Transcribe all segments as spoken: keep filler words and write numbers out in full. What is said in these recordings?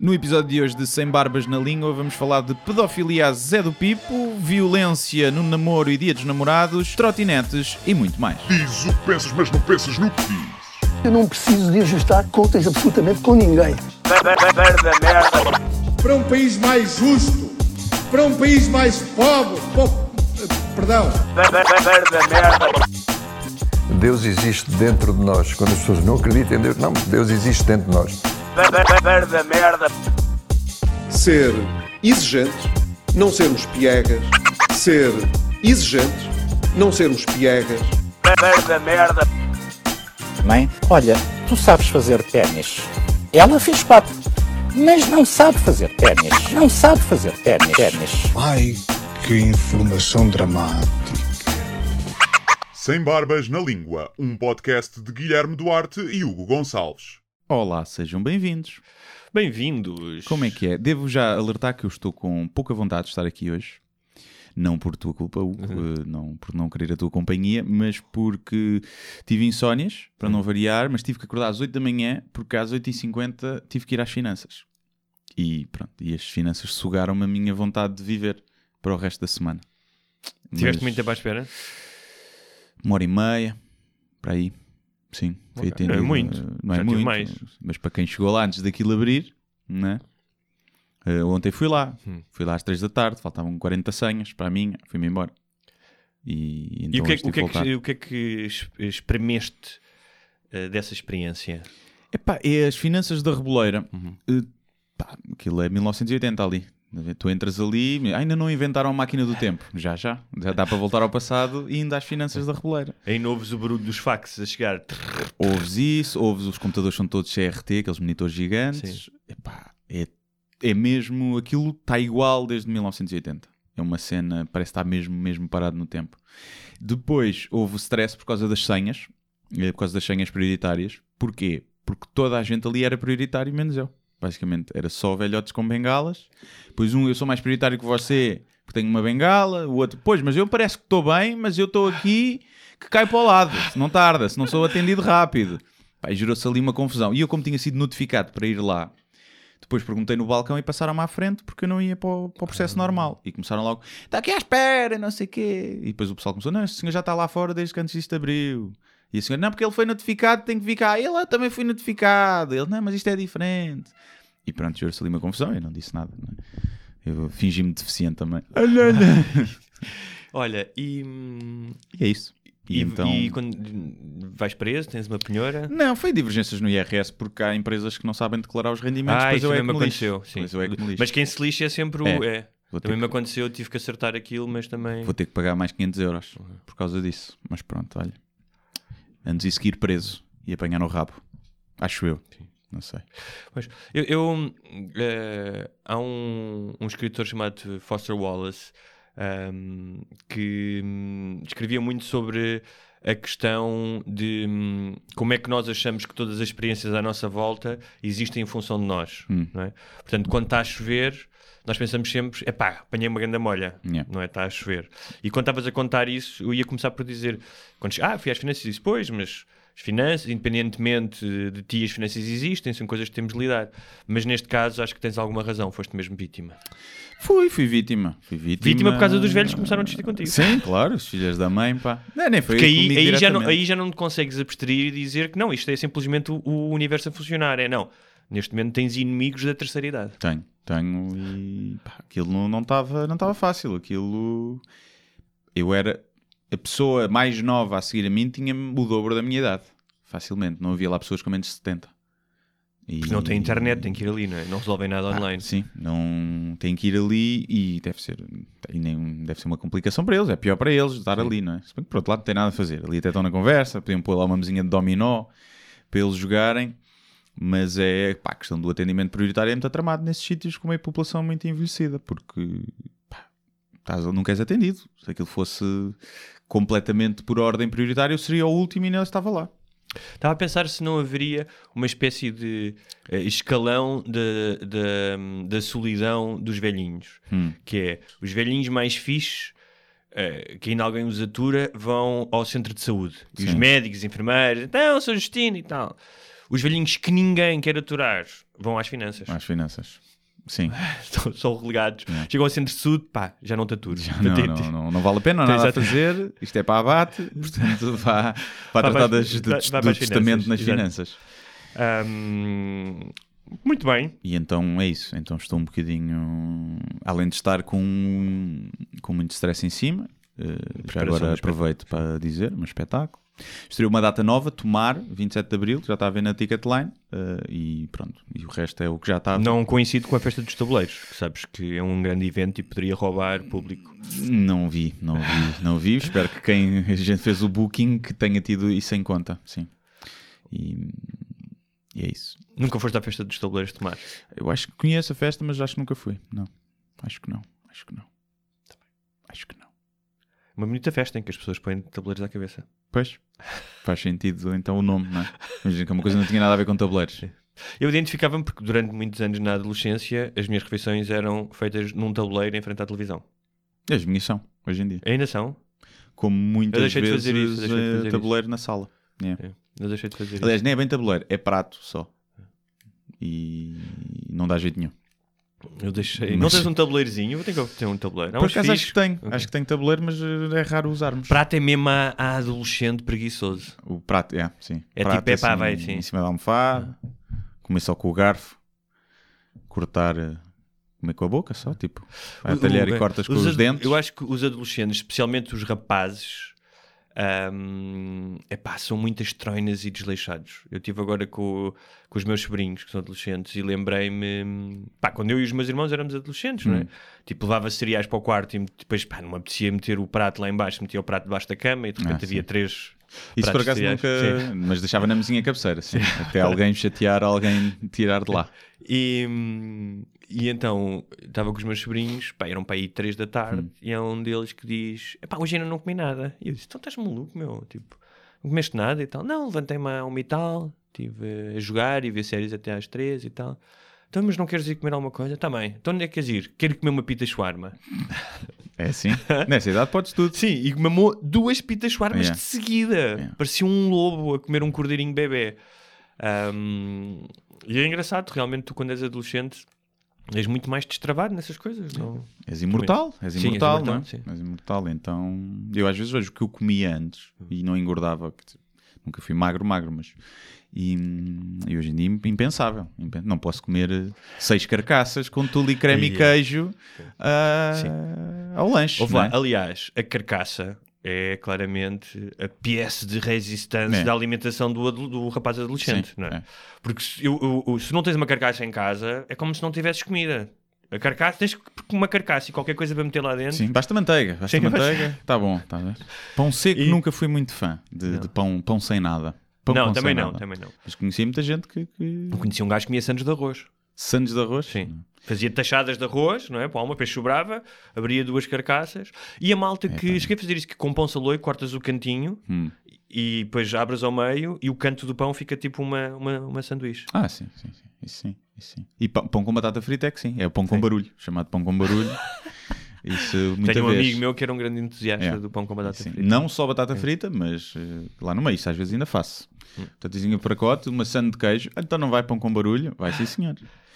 No episódio de hoje de Sem Barbas na Língua vamos falar de pedofilia a Zé do Pipo, violência no namoro e dia dos namorados, trotinetes e muito mais. Diz o que pensas, mas não pensas no que dizes. Eu não preciso de ajustar contas absolutamente com ninguém. Para um país mais justo, para um país mais pobre, po- perdão. Deus existe dentro de nós. Quando as pessoas não acreditam em Deus, não, Deus existe dentro de nós. Ser exigente, não sermos piegas. Ser exigente, não sermos piegas. Mãe, olha, tu sabes fazer ténis. Ela fez quatro, mas não sabe fazer ténis. Não sabe fazer ténis. ténis. Ai, que informação dramática. Sem Barbas na Língua, um podcast de Guilherme Duarte e Hugo Gonçalves. Olá, sejam bem-vindos. Bem-vindos. Como é que é? Devo já alertar que eu estou com pouca vontade de estar aqui hoje. Não por tua culpa, Hugo, uhum. não, por não querer a tua companhia, mas porque tive insónias, para não variar, mas tive que acordar às oito da manhã, porque às oito e cinquenta tive que ir às finanças. E pronto, e as finanças sugaram-me a minha vontade de viver para o resto da semana. Tiveste mas... muito tempo à espera? Uma hora e meia, para aí. Sim, foi okay. atendido. Não é muito, não é já muito, mais. Mas para quem chegou lá antes daquilo abrir, né? Uh, ontem fui lá, hum. fui lá às três da tarde, faltavam quarenta senhas para a minha, fui-me embora. E, então e o, que é, o, que é que, o que é que espremeste uh, dessa experiência? Epá, é as finanças da Reboleira. Uhum. Uh, pá, aquilo é mil novecentos e oitenta ali. Tu entras ali, ainda não inventaram a máquina do tempo. Já, já. Já dá para voltar ao passado e ainda às finanças da Reboleira. Ainda ouves o barulho dos faxes a chegar. Ouves isso, ouves os computadores são todos C R T, aqueles monitores gigantes. Epá, é, é mesmo, aquilo está igual desde mil novecentos e oitenta. É uma cena, parece estar mesmo, mesmo parado no tempo. Depois houve stress por causa das senhas, por causa das senhas prioritárias. Porquê? Porque toda a gente ali era prioritário, menos eu. Basicamente, era só velhotes com bengalas. Pois um, eu sou mais prioritário que você, porque tenho uma bengala. O outro, pois, mas eu parece que estou bem, mas eu estou aqui que cai para o lado. Se não tarda, se não sou atendido rápido. Pá, gerou-se ali uma confusão. E eu, como tinha sido notificado para ir lá, depois perguntei no balcão e passaram-me à frente porque eu não ia para o, para o processo normal. E começaram logo, está aqui à espera, não sei o quê. E depois o pessoal começou, não, este senhor já está lá fora desde que antes disto abriu. E a senhora, não, porque ele foi notificado, tem que vir cá. Ele, eu também fui notificado. Ele, não, mas isto é diferente. E pronto, gerou-se ali uma confusão. Eu não disse nada. Não é? Eu fingi-me deficiente também. Olha, e... E é isso. E, e então... e quando vais preso, tens uma penhora? Não, foi divergências no I R S, porque há empresas que não sabem declarar os rendimentos. Ah, isso eu é que me aconteceu. Sim. Eu é que me mas quem se lixa é sempre o... É. É. Também que... me aconteceu, tive que acertar aquilo, mas também... Vou ter que pagar mais quinhentos euros uhum. por causa disso. Mas pronto, olha. Antes de seguir preso e apanhar no rabo. Acho eu. Sim. Não sei. Pois, eu, eu uh, há um, um escritor chamado Foster Wallace um, que um, escrevia muito sobre a questão de um, como é que nós achamos que todas as experiências à nossa volta existem em função de nós. Hum. Não é? Portanto, quando está a chover, nós pensamos sempre, epá, apanhei uma grande molha, yeah. não é? Está a chover. E quando estavas a contar isso, eu ia começar por dizer, quando, ah, fui às finanças e disse, pois, mas... As finanças, independentemente de ti, as finanças existem, são coisas que temos de lidar. Mas neste caso, acho que tens alguma razão, foste mesmo vítima. Fui, fui vítima. Fui vítima... vítima por causa dos velhos que começaram a discutir contigo. Sim, claro, os filhos da mãe, pá. Não, nem foi Porque aí, aí, já não, aí já não te consegues abstrair e dizer que não, isto é simplesmente o, o universo a funcionar. É não. Neste momento tens inimigos da terceira idade. Tenho, tenho e pá, aquilo não estava não estava fácil. Aquilo... Eu era... A pessoa mais nova a seguir a mim tinha o dobro da minha idade. Facilmente. Não havia lá pessoas com menos de setenta. E... Porque não tem internet, tem que ir ali, não é? Não resolvem nada ah, online. Sim, não tem que ir ali e deve ser, e nem, deve ser uma complicação para eles. É pior para eles estar sim. ali, não é? Se bem que por outro lado não tem nada a fazer. Ali até estão na conversa, podiam pôr lá uma mesinha de dominó para eles jogarem. Mas é, pá, a questão do atendimento prioritário é muito tramado nesses sítios com uma população muito envelhecida. Porque, pá, estás, não queres atendido. Se aquilo fosse completamente por ordem prioritária, eu seria o último e não estava lá. Estava a pensar se não haveria uma espécie de uh, escalão da solidão dos velhinhos. Hum. Que é, os velhinhos mais fixes, uh, que ainda alguém os atura, vão ao centro de saúde. E Sim. os médicos, enfermeiros, então, sou Justino e tal. Os velhinhos que ninguém quer aturar vão às finanças. Às finanças. Sim. São, são relegados. É. Chegam ao centro-sud, pá, já não te aturo. Já não, não, não, não vale a pena, não há nada a fazer. Isto é para abate, portanto vá, vá tratar das, de, vai, vai do testamento nas Exato. finanças. Um, muito bem. E então é isso. Então estou um bocadinho... Além de estar com, com muito stress em cima, uh, já agora aproveito para dizer, um espetáculo. Estreou uma data nova, Tomar, vinte e sete de Abril, que já está a ver na Ticketline, uh, e pronto, e o resto é o que já está. Não coincide com a Festa dos Tabuleiros, sabes que é um grande evento e poderia roubar público. Não vi, não vi, não vi. Espero que quem a gente fez o booking que tenha tido isso em conta, sim. E, e é isso. Nunca foste à Festa dos Tabuleiros, Tomar? Eu acho que conheço a festa, mas acho que nunca fui. Não, acho que não, acho que não. Acho que não. Uma bonita festa em que as pessoas põem tabuleiros à cabeça. Pois, faz sentido então o nome, não é? Imagina que uma coisa não tinha nada a ver com tabuleiros. Eu identificava-me porque durante muitos anos na adolescência as minhas refeições eram feitas num tabuleiro em frente à televisão. As minhas são, hoje em dia. Ainda são? Como muitas eu deixei vezes de fazer isso, deixei de fazer tabuleiro isso. na sala. Yeah. É, eu deixei de fazer Aliás, isso. nem é bem tabuleiro, é prato só. E não dá jeito nenhum. Eu deixei. Mas... Não tens um tabuleirozinho? Eu tenho que ter um tabuleiro. Por acaso acho que tenho. Okay. Acho que tenho tabuleiro, mas é raro usarmos. Prato é mesmo a, a adolescente preguiçoso. O prato, é, sim. É prato, tipo, é pá, assim, vai, sim. Em cima da almofada, comer só com o garfo, cortar, comer com a boca só, tipo. Vai a talher e cortas com os, os dentes. Eu acho que os adolescentes, especialmente os rapazes, Um, epá, são muitas estroinas e desleixados. Eu estive agora com, com os meus sobrinhos que são adolescentes e lembrei-me, pá, quando eu e os meus irmãos éramos adolescentes, hum. não é? Tipo, levava cereais para o quarto e depois, pá, não me apetecia meter o prato lá em baixo, metia o prato debaixo da cama e de repente ah, havia três. Isso por acaso nunca, sim. Mas deixava na mesinha cabeceira, sim. Até alguém chatear, alguém tirar de lá. E, e então estava com os meus sobrinhos, pá, eram para aí três da tarde, hum. e há um deles que diz: epá, hoje ainda não comi nada. E eu disse: então estás maluco, meu? Tipo, não comeste nada e tal? Não, levantei-me a uma e tal, estive a jogar e ver séries até às três e tal. Então, mas não queres ir comer alguma coisa? Tá bem. Então onde é que queres ir? Quero comer uma pita shawarma. É assim? Nessa idade podes tudo. Sim, e mamou duas pitas shawarmas yeah. de seguida. Yeah. Parecia um lobo a comer um cordeirinho bebê. Um, e é engraçado, realmente, tu quando és adolescente és muito mais destravado nessas coisas. Não? És imortal. És sim, imortal, és imortal, não é? sim. És imortal. Então, eu às vezes vejo o que eu comia antes e não engordava. Nunca fui magro, magro, mas... E, e hoje em dia impensável. Não posso comer seis carcaças com tule, creme e queijo uh, ao lanche. Lá, é? Aliás, a carcaça é claramente a pièce de resistência é. da alimentação do, do rapaz adolescente. Sim, não é? É. Porque se, eu, eu, se não tens uma carcaça em casa, é como se não tivesses comida. A carcaça, tens uma carcaça e qualquer coisa para meter lá dentro. Sim, basta manteiga. Basta Sim, manteiga. Está bom. Tá bem. Pão seco e... nunca fui muito fã de, de pão, pão sem nada. Pão não, também não, também não. Mas conhecia muita gente que... que... Eu conhecia um gajo que comia sandes de arroz. Sandes de arroz? Sim. Não. Fazia tachadas de arroz, não é? Para uma, depois sobrava, abria duas carcaças. E a malta que... É, cheguei a fazer isso, que com pão saloio cortas o cantinho hum. e depois abres ao meio e o canto do pão fica tipo uma, uma, uma sanduíche. Ah, sim, sim, sim. Isso sim, isso sim. E pão, pão com batata frita é que sim. É o pão sim. com barulho. Chamado pão com barulho. Isso, muita Tenho um vez. amigo meu que era um grande entusiasta é. do pão com batata sim. frita. Não só batata frita, mas uh, lá no meio, isso às vezes ainda faço. Hum. Tatuzinho para cote, uma sand de queijo. Então não vai pão com barulho? Vai sim, senhor.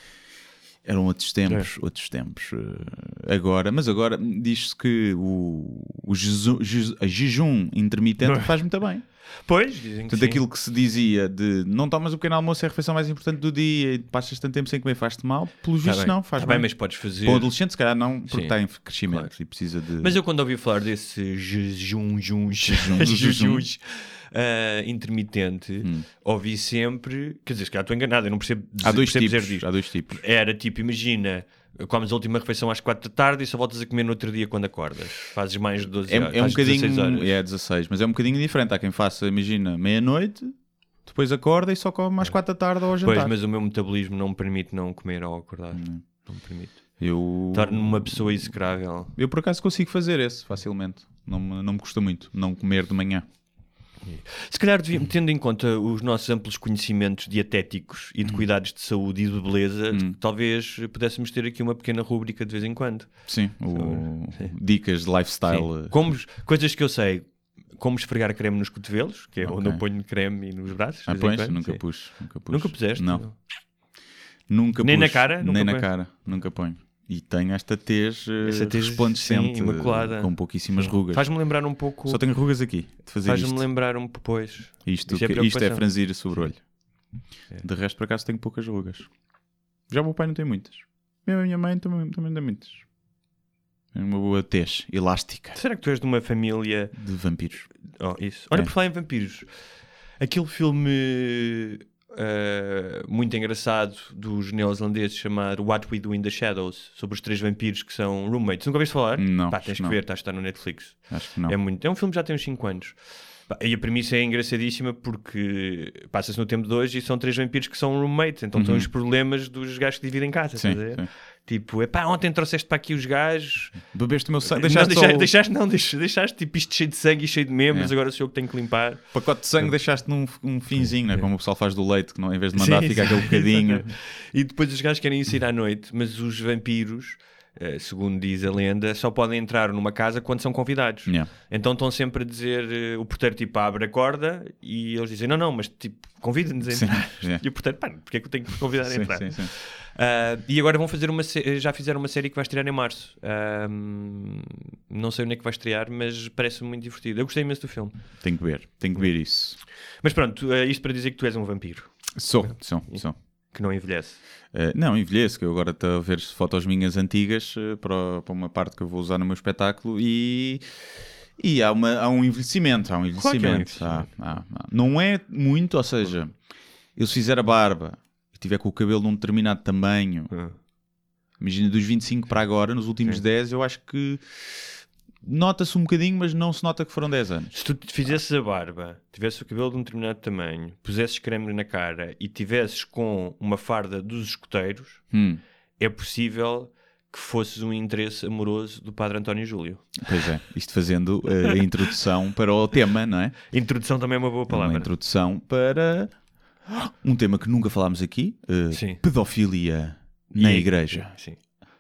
Eram outros tempos, é. outros tempos. Uh, agora, mas agora diz-se que o, o jeju, jeju, a jejum intermitente faz muito bem. Pois, dizem que Portanto, sim. aquilo que se dizia de não tomas o pequeno almoço é a refeição mais importante do dia e passas tanto tempo sem comer, faz-te mal. Pelo visto, tá não, faz tá bem. bem. Mas podes fazer... Para um adolescente, se calhar não, porque sim. está em crescimento claro. e precisa de... Mas eu quando ouvi falar desse jejum, jejum, jejum uh, intermitente, hum. ouvi sempre... Quer dizer, se calhar estou enganado, eu não percebo, há dois percebo tipos, dizer disto. Há dois tipos. Era tipo, imagina... Comes a última refeição às quatro da tarde e só voltas a comer no outro dia quando acordas. Fazes mais de doze é, horas. É um bocadinho, dezasseis horas. É dezasseis, mas é um bocadinho diferente. Há quem faça, imagina, meia-noite, depois acorda e só come às quatro da tarde ou ao jantar. Pois, mas o meu metabolismo não me permite não comer ao acordar. Hum. Não me permite. Eu... Torno-me uma pessoa execrável. Eu por acaso consigo fazer esse facilmente. Não me, não me custa muito não comer de manhã. Se calhar, tendo em conta os nossos amplos conhecimentos dietéticos e de hum. cuidados de saúde e de beleza, hum. talvez pudéssemos ter aqui uma pequena rúbrica de vez em quando. Sim, o... Sim. Dicas de lifestyle. Como coisas que eu sei, como esfregar creme nos cotovelos, que é Okay. onde eu ponho creme e nos braços. Ah, de vez em pões? quando, Nunca sim. pus, nunca pus. Nunca puseste? Não. Nunca Nem pus, na cara? Nem Nunca na põe? cara, nunca ponho. E tenho esta tez, eh, Essa tez, resplandecente, sim, imaculada. com pouquíssimas rugas. Faz-me lembrar um pouco... Só tenho rugas aqui, de fazer Faz-me isto. lembrar um pouco... Pois. Isto, Isto é que- isto é preocupação. franzir sobre o olho. É. De resto, por acaso, tenho poucas rugas. Já o meu pai não tem muitas. Mesmo a minha mãe também, também tem muitas. Tem uma boa tez elástica Será que tu és de uma família... de vampiros. Oh, isso. Olha, É. por falar em vampiros. Aquele filme uh, muito engraçado dos neozelandeses chamado What We Do in the Shadows, sobre os três vampiros que são roommates. Nunca ouviste falar? Não, Pá, acho tens que que não. ver, está a estar no Netflix. Acho que não. É, muito, é um filme que já tem uns cinco anos. Pá, e a premissa é engraçadíssima porque passa-se no tempo de hoje e são três vampiros que são roommates. Então Uhum. são os problemas dos gajos que dividem casa. Sim, estás a ver? sim. Tipo, epá, ontem trouxeste para aqui os gajos. Bebeste o meu sangue, Não, deixaste, deixaste, só o deixaste, não, deixaste, deixaste tipo isto cheio de sangue e cheio de membros, É. agora sou eu que tenho que limpar. pacote de sangue, deixaste num um finzinho, né? Como o pessoal faz do leite, que não, em vez de mandar Sim, fica sim, aquele bocadinho. exatamente. E depois os gajos querem ir sair à noite, mas os vampiros, eh, segundo diz a lenda, só podem entrar numa casa quando são convidados. Yeah. Então estão sempre a dizer, eh, o porteiro tipo abre a corda e eles dizem, não, não, mas tipo, convida-nos a Sim, entrar. yeah. E o porteiro, pá, porque é que eu tenho que convidar a Sim, entrar? sim, sim. Uh, e agora vão fazer uma sé- já fizeram uma série que vai estrear em março. Um, não sei onde é que vai estrear, mas parece-me muito divertido. Eu gostei imenso do filme. Tenho que ver, tenho que ver isso. Mas pronto, uh, isto para dizer que tu és um vampiro Sou, sou, sou. que não envelhece. Uh, não, envelheço, que eu agora estou a ver fotos minhas antigas uh, para, para uma parte que eu vou usar no meu espetáculo e, e há, uma, há um envelhecimento, há um Claro que é um envelhecimento. Há- há- há. Não é muito, ou seja, eu se fizer a barba e tiver com o cabelo num determinado tamanho, Uh. imagina dos vinte e cinco para agora, nos últimos Sim. dez, eu acho que nota-se um bocadinho, mas não se nota que foram dez anos. Se tu te fizesses a barba, tivesses o cabelo de um determinado tamanho, pusesses creme na cara e tivesses com uma farda dos escoteiros, Hum, é possível que fosses um interesse amoroso do Padre António Júlio. pois é, isto fazendo uh, a introdução para o tema, não é? Introdução também é uma boa Uma palavra. introdução para um tema que nunca falámos aqui, uh, Sim. pedofilia na E- igreja. Sim.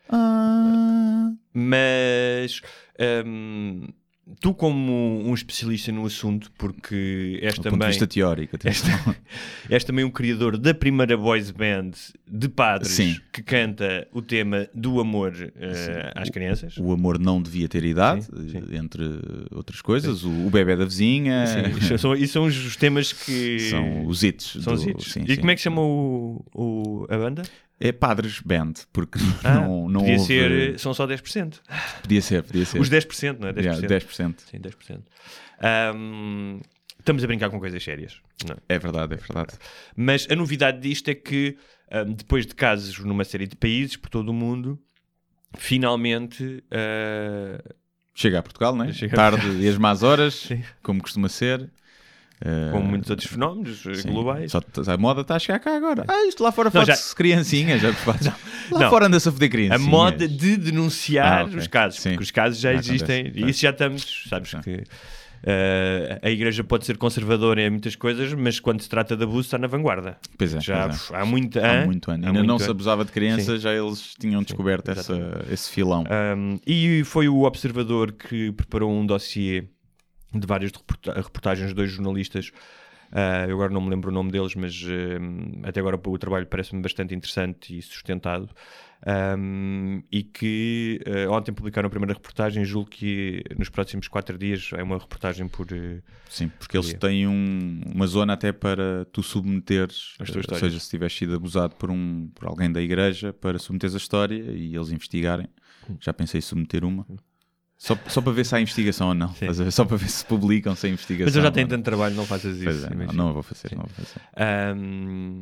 Ah, Mas hum, tu, como um especialista no assunto, porque és do ponto de também, vista teórico, atenção. és também um criador da primeira boys band de padres Sim. que canta o tema do amor eh, às crianças. O amor não devia ter idade, Sim, sim. entre outras coisas. O, o bebé da vizinha. Sim, isso são, isso são os temas que São os hits. são do- os hits. sim, E sim. como é que se chama o, o- a banda? É Padres Band, porque Ah, não, não podia houve... ser, são só dez por cento. Podia ser, podia ser. Os dez por cento, não é? dez por cento. Yeah, dez por cento. Sim, dez por cento. Ahm, estamos a brincar com coisas sérias. Não é? É verdade, é verdade. Mas a novidade disto é que, ahm, depois de casos numa série de países por todo o mundo, finalmente ah, Chega a Portugal, não é? Chega a Tarde e as más horas, Sim. como costuma ser. com muitos outros fenómenos eh, Sim. globais. Só, a moda está a chegar cá agora. Ah, isto lá fora Não, faz-se criancinhas. Já, lá Não. fora anda-se a foder A criancinhas. moda de denunciar Ah, ok. os casos, Sim. porque os casos já Já existem acontece. e isso já estamos, sabes Sim. que eh, a igreja pode ser conservadora em muitas coisas, mas quando se trata de abuso está na vanguarda. Pois é, Já pois é. há muito Há ano. muito ano. há Ainda muito não se ano. abusava de crianças, Sim. já eles tinham descoberto essa, exatamente. esse filão. Um, e foi o Observador que preparou um dossiê de várias reporta- reportagens de dois jornalistas. Uh, eu agora não me lembro o nome deles, mas um, até agora o trabalho parece-me bastante interessante e sustentado. Um, e que uh, ontem publicaram a primeira reportagem. Julgo que nos próximos quatro dias é uma reportagem por. Uh, Sim, porque eles dia. têm um- uma zona até para tu submeteres, As tuas ou histórias. seja, se tiveres sido abusado por, um, por alguém da igreja, para submeteres a história e eles investigarem. Já pensei em submeter uma. Só, só para ver se há investigação ou não. Estás a ver? Só para ver se publicam sem investigação. mas eu já tenho ou não. tanto trabalho, não faças Pois isso. é, não, imagina. não vou fazer, não vou fazer. Um,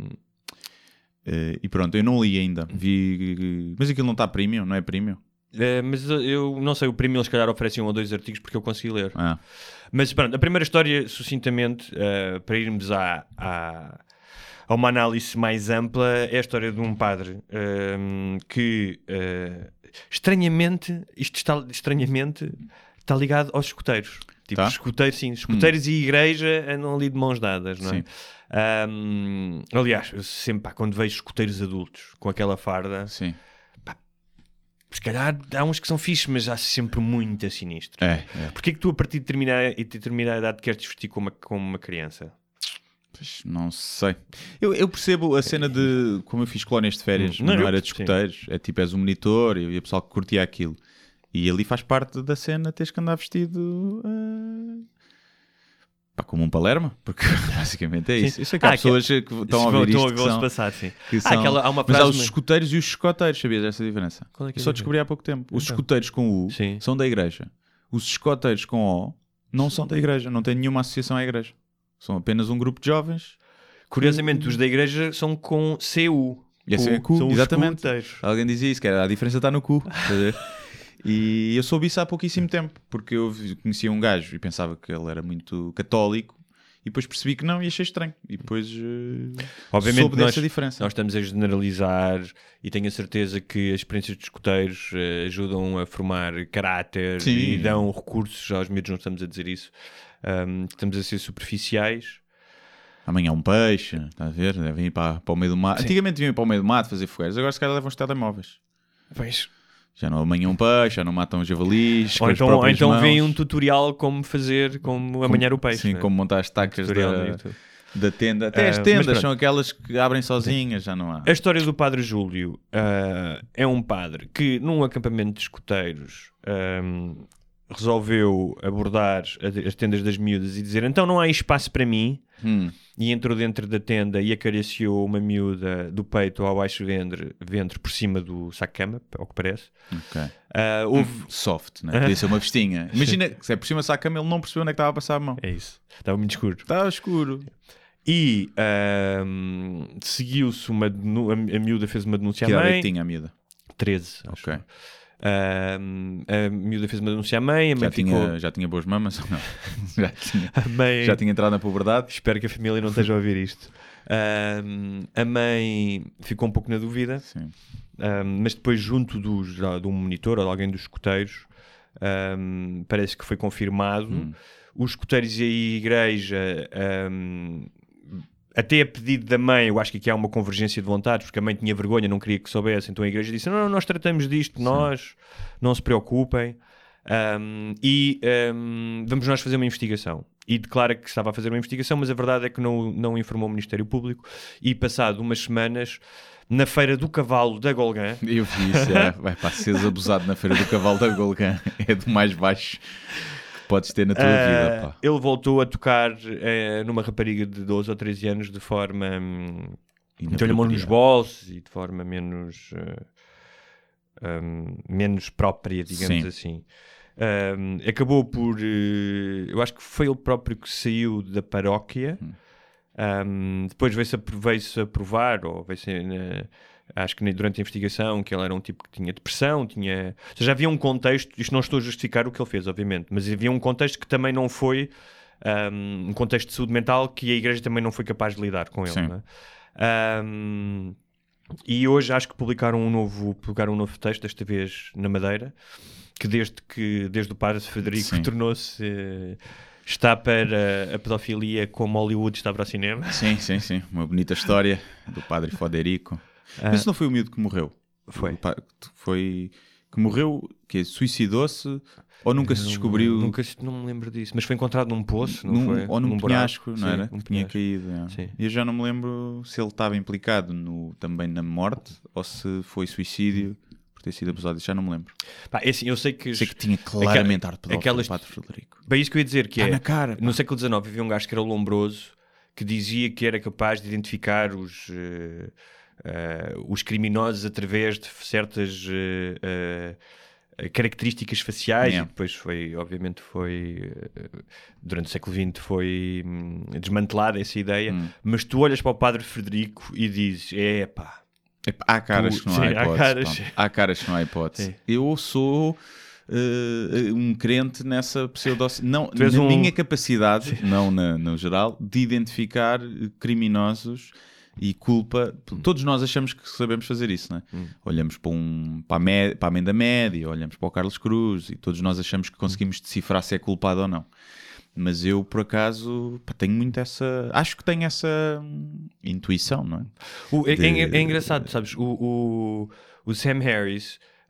Eh, e pronto, eu não li ainda. Vi, mas aquilo não está premium, não é premium? uh, mas eu- eu não sei, o primo eles se calhar oferecem um ou dois artigos porque eu consegui ler. Ah, Mas pronto, a primeira história, sucintamente, uh, para irmos à, à, a uma análise mais ampla, é a história de um padre um, que, uh, estranhamente, isto está, estranhamente, está ligado aos escoteiros. Tipo, Tá? escoteiros, sim, escoteiros e igreja andam ali de mãos dadas, não é? Sim. Um, aliás, eu sempre, pá, quando vejo escoteiros adultos com aquela farda, sim. se calhar há uns que são fixes, mas há sempre muito sinistro. É, é. Porquê que tu, a partir de determinada, de determinada idade, queres te vestir como uma, como uma criança? Pois, não sei. Eu, eu percebo a cena de como eu fiz colónias de férias, Não, não, eu- era de escuteiros, é tipo, és um monitor e o pessoal que curtia aquilo. E ali faz parte da cena teres que andar vestido uh, pá, como um Palerma, porque basicamente é isso. Sim. Eu sei que há Ah, pessoas que estão a Estão ouvir estão isto que a são, passar, sim. que Ah, são- aquela, há uma mas há frase... os escuteiros e os escoteiros, sabias essa diferença? Qual é que é Eu só a descobri há pouco tempo. Os Então. escuteiros com U Sim. são da igreja. Os escoteiros com O não são da igreja, não têm nenhuma associação à igreja. São apenas um grupo de jovens. Curiosamente, os da igreja são com C U. E esse é Cu, cu, são os exatamente. escuteiros. Alguém dizia isso, que era, a diferença está no cu. Estás a ver? E eu soube isso há pouquíssimo tempo, porque eu vi- conhecia um gajo e pensava que ele era muito católico, e depois percebi que não e achei estranho. E depois eh, Obviamente soube nós, dessa diferença. nós estamos a generalizar e tenho a certeza que as experiências de escuteiros eh, ajudam a formar caráter Sim. e dão recursos aos miúdos, não estamos a dizer isso. Um, estamos a ser superficiais. Amanhã um peixe, estás a ver? Devem ir para, para o meio do mato. Sim. Antigamente vinham ir para o meio do mato fazer fogueiras, agora se calhar levam os telemóveis. Pois. Já não amanhã um peixe, já não matam javalis. com Ou as então, ou próprias então mãos. vem um tutorial como fazer, como amanhar o peixe. Sim, né? como montar as tacas Tutorial no da, YouTube. da tenda. Até Ah, as mas tendas pronto. são aquelas que abrem sozinhas, já não há. A história do Padre Júlio ah, é um padre que, num acampamento de escuteiros, ahm, resolveu abordar a- as tendas das miúdas e dizer: então não há espaço para mim. Hum. E entrou dentro da tenda e acariciou uma miúda do peito ao baixo ventre, ventre por cima do saco-cama, ao que parece. Ok. Ah, houve... Soft, né? Podia ser uma vestinha. Imagina que se é por cima da cama, ele não percebeu onde é que estava a passar a mão. É isso. Estava muito escuro. Estava escuro. E ahm, seguiu-se uma... denu- A, a miúda fez uma denúncia Que à idade é mãe. que tinha a miúda? treze, acho. Ok. Ahm, a miúda fez uma denúncia à mãe. A mãe Já ficou... tinha, já tinha boas mamas ou não? já, tinha, A mãe... já tinha entrado na puberdade? Espero que a família não esteja a ouvir isto. Ahm, a mãe ficou um pouco na dúvida. Sim. Um, mas depois junto dos, de um monitor ou de alguém dos escuteiros, um, parece que foi confirmado. Hum. Os escuteiros e a igreja, um, até a pedido da mãe, eu acho que aqui há uma convergência de vontades, porque a mãe tinha vergonha, não queria que soubesse, então a igreja disse: não, não, nós tratamos disto, nós, não se preocupem. Um, e um, vamos nós fazer uma investigação. E declara que estava a fazer uma investigação, mas a verdade é que não, não informou o Ministério Público. E passado umas semanas, na Feira do Cavalo da Golgã, Eu vi isso, é. Vai para seres abusado na Feira do Cavalo da Golgã. É do mais baixo que podes ter na tua Uh, vida, pá. ele voltou a tocar uh, numa rapariga de doze ou treze anos de forma hum, meteu-lhe a mão nos bolsos e de forma menos uh, um, menos própria, digamos Sim. assim. Um, acabou por uh, eu acho que foi ele próprio que saiu da paróquia. Hum. Um, depois veio-se a, veio-se a provar, ou veio-se na, acho que durante a investigação, que ele era um tipo que tinha depressão, tinha... Ou seja, havia um contexto, isto não estou a justificar o que ele fez, obviamente, mas havia um contexto que também não foi um, um contexto de saúde mental que a igreja também não foi capaz de lidar com ele. Sim. Não é? Um, e hoje acho que publicaram um novo, publicaram um novo texto, desta vez na Madeira, que desde, que, desde o padre Frederico Sim. tornou-se... Uh, está para a pedofilia como Hollywood está para o cinema. Sim, sim, sim. Uma bonita história do padre Foderico. Ah. Mas não foi o miúdo que morreu? Foi. O pa- Foi que morreu, que suicidou-se ou nunca se descobriu? Nunca se- não me lembro disso, mas foi encontrado num poço, não Num- foi? ou num, buraco. penhasco, não Sim, era? um Que tinha penhasco. caído. é. Sim. Eu já não me lembro se ele estava implicado no, também na morte ou se foi suicídio por ter sido abusado. Isso já não me lembro. Pá, é assim, eu sei que... Sei que tinha claramente ar pedófilo aquelas- do padre Frederico. Bem, isso que eu ia dizer, que Está é... na cara. pá. No século dezenove havia um gajo que era o Lombroso, que dizia que era capaz de identificar os, eh, eh, os criminosos através de certas eh, eh, características faciais. Yeah. E depois foi, obviamente, foi... eh, durante o século vinte foi hum, desmantelada essa ideia. Hum. Mas tu olhas para o padre Frederico e dizes, é pá... Epá, há caras Tu- que não sim, há há hipótese. caras. pá. Há caras que não há hipótese. Sim. Eu sou uh, um crente nessa pseudo... Não, Tu és na um- minha capacidade, não na, no geral, de identificar criminosos e culpa. Todos nós achamos que sabemos fazer isso, não é? Hum. Olhamos para, um, para, a mé- para a Amenda Média, olhamos para o Carlos Cruz e todos nós achamos que conseguimos decifrar se é culpado ou não. Mas eu, por acaso, pá, tenho muito essa... Acho que tenho essa hum, intuição, não é? O- é, De- é- é engraçado, sabes? O, o, o Sam Harris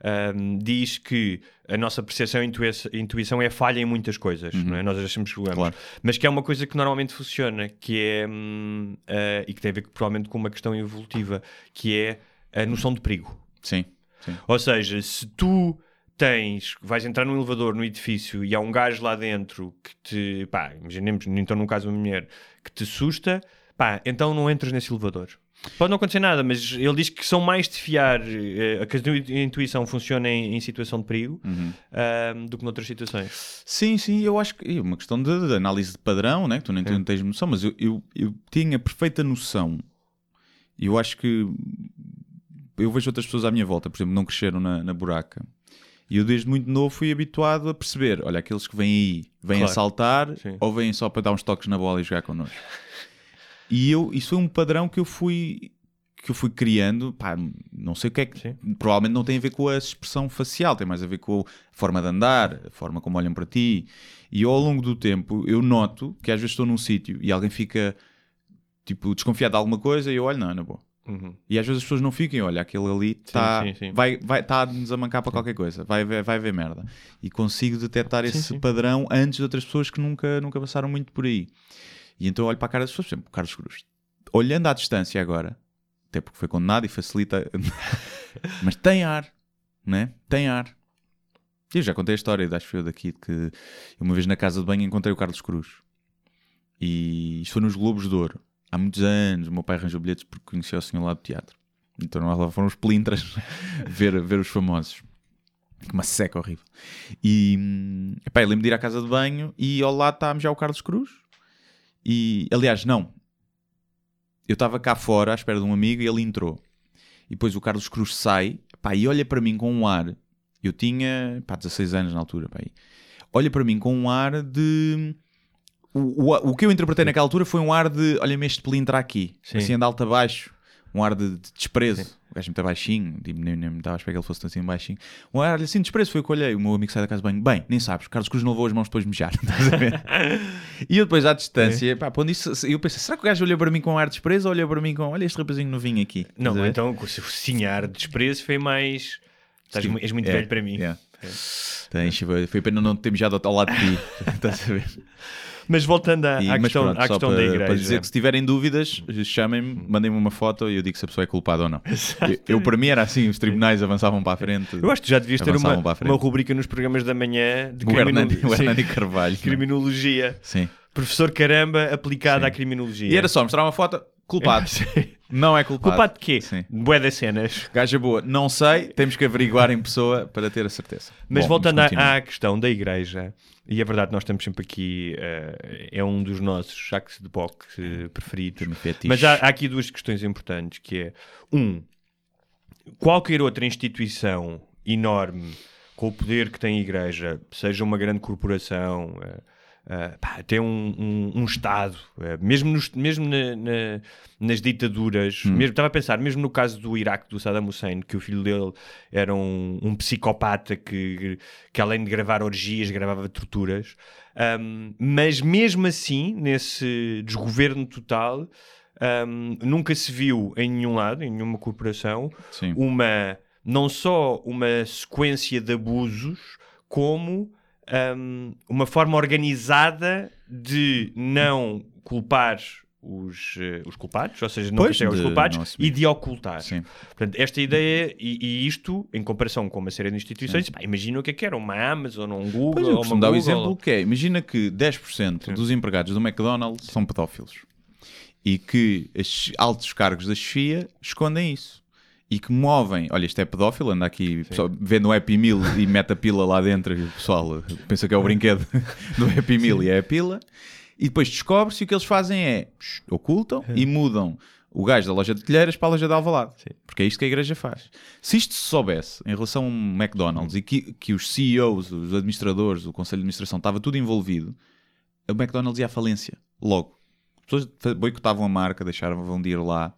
um, diz que a nossa percepção e intuição, intuição é falha em muitas coisas, uhum. não é? Nós achamos que jogamos, claro. Mas que é uma coisa que normalmente funciona, que é hum, uh, e que tem a ver provavelmente com uma questão evolutiva, que é a noção de perigo. Sim, sim. Ou seja, se tu tens, vais entrar num elevador, num edifício, e há um gajo lá dentro que te, pá, imaginemos, então no caso uma mulher, que te assusta, pá, então não entras nesse elevador. Pode não acontecer nada, mas ele diz que são mais de fiar, uh, que a intuição funciona em, em situação de perigo, uhum. uh, do que noutras situações. Sim, sim, eu acho que é uma questão de, de análise de padrão, né? Que tu nem é. tens noção, mas eu, eu, eu tinha perfeita noção, e eu acho que eu vejo outras pessoas à minha volta, por exemplo, não cresceram na, na buraca, e eu desde muito novo fui habituado a perceber, olha, aqueles que vêm aí, vêm claro. assaltar, sim. ou vêm só para dar uns toques na bola e jogar connosco. E eu, isso foi um padrão que eu fui, que eu fui criando, pá, não sei o que é que... Sim. Provavelmente não tem a ver com a expressão facial, tem mais a ver com a forma de andar, a forma como olham para ti. E eu, ao longo do tempo, eu noto que às vezes estou num sítio e alguém fica, tipo, desconfiado de alguma coisa e eu olho, não, é na boa. Uhum. E às vezes as pessoas não ficam, olha, aquele ali tá, sim, sim, sim. vai vai tá a nos amancar para sim. qualquer coisa, vai ver, vai ver merda. E consigo detectar sim, esse sim. padrão antes de outras pessoas que nunca, nunca passaram muito por aí. E então eu olho para a cara das pessoas, por exemplo, o Carlos Cruz, olhando à distância agora, até porque foi condenado e facilita, mas tem ar, né? Tem ar. Eu já contei a história, acho que foi daqui, que uma vez na casa de banho encontrei o Carlos Cruz. E isto foi nos Globos de Ouro. Há muitos anos, o meu pai arranjou bilhetes porque conhecia o senhor lá do teatro. Então lá foram os pelintras ver, ver os famosos. Uma seca horrível. E epá, eu lembro de ir à casa de banho e ao lado estávamos já o Carlos Cruz. E, aliás, não. Eu estava cá fora à espera de um amigo e ele entrou. E depois o Carlos Cruz sai, pá, e olha para mim com um ar. Eu tinha, pá, dezasseis anos na altura, pá. Olha para mim com um ar de... O, o, o que eu interpretei naquela altura foi um ar de, olha-me este pelintra aqui. Sim. Assim, de alto a baixo. Um ar de, de desprezo. Sim. O gajo muito baixinho, nem, nem me estava a esperar que ele fosse assim baixinho. Um ar assim de desprezo, foi o que eu olhei. O meu amigo sai da casa de banho, bem, nem sabes, Carlos Cruz não levou as mãos depois de mejar. Estás a ver? E eu depois à distância, pá, quando isso, eu pensei, será que o gajo olhou para mim com um ar de desprezo ou olhou para mim com, olha este rapazinho novinho aqui? Não, então o sim, ar de desprezo foi mais, estás, és muito é, velho para mim. É. É. Tens, foi, foi pena não ter mijado ao lado de ti. Estás a ver? Mas voltando à, e, à questão, pronto, à questão para, da igreja. Para dizer que se tiverem dúvidas, chamem-me, mandem-me uma foto e eu digo se a pessoa é culpada ou não. eu, eu, para mim, era assim: os tribunais avançavam para a frente. Eu acho que já devias ter uma, uma rubrica nos programas da manhã de o Hernani, o Hernani Carvalho. Criminologia. Sim. Professor Caramba aplicado sim. à criminologia. E era só mostrar uma foto, culpado. Não é culpado. Culpado de quê? Sim. Bué das cenas. Gaja boa, não sei, temos que averiguar em pessoa para ter a certeza. Mas Bom, voltando à, à questão da igreja, e é verdade, nós estamos sempre aqui, uh, é um dos nossos saques de boxe uh, preferidos. Mas há, há aqui duas questões importantes, que é, um, qualquer outra instituição enorme com o poder que tem a igreja, seja uma grande corporação... Uh, Uh, pá, até um, um, um Estado, uh, mesmo, nos, mesmo na, na, nas ditaduras, hum. mesmo, estava a pensar, mesmo no caso do Iraque, do Saddam Hussein, que o filho dele era um, um psicopata que, que além de gravar orgias, gravava torturas, um, mas mesmo assim, nesse desgoverno total, um, nunca se viu em nenhum lado, em nenhuma corporação, Sim. uma não só uma sequência de abusos, como... Um, uma forma organizada de não culpar os, uh, os culpados, ou seja, não castigar os culpados e de ocultar. Sim. Portanto, esta ideia e, e isto, em comparação com uma série de instituições, pá, imagina o que é que era, uma Amazon, ou um Google, pois, ou uma Google. Dá o exemplo que é, imagina que dez por cento Sim. dos empregados do McDonald's Sim. são pedófilos e que os altos cargos da chefia escondem isso. E que movem, olha, isto é pedófilo, anda aqui pessoal, vendo um Happy Meal e mete a pila lá dentro e o pessoal pensa que é o brinquedo do Happy Meal Sim. e é a pila. E depois descobre-se e o que eles fazem é psh, ocultam é. e mudam o gajo da loja de telheiras para a loja de Alvalade. Sim. Porque é isto que a igreja faz. Se isto se soubesse em relação a um McDonald's hum. e que, que os C E Os, os administradores, o conselho de administração estava tudo envolvido, o McDonald's ia à falência logo. As pessoas boicotavam a marca, deixavam de ir lá.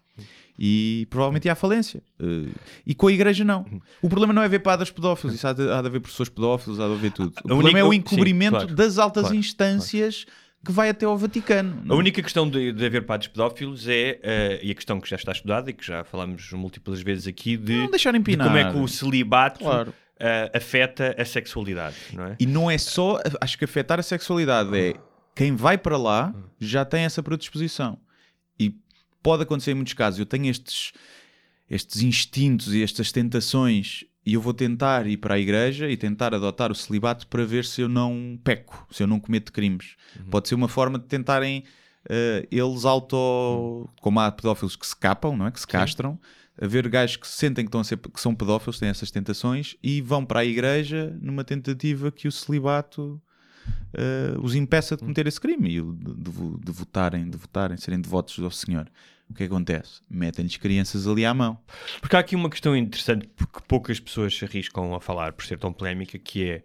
E provavelmente ia à falência. Uh, e com a igreja não. O problema não é ver padres pedófilos, isso há de, há de haver professores pedófilos, há de haver tudo. O a problema única... é o encobrimento Sim, claro, das altas claro, instâncias claro. que vai até ao Vaticano. A única questão de, de haver padres pedófilos é, uh, e a questão que já está estudada e que já falámos múltiplas vezes aqui, de, não deixar empinar. de como é que o celibato claro. uh, afeta a sexualidade. Não é? E não é só, acho que afetar a sexualidade é quem vai para lá já tem essa predisposição. E pode acontecer em muitos casos. Eu tenho estes, estes instintos e estas tentações e eu vou tentar ir para a igreja e tentar adotar o celibato para ver se eu não peco, se eu não cometo crimes. Uhum. Pode ser uma forma de tentarem uh, eles auto... Uhum. Como há pedófilos que se capam, não é? Que se castram. Sim. Haver gajos que sentem que, estão a ser, que são pedófilos, têm essas tentações e vão para a igreja numa tentativa que o celibato uh, os impeça de cometer esse crime e de, de, de votarem, de votarem, serem devotos ao Senhor. O que acontece? Metem-lhes crianças ali à mão. Porque há aqui uma questão interessante porque poucas pessoas se arriscam a falar por ser tão polémica, que é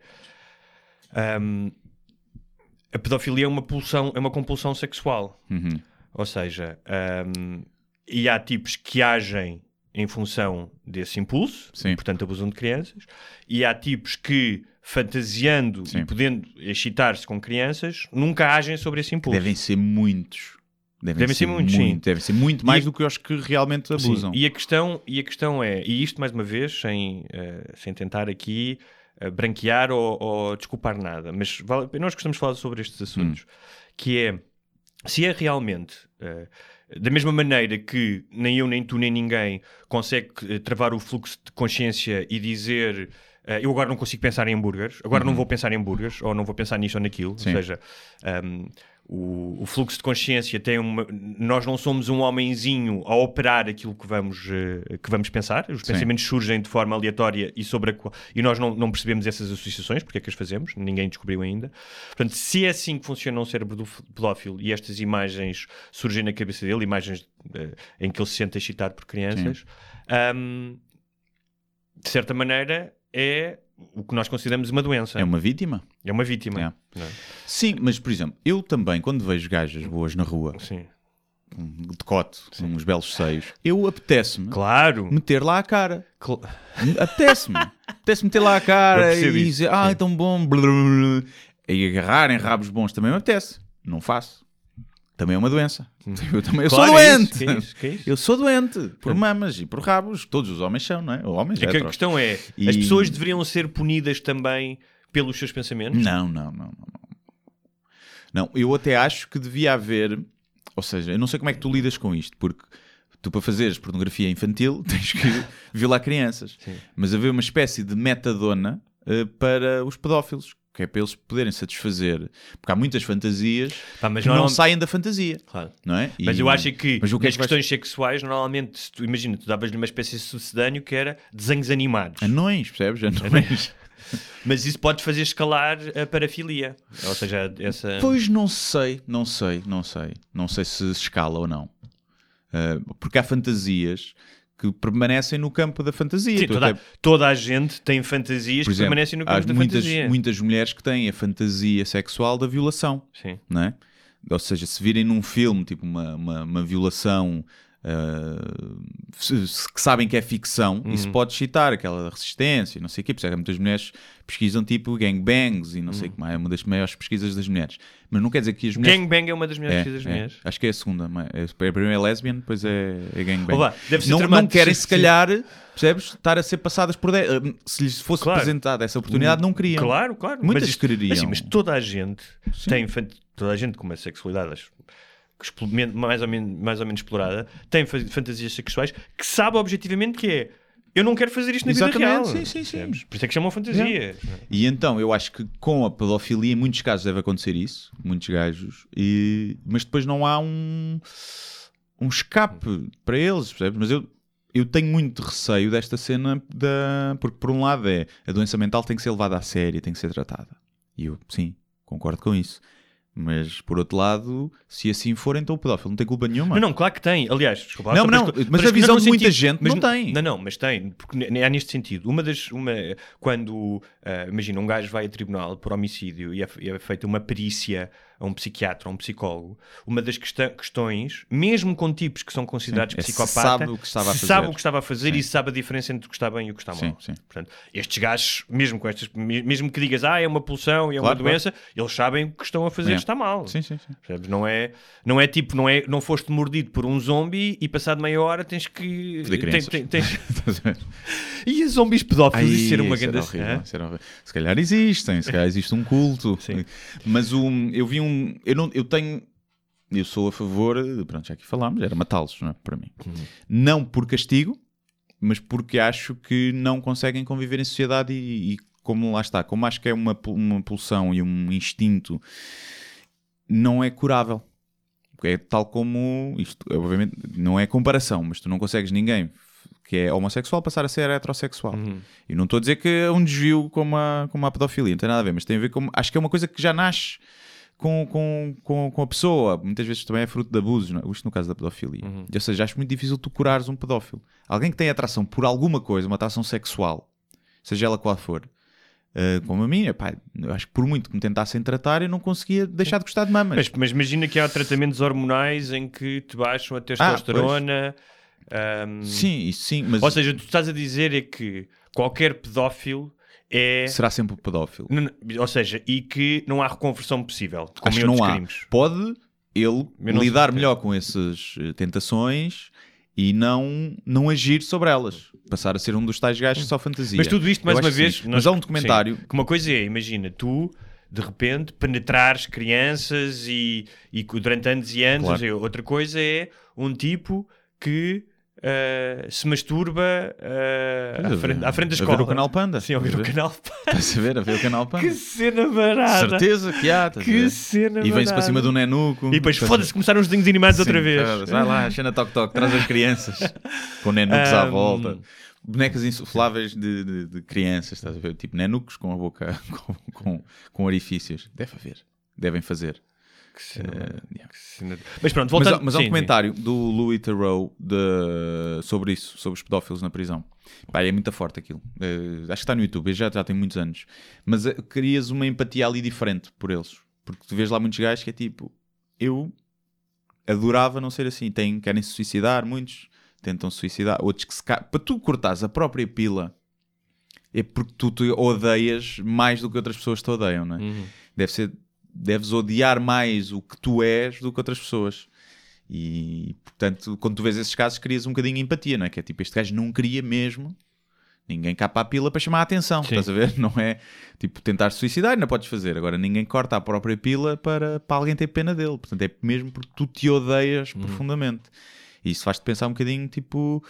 um, a pedofilia é uma pulsão, é uma compulsão sexual. Uhum. Ou seja, um, e há tipos que agem em função desse impulso, e, portanto abusam de crianças, e há tipos que, fantasiando Sim. e podendo excitar-se com crianças, nunca agem sobre esse impulso. Devem ser muitos. Devem, Devem ser, ser muitos, muito, sim. Devem ser muito mais e, do que os que realmente abusam. Sim. E, a questão, e a questão é, e isto mais uma vez, sem, uh, sem tentar aqui uh, branquear ou, ou desculpar nada, mas vale, nós gostamos de falar sobre estes assuntos, hum. que é, se é realmente, uh, da mesma maneira que nem eu, nem tu, nem ninguém consegue uh, travar o fluxo de consciência e dizer... Uh, eu agora não consigo pensar em hambúrgueres, agora uhum. não vou pensar em hambúrgueres, ou não vou pensar nisto ou naquilo, Sim. ou seja... Um, O, o fluxo de consciência tem uma... Nós não somos um homenzinho a operar aquilo que vamos, uh, que vamos pensar. Os Sim. pensamentos surgem de forma aleatória e, sobre a qual... e nós não, não percebemos essas associações, porque é que as fazemos, ninguém descobriu ainda. Portanto, se é assim que funciona um cérebro do pedófilo e estas imagens surgem na cabeça dele, imagens uh, em que ele se sente excitado por crianças, um, de certa maneira é... o que nós consideramos uma doença. É uma vítima. É uma vítima. É. Não. Sim, mas, por exemplo, eu também, quando vejo gajas boas na rua, Sim. um decote, Sim. uns belos seios, eu apetece-me claro. meter lá a cara. Cl- apetece-me. Apetece meter lá a cara e dizer, ah, é tão bom. Blá, blá, blá. E agarrarem rabos bons também me apetece. Não faço. Também é uma doença. Eu também eu claro, sou doente. Que é isso, que é isso? Eu sou doente por mamas e por rabos. Todos os homens são, não é? Homens é que a questão é, e... as pessoas deveriam ser punidas também pelos seus pensamentos? Não, não, não, não. Não, eu até acho que devia haver... Ou seja, eu não sei como é que tu lidas com isto, porque tu para fazeres pornografia infantil tens que violar crianças. Sim. Mas haver uma espécie de metadona uh, para os pedófilos, que é para eles poderem satisfazer, porque há muitas fantasias Pá, mas que não, não não saem da fantasia, claro. não é? Mas e... eu acho que mas o que nas é que questões vais... sexuais, normalmente, se tu, imagina, tu davas-lhe uma espécie de sucedâneo que era desenhos animados. Anões, percebes? Anões. Mas isso pode fazer escalar a parafilia. Ou seja, essa... Pois não sei, não sei, não sei. Não sei se escala ou não. Uh, porque há fantasias... que permanecem no campo da fantasia. Sim, toda, até... toda a gente tem fantasias Por que exemplo, permanecem no campo há da muitas, fantasia. muitas mulheres que têm a fantasia sexual da violação. Sim. Não é? Ou seja, se virem num filme tipo uma, uma, uma violação uh, se, se, que sabem que é ficção, uhum. isso pode excitar aquela resistência, não sei o quê. Por isso é que muitas mulheres pesquisam tipo gangbangs e não sei o uhum. que mais. É uma das maiores pesquisas das mulheres. Mas não quer dizer que as mulheres... Gangbang é uma das melhores pesquisas das é, mulheres. Acho que é a segunda. A primeira é lesbian, depois é, é gangbang. Olá, deve ser não, tramado, não querem, sim, se calhar, percebes, estar a ser passadas por... De... Se lhes fosse claro. apresentada essa oportunidade, não queriam. Claro, claro. Muitas mas, quereriam. Assim, mas toda a gente sim. tem... Toda a gente com uma sexualidade... Acho, mais ou, menos, mais ou menos explorada, tem fantasias sexuais que sabe objetivamente que é eu não quero fazer isto na Exatamente. vida real. Sim, sim, sim. Por isso é que chamam fantasia. Yeah. E então, eu acho que com a pedofilia, em muitos casos deve acontecer isso, muitos gajos, e... mas depois não há um, um escape para eles, percebes? Mas eu, eu tenho muito receio desta cena, da... porque por um lado é a doença mental tem que ser levada a sério, tem que ser tratada. E eu, sim, concordo com isso. Mas, por outro lado, se assim for, então o pedófilo não tem culpa nenhuma. Não, não, claro que tem. Aliás, desculpa. Não, não, mas, mas a visão de muita gente mas, não tem. Não, não, mas tem. Porque é neste sentido. Uma das... Uma, quando, uh, imagina, um gajo vai a tribunal por homicídio e é, é feita uma perícia a um psiquiatra ou um psicólogo, uma das questa- questões, mesmo com tipos que são considerados sim, psicopatas, se sabe o que estava a fazer, sabe o que estava a fazer sim. e sabe a diferença entre o que está bem e o que está mal. Sim, sim. Portanto, estes gajos, mesmo com estas, mesmo que digas, ah, é uma pulsão e é claro, uma doença, claro. eles sabem o que estão a fazer é. está mal. Sim, sim, sim. Percebes? Não é, não é tipo, não, é, não foste mordido por um zombie e passado meia hora tens que... Tem, tem, tens... E os zombies pedófilos, Ai, isso era uma isso grande... era horrível, isso era horrível. Se calhar existem, se calhar existe um culto. Sim. Mas um, eu vi um... Eu, não, eu tenho... Eu sou a favor... Pronto, já aqui falámos, era matá-los, não é? Para mim. Uhum. Não por castigo, mas porque acho que não conseguem conviver em sociedade e, e como lá está, como acho que é uma, uma pulsão e um instinto, não é curável. É tal como isto, obviamente, não é comparação, mas tu não consegues ninguém que é homossexual passar a ser heterossexual. Uhum. E não estou a dizer que é um desvio como a, como a pedofilia, não tem nada a ver, mas tem a ver com... Acho que é uma coisa que já nasce com, com, com, com a pessoa. Muitas vezes também é fruto de abusos, não é? Isto no caso da pedofilia. Uhum. Ou seja, acho muito difícil tu curares um pedófilo. Alguém que tem atração por alguma coisa, uma atração sexual, seja ela qual for, Uh, como a minha, pá, eu acho que por muito que me tentassem tratar eu não conseguia deixar de gostar de mamas. Mas, mas imagina que há tratamentos hormonais em que te baixam a testosterona. Ah, um... Sim, isso sim. Mas... Ou seja, tu estás a dizer é que qualquer pedófilo é... será sempre pedófilo. Não, ou seja, e que não há reconversão possível, como acho em que outros não há. crimes. Pode ele lidar melhor com essas tentações e não, não agir sobre elas. Passar a ser um dos tais gajos que só fantasia. Mas tudo isto, mais eu uma vez... Nós... Mas há um documentário... Sim. Que uma coisa é, imagina, tu, de repente, penetrares crianças e, e durante anos e anos. Claro. Outra coisa é um tipo que uh, se masturba uh, à, frente, à frente da escola. A ver o Canal Panda. Sim, a ver o Canal Panda. Estás a ver? A ver o Canal Panda. Que cena barata. Certeza que há. Que cena barata. E vem-se para cima do nenuco. E depois, foda-se, começaram os desenhos animados Sim, outra vez. Vai lá, cena toque-toque, traz as crianças. Com nenucos um... à volta. Bonecas insufláveis de, de, de crianças, estás a ver? Tipo nenucos com a boca, com, com, com orifícios. Deve haver. Devem fazer. Que cena, uh, yeah. que cena... Mas pronto, voltando... Mas, mas há um sim, comentário sim. do Louis Theroux de... sobre isso, sobre os pedófilos na prisão. Pá, é muito forte aquilo. Uh, acho que está no YouTube, já, já tem muitos anos. Mas uh, crias uma empatia ali diferente por eles. Porque tu vês lá muitos gajos que é tipo... Eu adorava não ser assim. Tem, querem se suicidar, muitos... tentam suicidar, outros que se ca... para tu cortares a própria pila é porque tu te odeias mais do que outras pessoas te odeiam, não é? Uhum. Deve ser, deves odiar mais o que tu és do que outras pessoas e portanto quando tu vês esses casos crias um bocadinho de empatia, não é? Que é tipo, este gajo não queria mesmo ninguém capa a pila para chamar a atenção. Sim. Estás a ver? Não é tipo tentar suicidar, não podes fazer. Agora ninguém corta a própria pila para, para alguém ter pena dele, portanto é mesmo porque tu te odeias uhum. profundamente. E isso faz-te pensar um bocadinho, tipo...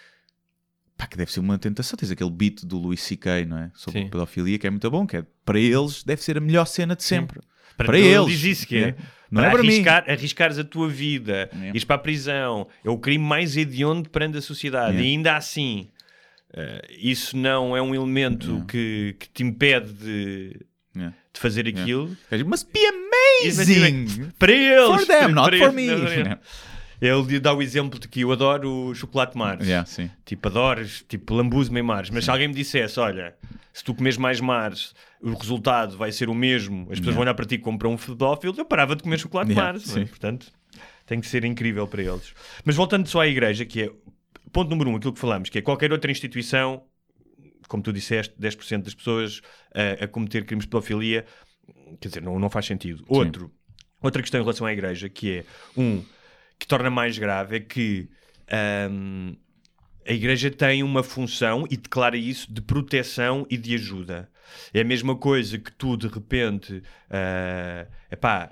Pá, que deve ser uma tentação. Tens aquele beat do Louis C K, não é? Sobre a pedofilia, que é muito bom. Que é, para eles, deve ser a melhor cena de sempre. Sim. Para, para eles. Diz isso, que é. é. Não para é para arriscar, mim. Arriscares a tua vida, é. Ires para a prisão. É o crime mais hediondo perante a sociedade. É. E ainda assim, uh, isso não é um elemento é. Que, que te impede de... É. De fazer aquilo. É. Must be amazing! Para eles! For them, para, not para for eles, me! Não, ele dá o exemplo de que eu adoro chocolate Mars. Yeah, sim. Tipo, adoro, tipo, lambuzo-me em Mars. Mas sim. Se alguém me dissesse, olha, se tu comes mais Mars, o resultado vai ser o mesmo, as pessoas yeah. vão olhar para ti como para um pedófilo, eu parava de comer chocolate yeah, Mars. Não é? Portanto, tem que ser incrível para eles. Mas voltando só à igreja, que é ponto número um, aquilo que falamos, que é qualquer outra instituição, como tu disseste, dez por cento das pessoas a, a cometer crimes de pedofilia, quer dizer, não, não faz sentido. Outro, outra questão em relação à igreja, que é, um... que torna mais grave é que um, a Igreja tem uma função e declara isso de proteção e de ajuda. É a mesma coisa que tu, de repente, uh, epá,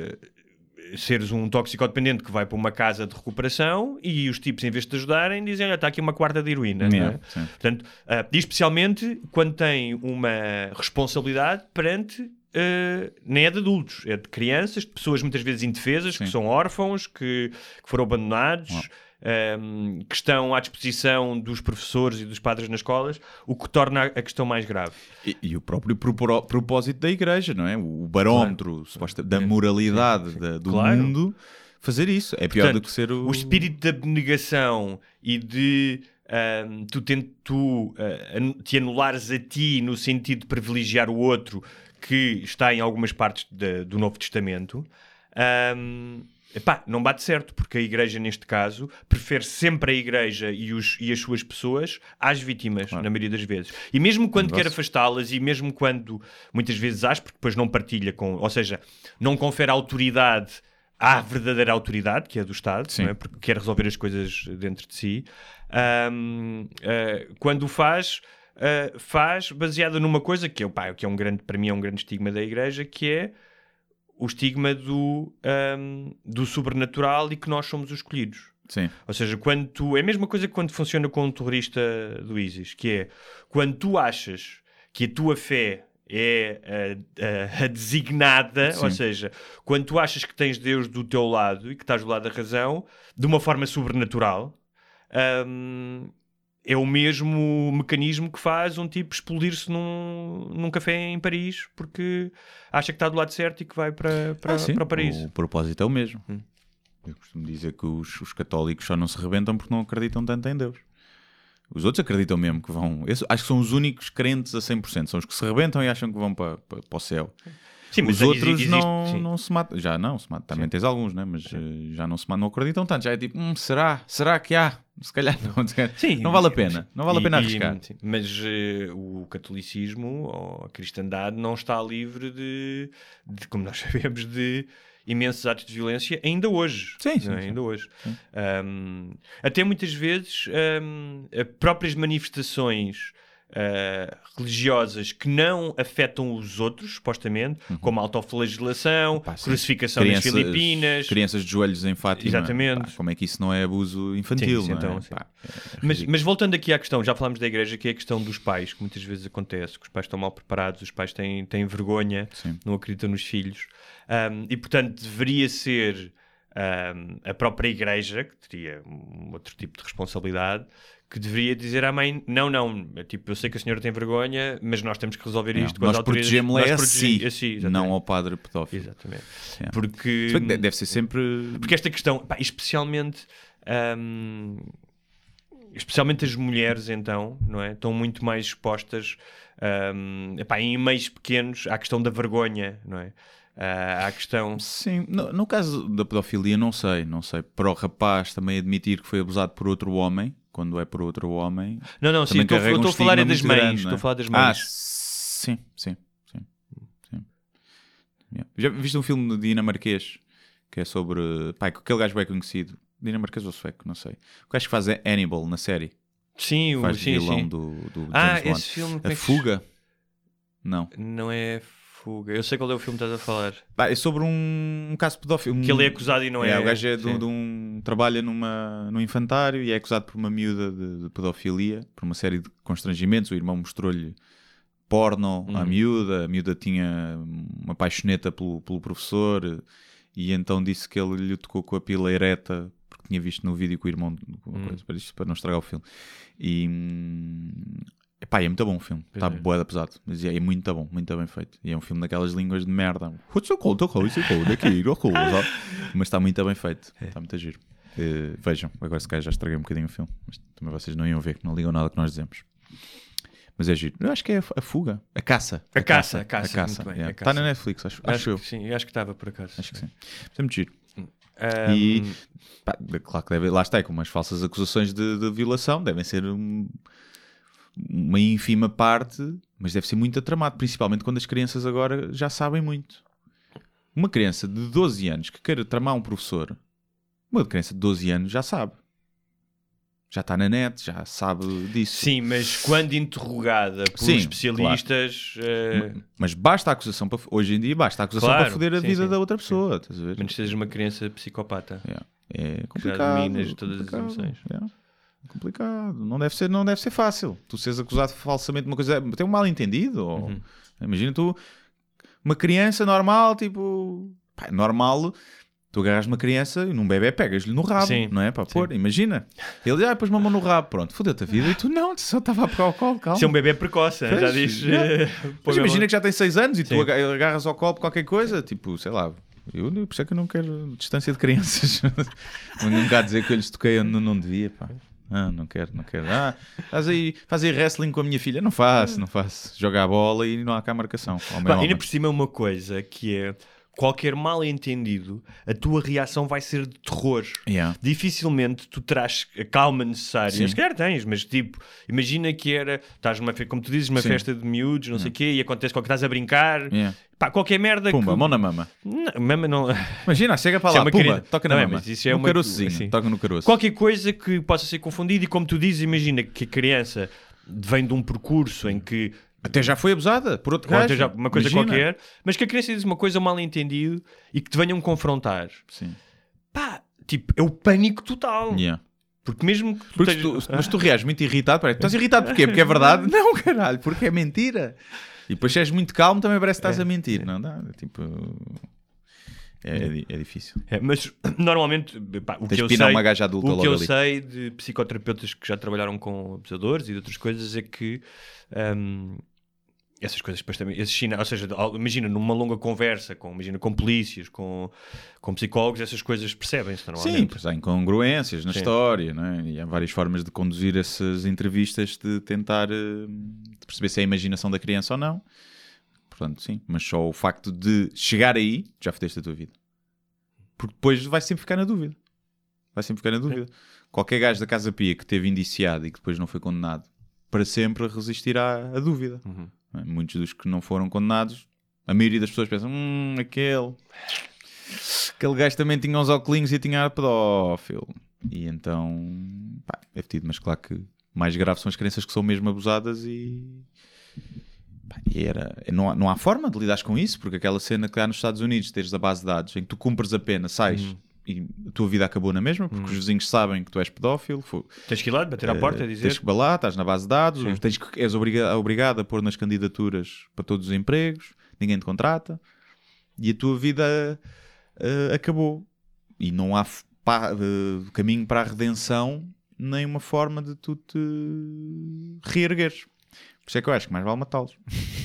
uh, seres um toxicodependente que vai para uma casa de recuperação e os tipos, em vez de te ajudarem, dizem, olha, está aqui uma quarta de heroína. Yeah, não é? Portanto, uh, e especialmente quando tem uma responsabilidade perante... Uh, nem é de adultos, é de crianças, de pessoas muitas vezes indefesas, sim. Que são órfãos, que, que foram abandonados, um, que estão à disposição dos professores e dos padres nas escolas, o que torna a questão mais grave. E, e o próprio propor- propósito da igreja, não é? O barómetro claro. Suposto, da moralidade sim, sim. Da, do claro. Mundo, fazer isso. É pior Portanto, do que ser o... o espírito de abnegação e de uh, tu, tent, tu uh, te anulares a ti no sentido de privilegiar o outro que está em algumas partes de, do Novo Testamento, um, epá, não bate certo, porque a Igreja, neste caso, prefere sempre a Igreja e, os, e as suas pessoas às vítimas, claro. Na maioria das vezes. E mesmo quando quer afastá-las, e mesmo quando, muitas vezes, às, porque depois não partilha com... Ou seja, não confere autoridade à verdadeira autoridade, que é do Estado, não é? Porque quer resolver as coisas dentro de si. Um, uh, quando o faz... Uh, faz baseada numa coisa que, é, pá, que é um grande, para mim é um grande estigma da Igreja, que é o estigma do, um, do sobrenatural e que nós somos os escolhidos. Sim. Ou seja, quando tu, é a mesma coisa que quando funciona com um terrorista do ISIS, que é quando tu achas que a tua fé é a, a, a designada, Sim. ou seja, quando tu achas que tens Deus do teu lado e que estás do lado da razão, de uma forma sobrenatural, um, é o mesmo mecanismo que faz um tipo explodir-se num, num café em Paris porque acha que está do lado certo e que vai para, para, ah, para Paris. O propósito é o mesmo. Hum. Eu costumo dizer que os, os católicos só não se rebentam porque não acreditam tanto em Deus. Os outros acreditam mesmo que vão... Eu acho que são os únicos crentes a cem por cento. São os que se rebentam e acham que vão para, para, para o céu. Sim, mas os outros existe, não, não se matam. Já não se matam. Também sim. Tens alguns, né? Mas sim. já não se matam, não acreditam tanto. Já é tipo, hum, será? Será que há? Se calhar não. Sim, não vale a pena. Sim. Não vale a pena e, arriscar. E, mas uh, o catolicismo ou a cristandade não está livre de, de, como nós sabemos, de imensos atos de violência ainda hoje. Sim, sim. É? sim. Ainda hoje. Sim. Um, até muitas vezes um, próprias manifestações Uh, religiosas que não afetam os outros, supostamente, uhum. como autoflagelação, Pá, crucificação crianças, nas Filipinas, crianças de joelhos em Fátima. Exatamente. Pá, como é que isso não é abuso infantil? Sim, não então, é? sim. Pá, é mas, mas voltando aqui à questão, já falámos da Igreja, que é a questão dos pais, que muitas vezes acontece, que os pais estão mal preparados, os pais têm, têm vergonha, sim. não acreditam nos filhos, um, e portanto deveria ser um, a própria Igreja, que teria um outro tipo de responsabilidade, que deveria dizer à mãe, não, não, tipo, eu sei que a senhora tem vergonha, mas nós temos que resolver não, isto com as autoridades. Protegemos-la a si, a si não ao padre pedófilo. Exatamente. É. Porque... Deve ser sempre... Porque esta questão, pá, especialmente... Um, especialmente as mulheres, então, não é? Estão muito mais expostas um, epá, em meios pequenos à questão da vergonha, não é? Uh, à questão... Sim, no, no caso da pedofilia não sei, não sei. Para o rapaz também admitir que foi abusado por outro homem, quando é por outro homem... Não, não, sim, estou, estou um a falar é das mães, grande, estou é? a falar das mães. Ah, sim, sim, sim. sim. Yeah. Já viste um filme dinamarquês que é sobre... Pai, aquele gajo bem conhecido, dinamarquês ou sueco, não sei. O gajo que faz é Hannibal na série. Sim, o faz sim, vilão sim. do, do Ah, James esse filme... A Fuga? Não. Não é... Eu sei qual é o filme que estás a falar. Bah, é sobre um, um caso pedófilo. Um... Que ele é acusado e não é... É, o gajo é de, de um... trabalha numa, num infantário e é acusado por uma miúda de, de pedofilia, por uma série de constrangimentos. O irmão mostrou-lhe porno hum. à miúda. A miúda tinha uma paixoneta pelo, pelo professor e então disse que ele lhe tocou com a pila ereta porque tinha visto no vídeo com o irmão, uma hum. coisa, para, isto, para não estragar o filme. E... Epá, é muito bom o filme, está é. bué da pesado, mas é, é muito bom, muito bem feito. E é um filme daquelas línguas de merda, mas está muito bem feito, é. Está muito a giro. Uh, vejam, agora se calhar já estraguei um bocadinho o filme, mas também vocês não iam ver, que não ligam nada que nós dizemos. Mas é giro. Eu acho que é a, a fuga, a caça. A, a caça, caça, a caça. A caça, bem, yeah. a caça. Está na Netflix, acho, acho, acho eu. Que sim, acho que estava por acaso. Acho que sim. Mas é muito giro. Um... E pá, claro que deve, lá está, com as falsas acusações de, de violação, devem ser um... uma ínfima parte, mas deve ser muito atramado, principalmente quando as crianças agora já sabem muito. Uma criança de doze anos que queira tramar um professor, uma criança de doze anos já sabe. Já está na net, já sabe disso. Sim, mas quando interrogada por sim, especialistas... Claro. Uh... Mas basta a acusação para... Hoje em dia basta a acusação claro, para foder a sim, vida sim, da outra pessoa. Sim. Estás a ver? Menos sejas uma criança psicopata. Yeah. É complicado. Já dominas todas complicado. as emoções. Yeah. Complicado, não deve ser, não deve ser fácil. Tu seres acusado falsamente de uma coisa, tem um mal entendido. Ou... Uhum. Imagina tu, uma criança normal, tipo, pá, normal, tu agarras uma criança e num bebê pegas-lhe no rabo, sim, não é? Para pôr, imagina. Ele ah, pôs uma mão no rabo, pronto, fodeu-te a vida e tu não, tu só estava a pegar ao colo, calma. Isso é um bebê precoce, Fez, já diz. É. Mas imagina mão... que já tem seis anos e sim. tu agarras ao colo qualquer coisa, tipo, sei lá. Eu, por isso é que eu não quero distância de crianças. Nunca a dizer que eu lhes toquei onde não devia, pá. Ah, não quero, não quero. Ah, faz aí, faz aí wrestling com a minha filha. Não faço, não faço. Joga a bola e não há cá marcação. Bah, ainda por cima é uma coisa que é... Qualquer mal entendido, a tua reação vai ser de terror. Yeah. Dificilmente tu terás a calma necessária. Sim. Se calhar tens, mas tipo, imagina que era, estás numa, como tu dizes, uma Sim. festa de miúdos, não Yeah. sei o quê, e acontece qualquer estás a brincar, Yeah. pá, qualquer merda. Pumba, que... mão na mama. Não, mama não. Imagina, chega para Isso é lá, uma pumba, criança- toca na Não é, mama. mas isso é no uma- caroçozinho, assim. toca no caroço. Qualquer coisa que possa ser confundida, e como tu dizes, imagina que a criança vem de um percurso em que Até já foi abusada por outro ou gajo. até já uma coisa Imagina. qualquer, mas que a criança diz uma coisa mal entendido e que te venham confrontar. Sim. Pá, tipo, é o pânico total. Yeah. Porque mesmo que tu Porque estejas- tu, mas tu reages muito irritado. Peraí, estás irritado porquê? Porque é verdade? Não, caralho, porque é mentira. E depois se és muito calmo também parece que estás É, a mentir. Não dá, tipo... É, é, di- é difícil. É, mas normalmente pá, o Tens que eu de pinar sei, uma gaja adulta o logo que eu ali. sei de psicoterapeutas que já trabalharam com abusadores e de outras coisas é que hum, essas coisas depois também, esses sinais, ou seja, ao- imagina numa longa conversa com, imagina, com polícias, com, com psicólogos, essas coisas percebem-se Sim, normalmente. pois há incongruências na Sim. história, não é? E há várias formas de conduzir essas entrevistas, de tentar eh, de perceber se é a imaginação da criança ou não. Portanto, sim, mas só o facto de chegar aí, já fodeste a tua vida. Porque depois vai sempre ficar na dúvida. Vai sempre ficar na dúvida. Qualquer gajo da Casa Pia que teve indiciado e que depois não foi condenado, para sempre resistirá à dúvida. Uhum. Não é? Muitos dos que não foram condenados, a maioria das pessoas pensam, hum, aquele... Aquele gajo também tinha uns óculos e tinha pedófilo. E então, pá, é fedido. Mas claro que mais grave são as crianças que são mesmo abusadas e... Pá, e era, não, há, não há forma de lidares com isso, porque aquela cena que há nos Estados Unidos, teres a base de dados em que tu cumpres a pena, sais Uhum. e a tua vida acabou na mesma, porque Uhum. os vizinhos sabem que tu és pedófilo. Foi, Tens que ir lá, bater à porta e eh, dizer. tens que ir lá, estás na base de dados, Sim. tens que, és obriga, obrigado a pôr nas candidaturas para todos os empregos, ninguém te contrata e a tua vida eh, acabou. E não há f- pa- eh, caminho para a redenção, nem uma forma de tu te reergueres. Por isso é que eu acho que mais vale matá-los.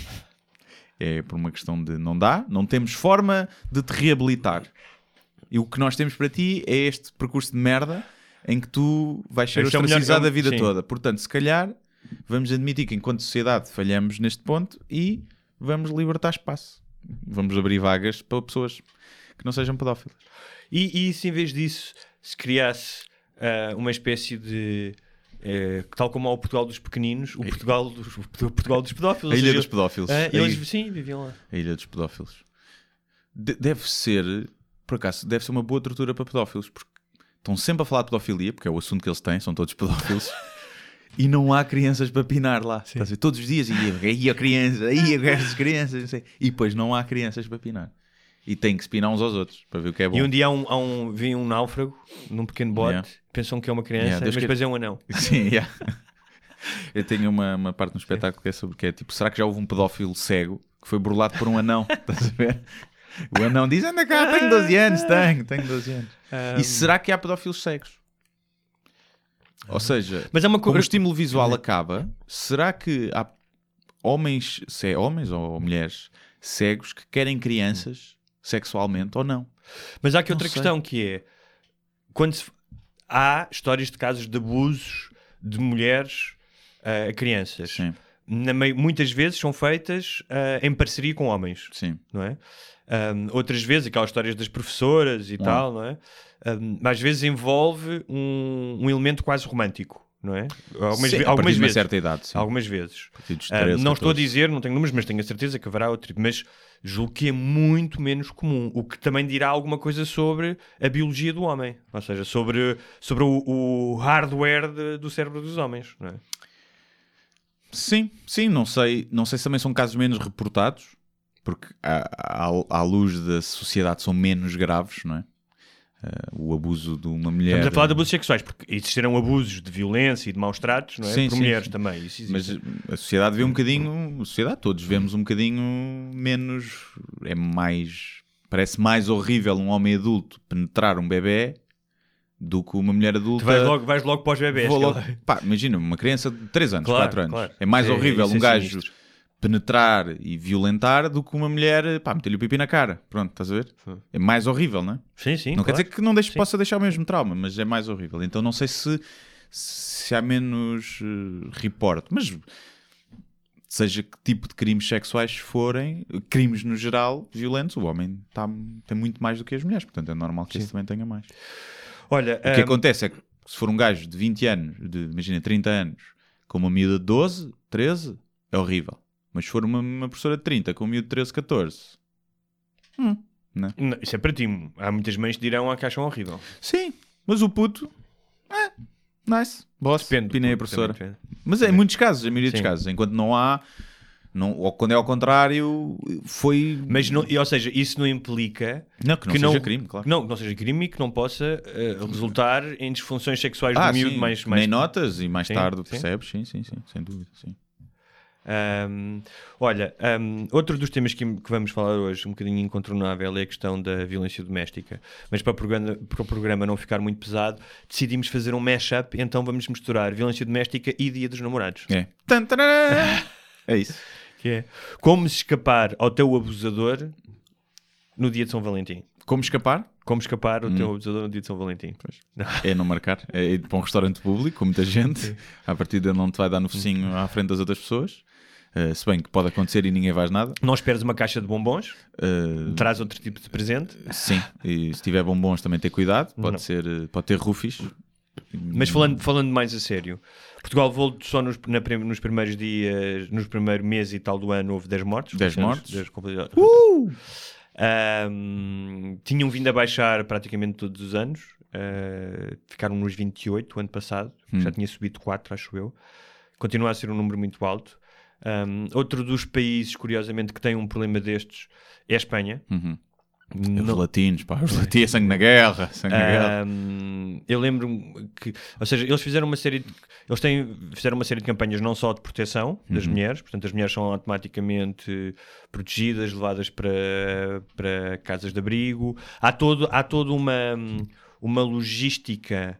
É por uma questão de não dá, não temos forma de te reabilitar. E o que nós temos para ti é este percurso de merda em que tu vais ser Este é o melhor- ostracizado é a o- vida sim. toda. Portanto, se calhar, vamos admitir que enquanto sociedade falhamos neste ponto e vamos libertar espaço. Vamos abrir vagas para pessoas que não sejam pedófilas. E, e se em vez disso se criasse ah, uma espécie de eh, tal como há o Portugal dos pequeninos, o Portugal dos, o Portugal dos pedófilos. A ou Ilha seja, dos Pedófilos. ah, A eles ilha- sim, viviam lá. A Ilha dos Pedófilos. De- deve ser, por acaso, deve ser uma boa tortura para pedófilos, porque estão sempre a falar de pedofilia, porque é o assunto que eles têm, são todos pedófilos, e não há crianças para pinar lá. Estás a ver? Todos os dias, e aí a criança, aí as crianças, não sei. E depois não há crianças para pinar. E têm que se pinar uns aos outros, para ver o que é bom. E um dia há um, há um, vem um náufrago num pequeno bote, Yeah. pensam que é uma criança, Yeah, mas Deus depois é um anão. Sim, yeah. Eu tenho uma, uma parte no espetáculo que é sobre que é tipo, será que já houve um pedófilo cego que foi burlado por um anão? Estás a ver? O anão diz, anda cá, tenho doze anos, tenho, tenho doze anos. Um, E será que há pedófilos cegos? Ou seja, Mas é uma como o coisa. estímulo visual acaba, será que há homens, se é homens ou mulheres cegos que querem crianças sexualmente ou não? Mas há aqui Não outra sei. questão que é quando se... há histórias de casos de abusos de mulheres ah, a crianças. Sim, Na mei- muitas vezes são feitas ah, em parceria com homens, sim. não é? Um, outras vezes, aquelas histórias das professoras e Não. tal, não é? Um, às vezes envolve um, um elemento quase romântico, não é? Algumas, Sim, ve- a partir algumas de uma vezes. certa idade, sim. Algumas vezes. A partir dos Ah, treze, não estou a catorze. dizer, não tenho números, mas tenho a certeza que haverá outro tipo. Mas julgo que é muito menos comum, o que também dirá alguma coisa sobre a biologia do homem, ou seja, sobre, sobre o, o hardware de- do cérebro dos homens, não é? Sim, sim, não sei, não sei se também são casos menos reportados, porque à, à, à luz da sociedade são menos graves, não é? Uh, o abuso de uma mulher... Estamos a falar de abusos sexuais, porque existiram abusos de violência e de maus tratos, não é? Sim, Por sim, mulheres sim. também. Isso Mas existe. a sociedade vê um bocadinho, a sociedade todos vemos um bocadinho menos, é mais, parece mais horrível um homem adulto penetrar um bebê do que uma mulher adulta. Tu vais logo, vais logo para os bebés. Vou que logo- ela- pá, imagina, uma criança de três anos, Claro, quatro anos. claro. É mais Isso é- horrível isso um é gajo sinistro. penetrar e violentar do que uma mulher, pá, meter-lhe o pipi na cara. Pronto, estás a ver? Sim. É mais horrível, não é? Sim, sim. não claro. quer dizer que não deixe, Sim. possa deixar o mesmo trauma, mas é mais horrível. Então não sei se, se há menos uh, report. Mas seja que tipo de crimes sexuais forem, crimes no geral, violentos, o homem tá, tem muito mais do que as mulheres. Portanto, é normal que isso também tenha mais. Olha, o que um... acontece é que se for um gajo de vinte anos, de, imagina, trinta anos, com uma miúda de doze, treze, é horrível. Mas se for uma, uma professora de trinta com um miúdo de treze, catorze... Hum, não. Não, isso é para ti. Há muitas mães que dirão que acham horrível. Sim, mas o puto... É, nice. Boss, depende. Pinei a professora. Depende. Mas depende. em muitos casos, em maioria Sim. dos casos. Enquanto não há... Não, ou quando é ao contrário, foi... Mas, não, ou seja, isso não implica... Não, que não que seja não, crime, claro. Não, que não seja crime e que não possa uh, resultar em disfunções sexuais ah, do miúdo sim, mais... que mais... nem notas e mais sim, tarde sim. percebes. Sim, sim, sim, sem dúvida, sim. Um, olha, um, outro dos temas que, que vamos falar hoje, um bocadinho incontornável, é a questão da violência doméstica. Mas para o programa, para o programa não ficar muito pesado, decidimos fazer um mashup, então vamos misturar violência doméstica e Dia dos Namorados. É. Tan, tarará. É isso. Que é como se escapar ao teu abusador no dia de São Valentim. Como escapar? Como escapar ao hum. teu abusador no dia de São Valentim. Não. É não marcar. É ir para um restaurante público com muita gente. Sim. A partir dele não te vai dar no focinho à frente das outras pessoas. Uh, se bem que pode acontecer e ninguém faz nada. Não esperes uma caixa de bombons. Uh, traz outro tipo de presente. Sim. E se tiver bombons também ter cuidado. Pode, ser, pode ter rufis. Mas falando, falando mais a sério, Portugal voltou só nos, na, nos primeiros dias, nos primeiros meses e tal do ano, houve dez mortos. dez mortos? dez, dez, uh! um, tinham vindo a baixar praticamente todos os anos. Uh, ficaram nos vinte e oito o ano passado. Hum. Já tinha subido quatro, acho eu. Continua a ser um número muito alto. Um, outro dos países, curiosamente, que tem um problema destes é a Espanha. Uhum. Os não... latinos, pá, os latinos, sangue na guerra, sangue na guerra. Um, eu lembro-me que, ou seja, eles fizeram uma série de, eles têm, fizeram uma série de campanhas não só de proteção das uhum. mulheres, portanto as mulheres são automaticamente protegidas, levadas para, para casas de abrigo. Há todo, há toda uma, uma logística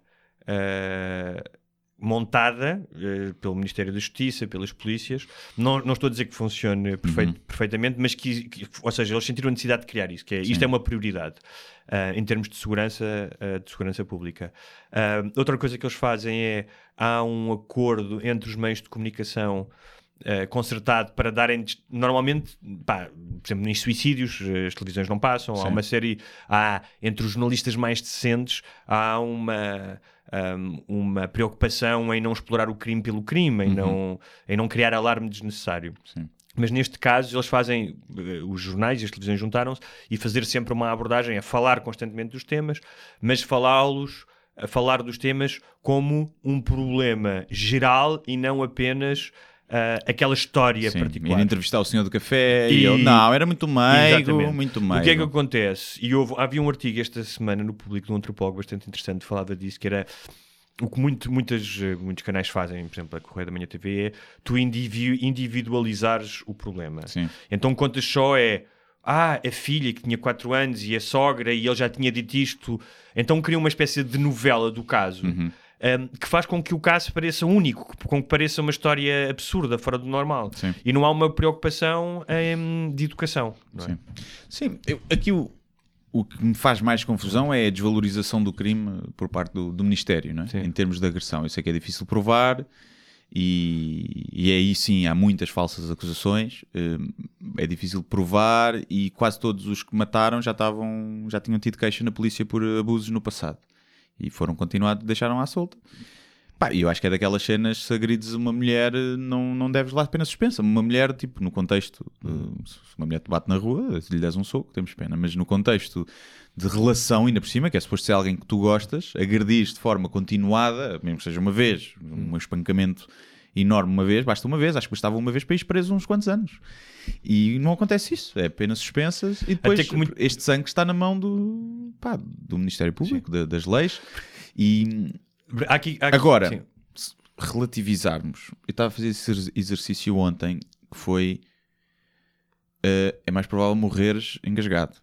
uh, montada uh, pelo Ministério da Justiça, pelas polícias. Não, não estou a dizer que funcione perfeito, uhum. perfeitamente, mas que, que, ou seja, eles sentiram a necessidade de criar isso, que é, isto é uma prioridade uh, em termos de segurança, uh, de segurança pública. Uh, outra coisa que eles fazem é, há um acordo entre os meios de comunicação Uh, concertado para darem, normalmente, pá, por exemplo, em suicídios as televisões não passam. Sim. Há uma série, há, entre os jornalistas mais decentes, há uma, um, uma preocupação em não explorar o crime pelo crime, em, uhum. não, em não criar alarme desnecessário. Sim. Mas neste caso eles fazem, os jornais e as televisões juntaram-se e fazer sempre uma abordagem a falar constantemente dos temas, mas falá-los, a falar dos temas como um problema geral e não apenas Uh, aquela história Sim, particular. Ir entrevistar o senhor do café e, e ele, não, era muito meigo, muito meigo. O que é que acontece? E houve, havia um artigo esta semana no Público de um antropólogo bastante interessante que falava disso, que era o que muito, muitas, muitos canais fazem, por exemplo, a Correio da Manhã T V, é tu individualizares o problema. Sim. Então contas só é ah, a filha que tinha quatro anos e a sogra e ele já tinha dito isto, então cria uma espécie de novela do caso. Uhum. Um, que faz com que o caso pareça único, com que pareça uma história absurda, fora do normal. Sim. E não há uma preocupação um, de educação. Não é? Sim, Sim. Eu, aqui o, o que me faz mais confusão é a desvalorização do crime por parte do, do Ministério, não é? Em termos de agressão. Eu sei que é difícil provar e, e aí sim há muitas falsas acusações, é difícil provar e quase todos os que mataram já, estavam, já tinham tido queixa na polícia por abusos no passado. E foram continuados, deixaram à solta. Pá, eu acho que é daquelas cenas, se agrides uma mulher, não, não deves lá pena suspensa. Uma mulher, tipo, no contexto, de, se uma mulher te bate na rua, se lhe des um soco, temos pena. Mas no contexto de relação, ainda por cima, que é suposto ser alguém que tu gostas, agredir de forma continuada, mesmo que seja uma vez, um espancamento enorme uma vez, basta uma vez, acho que bastava uma vez para ir preso uns quantos anos. E não acontece isso, é apenas suspensas e depois muito... este sangue está na mão do, pá, do Ministério Público, da, das leis. E aqui, aqui, agora, sim. relativizarmos, eu estava a fazer esse exercício ontem, que foi uh, é mais provável morreres engasgado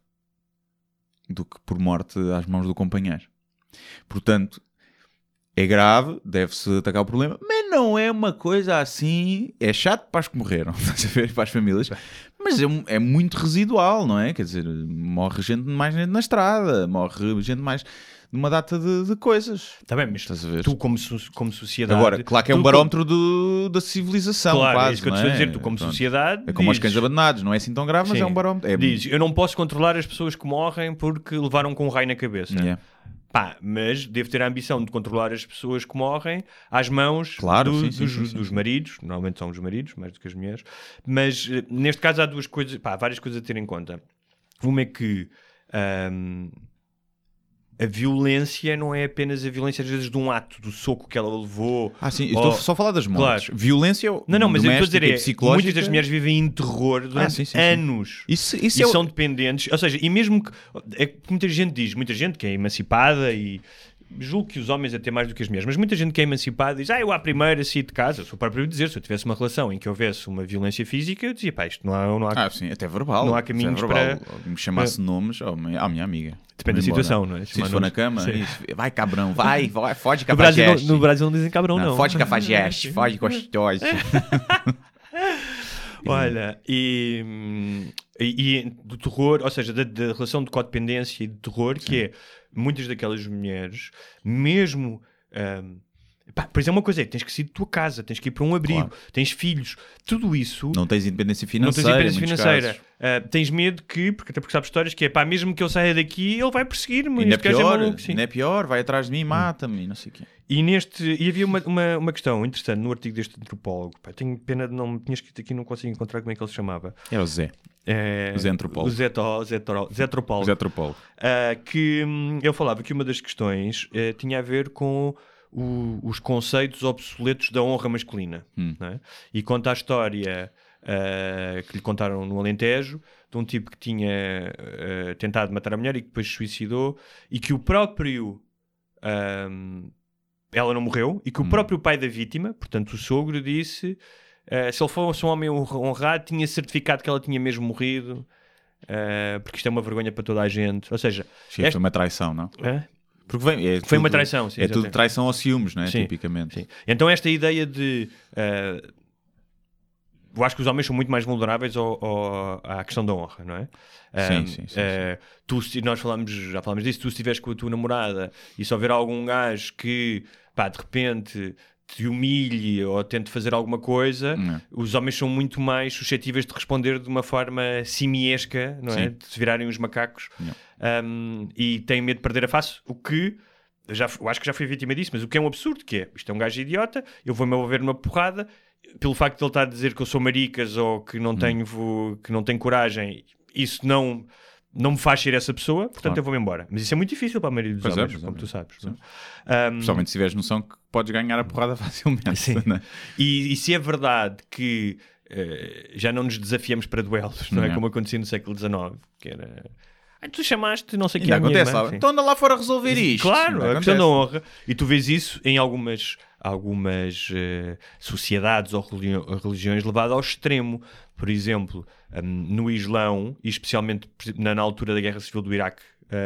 do que por morte às mãos do companheiro. Portanto, é grave, deve-se atacar o problema, mas não é uma coisa assim... É chato para os que morreram, estás a ver, para as famílias, mas é, é muito residual, não é? Quer dizer, morre gente mais gente na estrada, morre gente mais de uma data de, de coisas. Está bem, mas Estás a ver? tu como, so- como sociedade... Agora, claro que é um tu barómetro do, da civilização, Claro, quase, é isso que eu não estou a é? dizer. Tu como Pronto. sociedade É como os dizes- cães abandonados, não é assim tão grave, mas Sim. é um barómetro. É... Diz, eu não posso controlar as pessoas que morrem porque levaram com um raio na cabeça. Yeah. Pá, mas devo ter a ambição de controlar as pessoas que morrem às mãos Claro, do- sim, sim, dos, sim, sim, dos sim. maridos. Normalmente são os maridos, mais do que as mulheres. Mas eh, neste caso há duas coisas, pá, várias coisas a ter em conta. Uma é que ahm, a violência não é apenas a violência, às vezes, de um ato, do soco que ela levou. Ah, sim, eu ou- estou só a falar das mortes. Claro. Violência Não, não, mas eu estou a dizer, doméstica e é, psicológica. muitas das mulheres vivem em terror durante Ah, sim, sim, sim. anos. Isso, isso E é o- são dependentes, ou seja, e mesmo que, é que muita gente diz, muita gente que é emancipada e julgo que os homens até mais do que as mulheres, mas muita gente que é emancipada diz, ah, eu à primeira saí de casa, eu sou próprio dizer, se eu tivesse uma relação em que houvesse uma violência física, eu dizia, pá, isto não há, não há Ah, sim, até verbal. não há Até caminhos verbal. para- Alguém me chamasse nomes à minha, à minha amiga. Depende da Vou embora. situação, não é? Se Chamar for na nomes. cama, Sim. isso, vai cabrão, vai, vai foge no, Brasil, cafajeste. não, no Brasil não dizem cabrão, não. Foge cafajeste, foge gostoso. Olha, e, e, e do terror, ou seja, da, da relação de codependência e de terror, que é muitas daquelas mulheres, mesmo. ahm, pá, por exemplo, uma coisa é que tens que sair de tua casa, tens que ir para um abrigo, Claro. tens filhos, tudo isso. Não tens independência Não financeira. tens independência em muitos financeira. casos. Ah, tens medo que, porque até porque sabes histórias que é pá, mesmo que eu saia daqui, ele vai perseguir-me. Ainda é Este gajo pior, maluco, sim. ainda é pior, vai atrás de mim, mata-me, e não sei o quê. E, neste, e havia uma, uma, uma questão interessante no artigo deste antropólogo. Pá, tenho pena de não. Tinha escrito aqui, não consigo encontrar como é que ele se chamava. É o Zé, É, o Zé Antropólogo. O Zé, Tó- Zé, Toro- Zé Antropólogo. o Zé Antropólogo. Ah, que hum, ele falava que uma das questões eh, tinha a ver com o- os conceitos obsoletos da honra masculina. Hum. Não é? E conta a história ah, que lhe contaram no Alentejo de um tipo que tinha ah, tentado matar a mulher e que depois se suicidou e que o próprio ahm, ela não morreu e que o Hum. próprio pai da vítima, portanto o sogro, disse ah, se ele fosse um homem honrado tinha certificado que ela tinha mesmo morrido. Uh, porque isto é uma vergonha para toda a gente. Ou seja, Sim, esta- foi uma traição, não? Hã? Porque vem, é Foi uma tudo- traição, sim, É tudo exatamente. traição aos ciúmes, não é? Sim, Tipicamente. sim. Então esta ideia de uh, eu acho que os homens são muito mais vulneráveis ao, ao- à questão da honra, não é? Sim, Um, sim, sim, uh, tu, se- nós falamos, já falamos disso, tu se estiveres com a tua namorada e se houver algum gajo que pá, de repente te humilhe ou tente fazer alguma coisa, Não. os homens são muito mais suscetíveis de responder de uma forma simiesca, não é? Sim. De se virarem os macacos. Não. Um, e têm medo de perder a face, o que eu já, eu acho que já fui vítima disso, mas o que é um absurdo, que é, isto é um gajo idiota, eu vou-me envolver numa porrada, pelo facto de ele estar a dizer que eu sou maricas ou que não, Hum. tenho, que não tenho coragem, isso não, não me faz ser essa pessoa, portanto Claro. eu vou-me embora. Mas isso é muito difícil para a maioria dos Pois é, homens, pois é, como tu pois é. sabes. Sim. não é? Um, Principalmente se tiveres noção que podes ganhar a porrada facilmente. Sim. Não é? E, e se é verdade que eh, já não nos desafiamos para duelos, não é? Não. Como acontecia no século dezenove, que era... "Ai, tu chamaste não sei o que Ainda a minha acontece irmã", lá. sim. Então anda lá fora a resolver isto. Claro, Ainda a questão da acontece. honra. E tu vês isso em algumas, algumas eh, sociedades ou religi- religiões levado ao extremo. Por exemplo, hum, no Islão, e especialmente na, na altura da Guerra Civil do Iraque,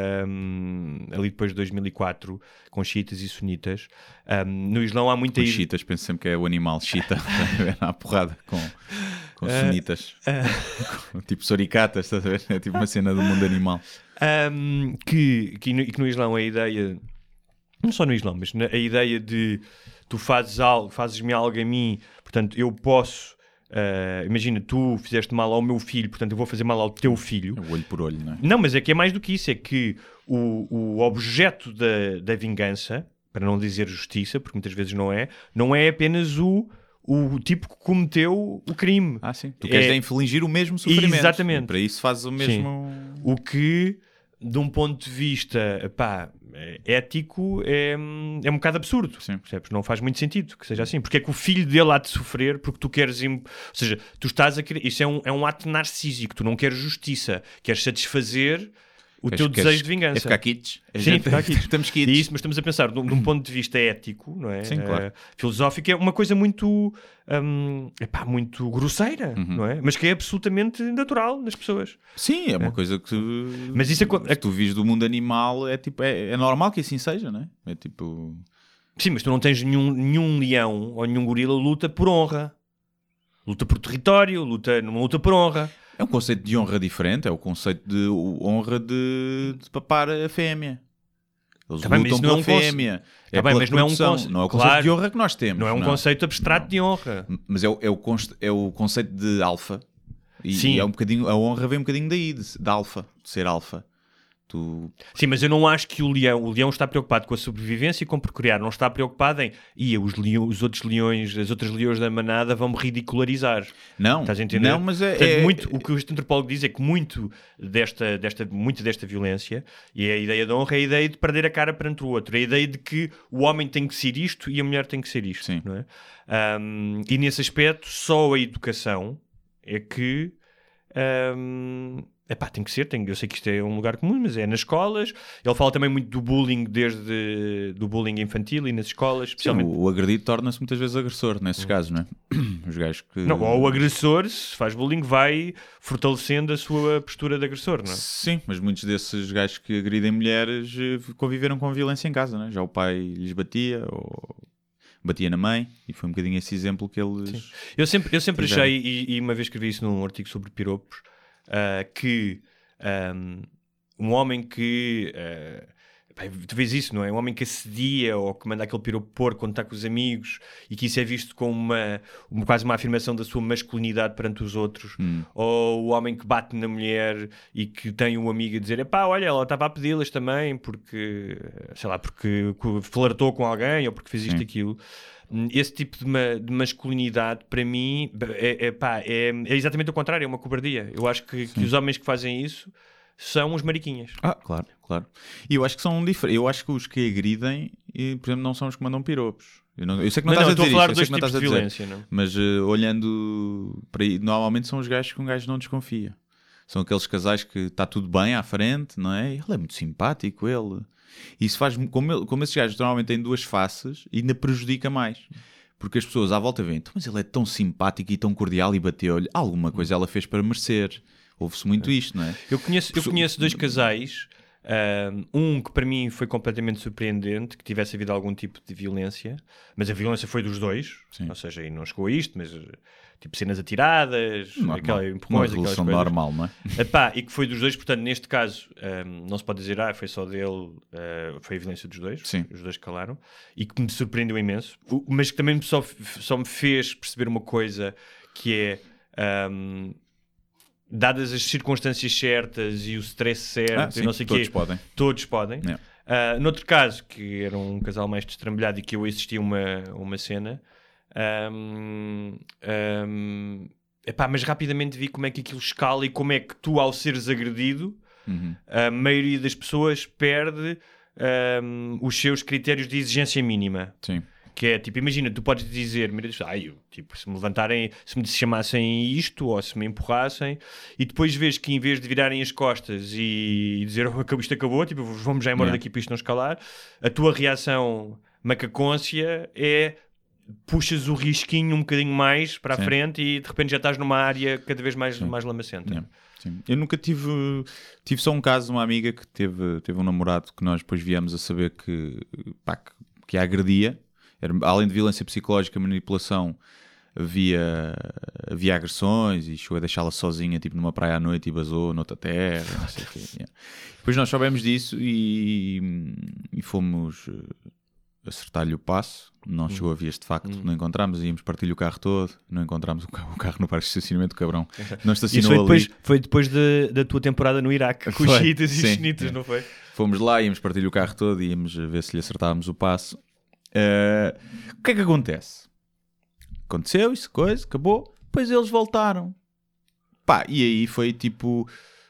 hum, ali depois de dois mil e quatro, com xiitas e sunitas, hum, no Islão há muita... Os ide- chitas, penso sempre que é o animal chita à porrada com, com Eh, sunitas. Com- tipo soricatas, estás a ver? É tipo uma cena do mundo animal. Um, que, que, no, que no Islão a ideia, não só no Islão, mas na, a ideia de tu fazes algo, fazes-me algo a mim, portanto eu posso, uh, imagina, tu fizeste mal ao meu filho, portanto eu vou fazer mal ao teu filho. É olho por olho, não é? Não, mas é que é mais do que isso, é que o, o objeto da, da vingança, para não dizer justiça, porque muitas vezes não é, não é apenas o, o tipo que cometeu o crime. Ah, sim. Tu queres É- é infligir o mesmo sofrimento. Exatamente. E para isso fazes o mesmo... O que, de um ponto de vista pá, ético, é, é um bocado absurdo. Sim. Percebes? Não faz muito sentido que seja assim. Porque é que o filho dele há de sofrer porque tu queres... Im... Ou seja, tu estás a querer... Isso é um, é um ato narcísico. Tu não queres justiça. Queres satisfazer o Queres- teu queres- desejo de vingança. É ficar kits. A Sim, gente- ficar quites. Estamos E kits. isso, mas estamos a pensar de um, de um ponto de vista ético, não é? Sim, claro. Eh, filosófico, é uma coisa muito, hum, epá, muito grosseira, Uhum. não é? Mas que é absolutamente natural nas pessoas. Sim, é uma coisa que... Mas isso é co- Se tu vis do mundo animal, é tipo... É, é normal que assim seja, não é? É tipo... Sim, mas tu não tens nenhum, nenhum leão ou nenhum gorila luta por honra. Luta por território, luta, não luta por honra. É um conceito de honra diferente. É o conceito de honra de, de papar a fêmea. Eles Tá bem, lutam mas não pela é um conce- fêmea. Tá É bem, pela mas não é um reprodução. conce- Não é o conceito claro. de honra que nós temos. Não é um conceito abstrato de honra. Mas é o, é o, const- é o conceito de alfa. E, Sim. e é um bocadinho, a honra vem um bocadinho daí, de, de alfa, de ser alfa. Tu... Sim, mas eu não acho que o leão, o leão está preocupado com a sobrevivência e com procriar, não está preocupado em ia, os, leão, os outros leões, as outras leões da manada vão me ridicularizar. Não, Estás a entender? não, mas é, Portanto, é- muito, o que este antropólogo diz é que muito desta, desta, muito desta violência, e a ideia da honra é a ideia de perder a cara perante o outro, é a ideia de que o homem tem que ser isto e a mulher tem que ser isto. Sim. Não é? Um, e nesse aspecto, só a educação é que um, epá, tem que ser, tem, eu sei que isto é um lugar comum, mas é nas escolas. Ele fala também muito do bullying, desde do bullying infantil e nas escolas, Sim, especialmente. o, o agredido torna-se muitas vezes agressor nesses casos, não é? Os gajos que... Não, ou o agressor, se faz bullying, vai fortalecendo a sua postura de agressor, não é? Sim, mas muitos desses gajos que agridem mulheres eh, conviveram com violência em casa, não é? Já o pai lhes batia ou batia na mãe e foi um bocadinho esse exemplo que eles... Sim. Eu sempre, eu sempre Tiveram. achei, e, e uma vez escrevi isso num artigo sobre piropos, uh, que um, um homem que... Uh, pá, tu vês isso, não é? Um homem que assedia ou que manda aquele piropo porco quando está com os amigos e que isso é visto como uma, uma, quase uma afirmação da sua masculinidade perante os outros. Hum. Ou o homem que bate na mulher e que tem um amigo a dizer epá, olha, ela estava a pedi-las também porque, sei lá, porque flertou com alguém ou porque fez isto e aquilo. Esse tipo de, ma de masculinidade, para mim, é, é, pá, é, é exatamente o contrário, é uma cobardia. Eu acho que, que os homens que fazem isso são os mariquinhas. Ah, claro, claro. E eu acho que são diferentes. Eu acho que os que agridem, e, por exemplo, não são os que mandam piropos. Eu, não, eu sei que não, Não, estás não, a dizer estou a falar isto, eu sei dos que não tipos estás a de dizer. violência, não? Mas uh, olhando para aí, normalmente são os gajos que um gajo não desconfia. São aqueles casais que está tudo bem à frente, não é? Ele é muito simpático, ele. E isso faz, como, ele, como esses gajos normalmente têm duas faces, ainda prejudica mais. Porque as pessoas à volta veem, mas ele é tão simpático e tão cordial e bateu-lhe. Alguma coisa ela fez para merecer. Ouve-se muito isto, não é? Eu conheço, eu conheço dois casais, um que para mim foi completamente surpreendente, que tivesse havido algum tipo de violência, mas a violência foi dos dois, Sim. ou seja, e não chegou a isto, mas tipo cenas atiradas, Normal. aquela, Uma empurrões, aquelas relação coisas. normal, não é? Epá, e que foi dos dois, portanto, neste caso, um, não se pode dizer, ah, foi só dele, uh, foi a violência dos dois, Sim. os dois calaram, e que me surpreendeu imenso, o, mas que também só, só me fez perceber uma coisa, que é... Um, dadas as circunstâncias certas e o stress certo Ah, e sim, não sei o todos quê, podem. todos podem. É. Uh, noutro caso, que era um casal mais destrambelhado e que eu assisti a uma, uma cena, um, um, epá, mas rapidamente vi como é que aquilo escala e como é que tu, ao seres agredido, Uhum. a maioria das pessoas perde um, os seus critérios de exigência mínima. Sim. Que é, tipo, imagina, tu podes dizer, ah, eu, tipo, se me levantarem, se me chamassem isto, ou se me empurrassem, e depois vês que em vez de virarem as costas e, e dizer, oh, isto acabou, tipo, vamos já embora Yeah. daqui para isto não escalar, a tua reação macacôncia é, puxas o risquinho um bocadinho mais para a Sim. frente e de repente já estás numa área cada vez mais, mais lamacenta. Yeah. Sim. Eu nunca tive... Tive só um caso de uma amiga que teve, teve um namorado que nós depois viemos a saber que, pá, que, que a agredia. Era, além de violência psicológica, manipulação, havia, havia agressões e chegou a deixá-la sozinha, tipo numa praia à noite e basou noutra terra, não sei o quê. Yeah. Depois nós soubemos disso e, e fomos acertar-lhe o passo. Não chegou a vias de facto, Hum. não encontramos, íamos partir-lhe o carro todo, não encontramos o carro, o carro no parque de estacionamento, o cabrão não Isso estacionou foi ali. depois, foi depois de, da tua temporada no Iraque, com os Foi, chiitas e os sim, sunitas, é. não foi? Fomos lá, íamos partir-lhe o carro todo e íamos ver se lhe acertávamos o passo. Uh, o que é que acontece? Aconteceu isso, coisa, acabou. Depois eles voltaram. Pá, e aí foi tipo...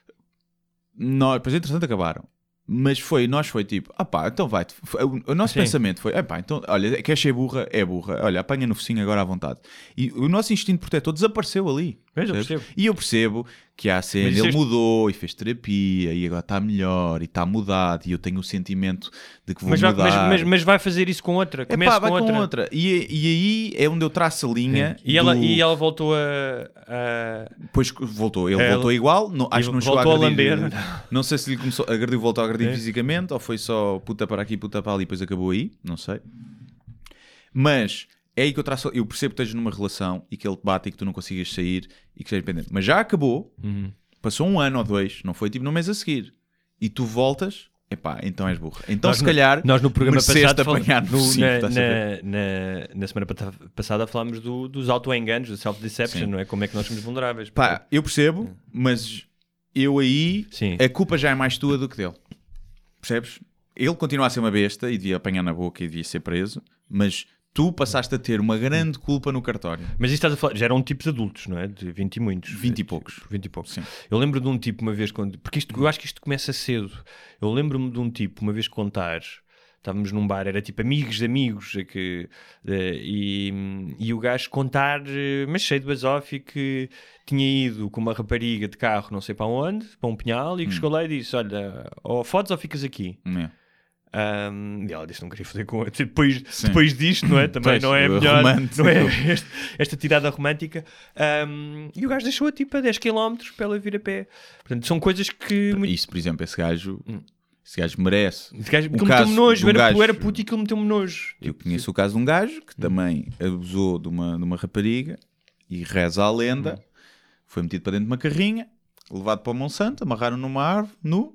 Nós, depois entretanto acabaram. Mas foi, nós foi tipo, ah pá, então vai. Foi, o, o nosso Sim. pensamento foi, ah pá, então, olha, quer ser burra? É burra. Olha, apanha no focinho agora à vontade. E o nosso instinto protetor desapareceu ali. Mas eu percebes? percebo. E eu percebo que há a cena, Mas ele este- mudou e fez terapia e agora está melhor e está mudado e eu tenho o sentimento de que vou Mas vai, mudar. mas, mas, mas vai fazer isso com outra. Epá, Começa vai com outra. com outra. E, e aí é onde eu traço a linha. E ela, do- e ela voltou a, a- Depois voltou. Ele Ela- voltou igual. Não, acho que não chegou a voltou a agredir. lamber. Não sei se lhe começou a agredir, voltou a agredir É. fisicamente ou foi só puta para aqui, puta para ali e depois acabou aí. Não sei. Mas é aí que eu traço. Eu percebo que estejas numa relação e que ele te bate e que tu não consigas sair e que seja dependente. Mas já acabou. Uhum. Passou um ano ou dois. Não foi tipo no mês a seguir. E tu voltas. epá, então és burro. Então nós se no, calhar nós no programa mereceste passado apanhar no no, cinco, na, estás a na, ver? na, na, na semana passada falámos do, dos auto-enganos, do self-deception, não é? Como é que nós somos vulneráveis. Pá, eu percebo, mas eu aí Sim. a culpa já é mais tua do que dele. Percebes? Ele continua a ser uma besta e devia apanhar na boca e devia ser preso, mas tu passaste a ter uma grande culpa no cartório. Mas isto estás a falar, já eram tipos adultos, não é? De vinte e muitos. vinte e poucos. vinte e poucos. Sim. Eu lembro de um tipo uma vez, quando, porque isto, eu acho que isto começa cedo. Eu lembro-me de um tipo uma vez contar, estávamos num bar, era tipo amigos de amigos, que, e, e o gajo contar, mas cheio de basófia, que tinha ido com uma rapariga de carro não sei para onde, para um pinhal, e que hum. chegou lá e disse, olha, ou fodes ou ficas aqui. É. Um, e ela disse que não queria fazer com outro. Depois, depois disto, não é? Também pois, não é melhor, romântico. não é este, esta tirada romântica. Um, e o gajo deixou-a tipo a dez quilómetros para ela vir a pé. Portanto, são coisas que. Isso, por exemplo, esse gajo, hum. esse gajo merece. Esse gajo um meteu-me nojo, um era, gajo, era puto e aquilo meteu-me nojo. Eu conheço o caso de um gajo que também abusou de uma, de uma rapariga e reza a lenda. Hum. Foi metido para dentro de uma carrinha, levado para o Monsanto, amarraram numa árvore, nu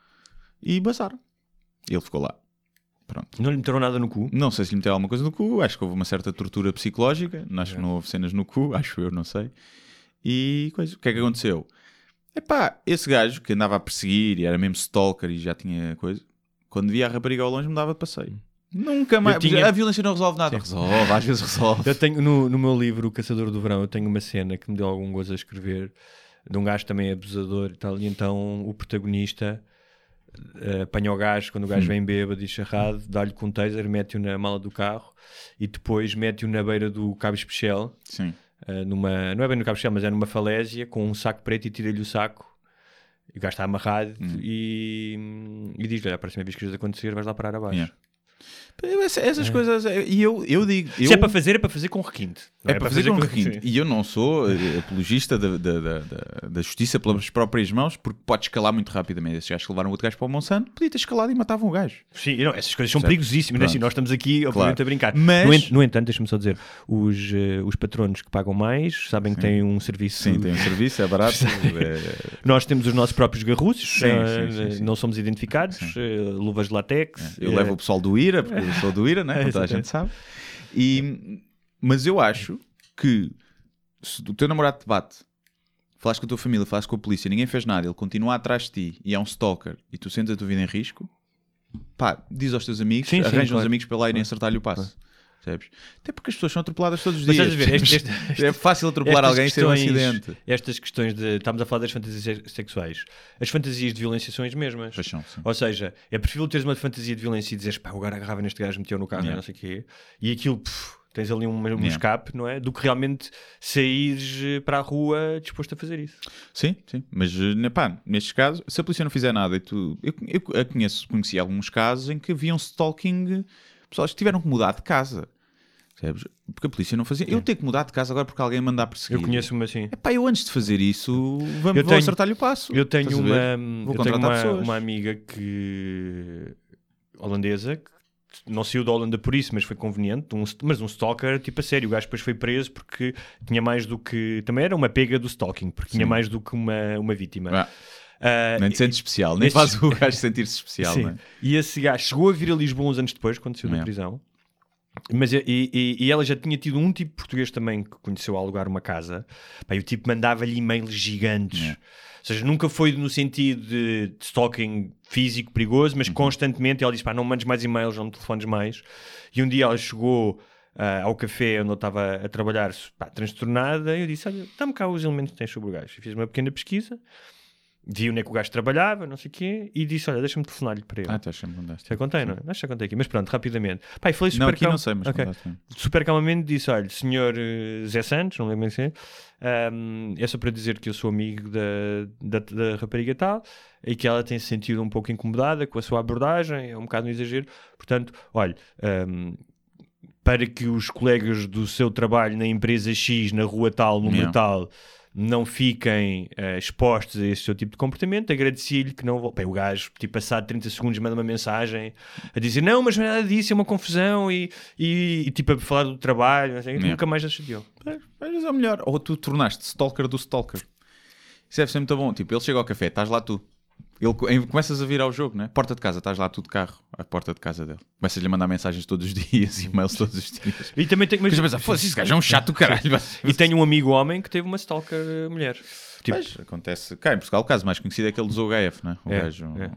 e basaram. Ele ficou lá. Pronto. Não lhe meteram nada no cu? Não sei se lhe meteram alguma coisa no cu. Acho que houve uma certa tortura psicológica. Acho é. que não houve cenas no cu. Acho eu, não sei. E coisa. O que é que aconteceu? Epá, esse gajo que andava a perseguir e era mesmo stalker e já tinha coisa, quando via a rapariga ao longe mudava de passeio. Nunca mais. Tinha... A violência não resolve nada. Sim. Resolve, às vezes resolve. Eu tenho no, no meu livro, O Caçador do Verão, eu tenho uma cena que me deu algum gozo a escrever, de um gajo também abusador e tal. E então o protagonista Uh, apanha o gajo quando o gajo hum. vem bêbado e charrado, dá-lhe com um taser, mete-o na mala do carro e depois mete-o na beira do Cabo Especial. Sim. Uh, numa, não é bem no Cabo Especial, mas é numa falésia com um saco preto e tira-lhe o saco. E o gajo está amarrado hum. e, e diz-lhe: olha, a próxima vez que isto acontecer, vais lá parar abaixo. Yeah. Essas, essas é. coisas, e eu, eu digo. Eu... Se é para fazer, é para fazer com requinte. É, é para fazer, fazer com requinte. E eu não sou apologista da, da, da, da justiça pelas próprias mãos, porque pode escalar muito rapidamente. Esses gajos que levaram outro gajo para o Monsanto, podia ter escalado e matavam o gajo. Sim, não, essas coisas são certo. perigosíssimas. Assim, nós estamos aqui, obviamente, claro. a brincar. Mas... No, ent- no entanto, deixa-me só dizer: os, uh, os patronos que pagam mais sabem sim. que têm um serviço. Sim, têm um serviço, é barato. é... Nós temos os nossos próprios garruços, sim, uh, sim, sim, sim. não somos identificados, uh, luvas de látex. É. Eu uh... levo o pessoal do I R A, porque eu sou do I R A, né? Como toda a gente sabe. E, mas eu acho que se o teu namorado te bate, falas com a tua família, falas com a polícia, ninguém fez nada, ele continua atrás de ti e é um stalker e tu sentes a tua vida em risco, pá, diz aos teus amigos, sim, arranja sim, claro. uns amigos para lá irem acertar-lhe o passo. Percebes? Até porque as pessoas são atropeladas todos os mas, dias. Ver, este, este, este, é fácil atropelar alguém sem um acidente. Estas questões de... Estamos a falar das fantasias sexuais. As fantasias de violência são as mesmas. São, ou seja, é preferível teres uma fantasia de violência e dizeres, pá, o gajo agarrava neste gajo, meteu no carro, yeah. não sei o quê, e aquilo, puf, tens ali um, um yeah. escape, não é? Do que realmente saíres para a rua disposto a fazer isso. Sim, sim. Mas, pá, nestes casos, se a polícia não fizer nada e tu... Eu, eu, eu conheço, conheci alguns casos em que haviam stalking, pessoas que tiveram que mudar de casa. Sabes? Porque a polícia não fazia. Eu tenho que mudar de casa agora porque alguém manda a perseguir. Eu conheço uma assim. Epá, eu antes de fazer isso, vamos, vou acertar-lhe o passo. Eu tenho uma, eu tenho uma, uma amiga que holandesa que não saiu da Holanda por isso, mas foi conveniente. Um, mas um stalker, tipo a sério. O gajo depois foi preso porque tinha mais do que. Também era uma pega do stalking, porque Sim. tinha mais do que uma, uma vítima. Ah. Uh, nem te sentes especial, nem esse... faz o gajo sentir-se especial. Sim. Não é? E esse gajo chegou a vir a Lisboa uns anos depois, quando saiu da prisão. Mas, e, e, e ela já tinha tido um tipo português também que conheceu a alugar uma casa. Pá, e o tipo mandava-lhe e-mails gigantes. Yeah. Ou seja, nunca foi no sentido de, de stalking físico perigoso, mas uhum. constantemente ela disse, pá, não mandes mais e-mails, não me telefones mais. E um dia ela chegou uh, ao café onde eu estava a trabalhar, pá, transtornada, e eu disse, olha, dá-me cá os elementos que tens sobre o gajo. E fiz uma pequena pesquisa. Vi onde é que o gajo trabalhava, não sei o quê, e disse, olha, deixa-me telefonar-lhe para ele. Ah, tu já me mandaste. Já contei, não é? Acho que já contei aqui, mas pronto, rapidamente. Pá, e falei super não, aqui cal... não sei, mas okay. super calmamente disse, olha, senhor uh, Zé Santos, não lembro bem se é, um, é só para dizer que eu sou amigo da, da, da rapariga tal, e que ela tem se sentido um pouco incomodada com a sua abordagem, é um bocado um exagero, portanto, olha... Um, para que os colegas do seu trabalho na empresa X, na rua tal, no yeah. tal... não fiquem uh, expostos a esse seu tipo de comportamento, agradeci-lhe que não... Bem, o gajo, tipo, passado trinta segundos, manda uma mensagem a dizer, não, mas não é nada disso, é uma confusão, e, e, e tipo, a falar do trabalho, não sei, yeah. nunca mais a chateou. Às vezes é o melhor. Ou tu tornaste stalker do stalker. Isso deve ser muito bom. Tipo, ele chega ao café, estás lá tu. Ele, em- começas a vir ao jogo, né? Porta de casa, estás lá tudo de carro, à porta de casa dele. Começas-lhe a mandar mensagens todos os dias, e-mails todos os dias. E também tenho, mas, Mas a pensar, foda-se, esse gajo é um chato do caralho. e tenho um amigo homem que teve uma stalker uh, mulher. Tipo, Pois, acontece. Cá em Portugal, o caso mais conhecido é aquele do H F, né? O É, gajo. é.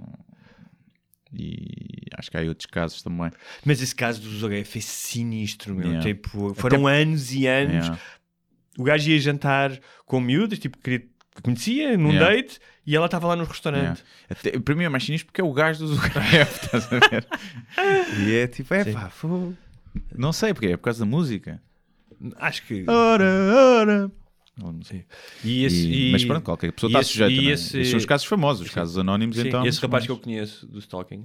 E acho que há outros casos também. mas esse caso do H F é sinistro, meu. Yeah. Tipo, foram anos e anos. Yeah. O gajo ia jantar com miúdas, tipo, queria, conhecia num Yeah. date e ela estava lá no restaurante. Yeah. Até, para mim é mais sinistro porque é o gajo do H F, estás a ver? E é tipo, é pá, fogo. Não sei porque é por causa da música. Acho que. Ora, ora. Não sei. E esse, E- e- mas pronto, qualquer pessoa e está esse- sujeita. e Né? esse- Esses são os casos famosos, os casos anónimos. Sim, Então, esse rapaz que eu mais- conheço do stalking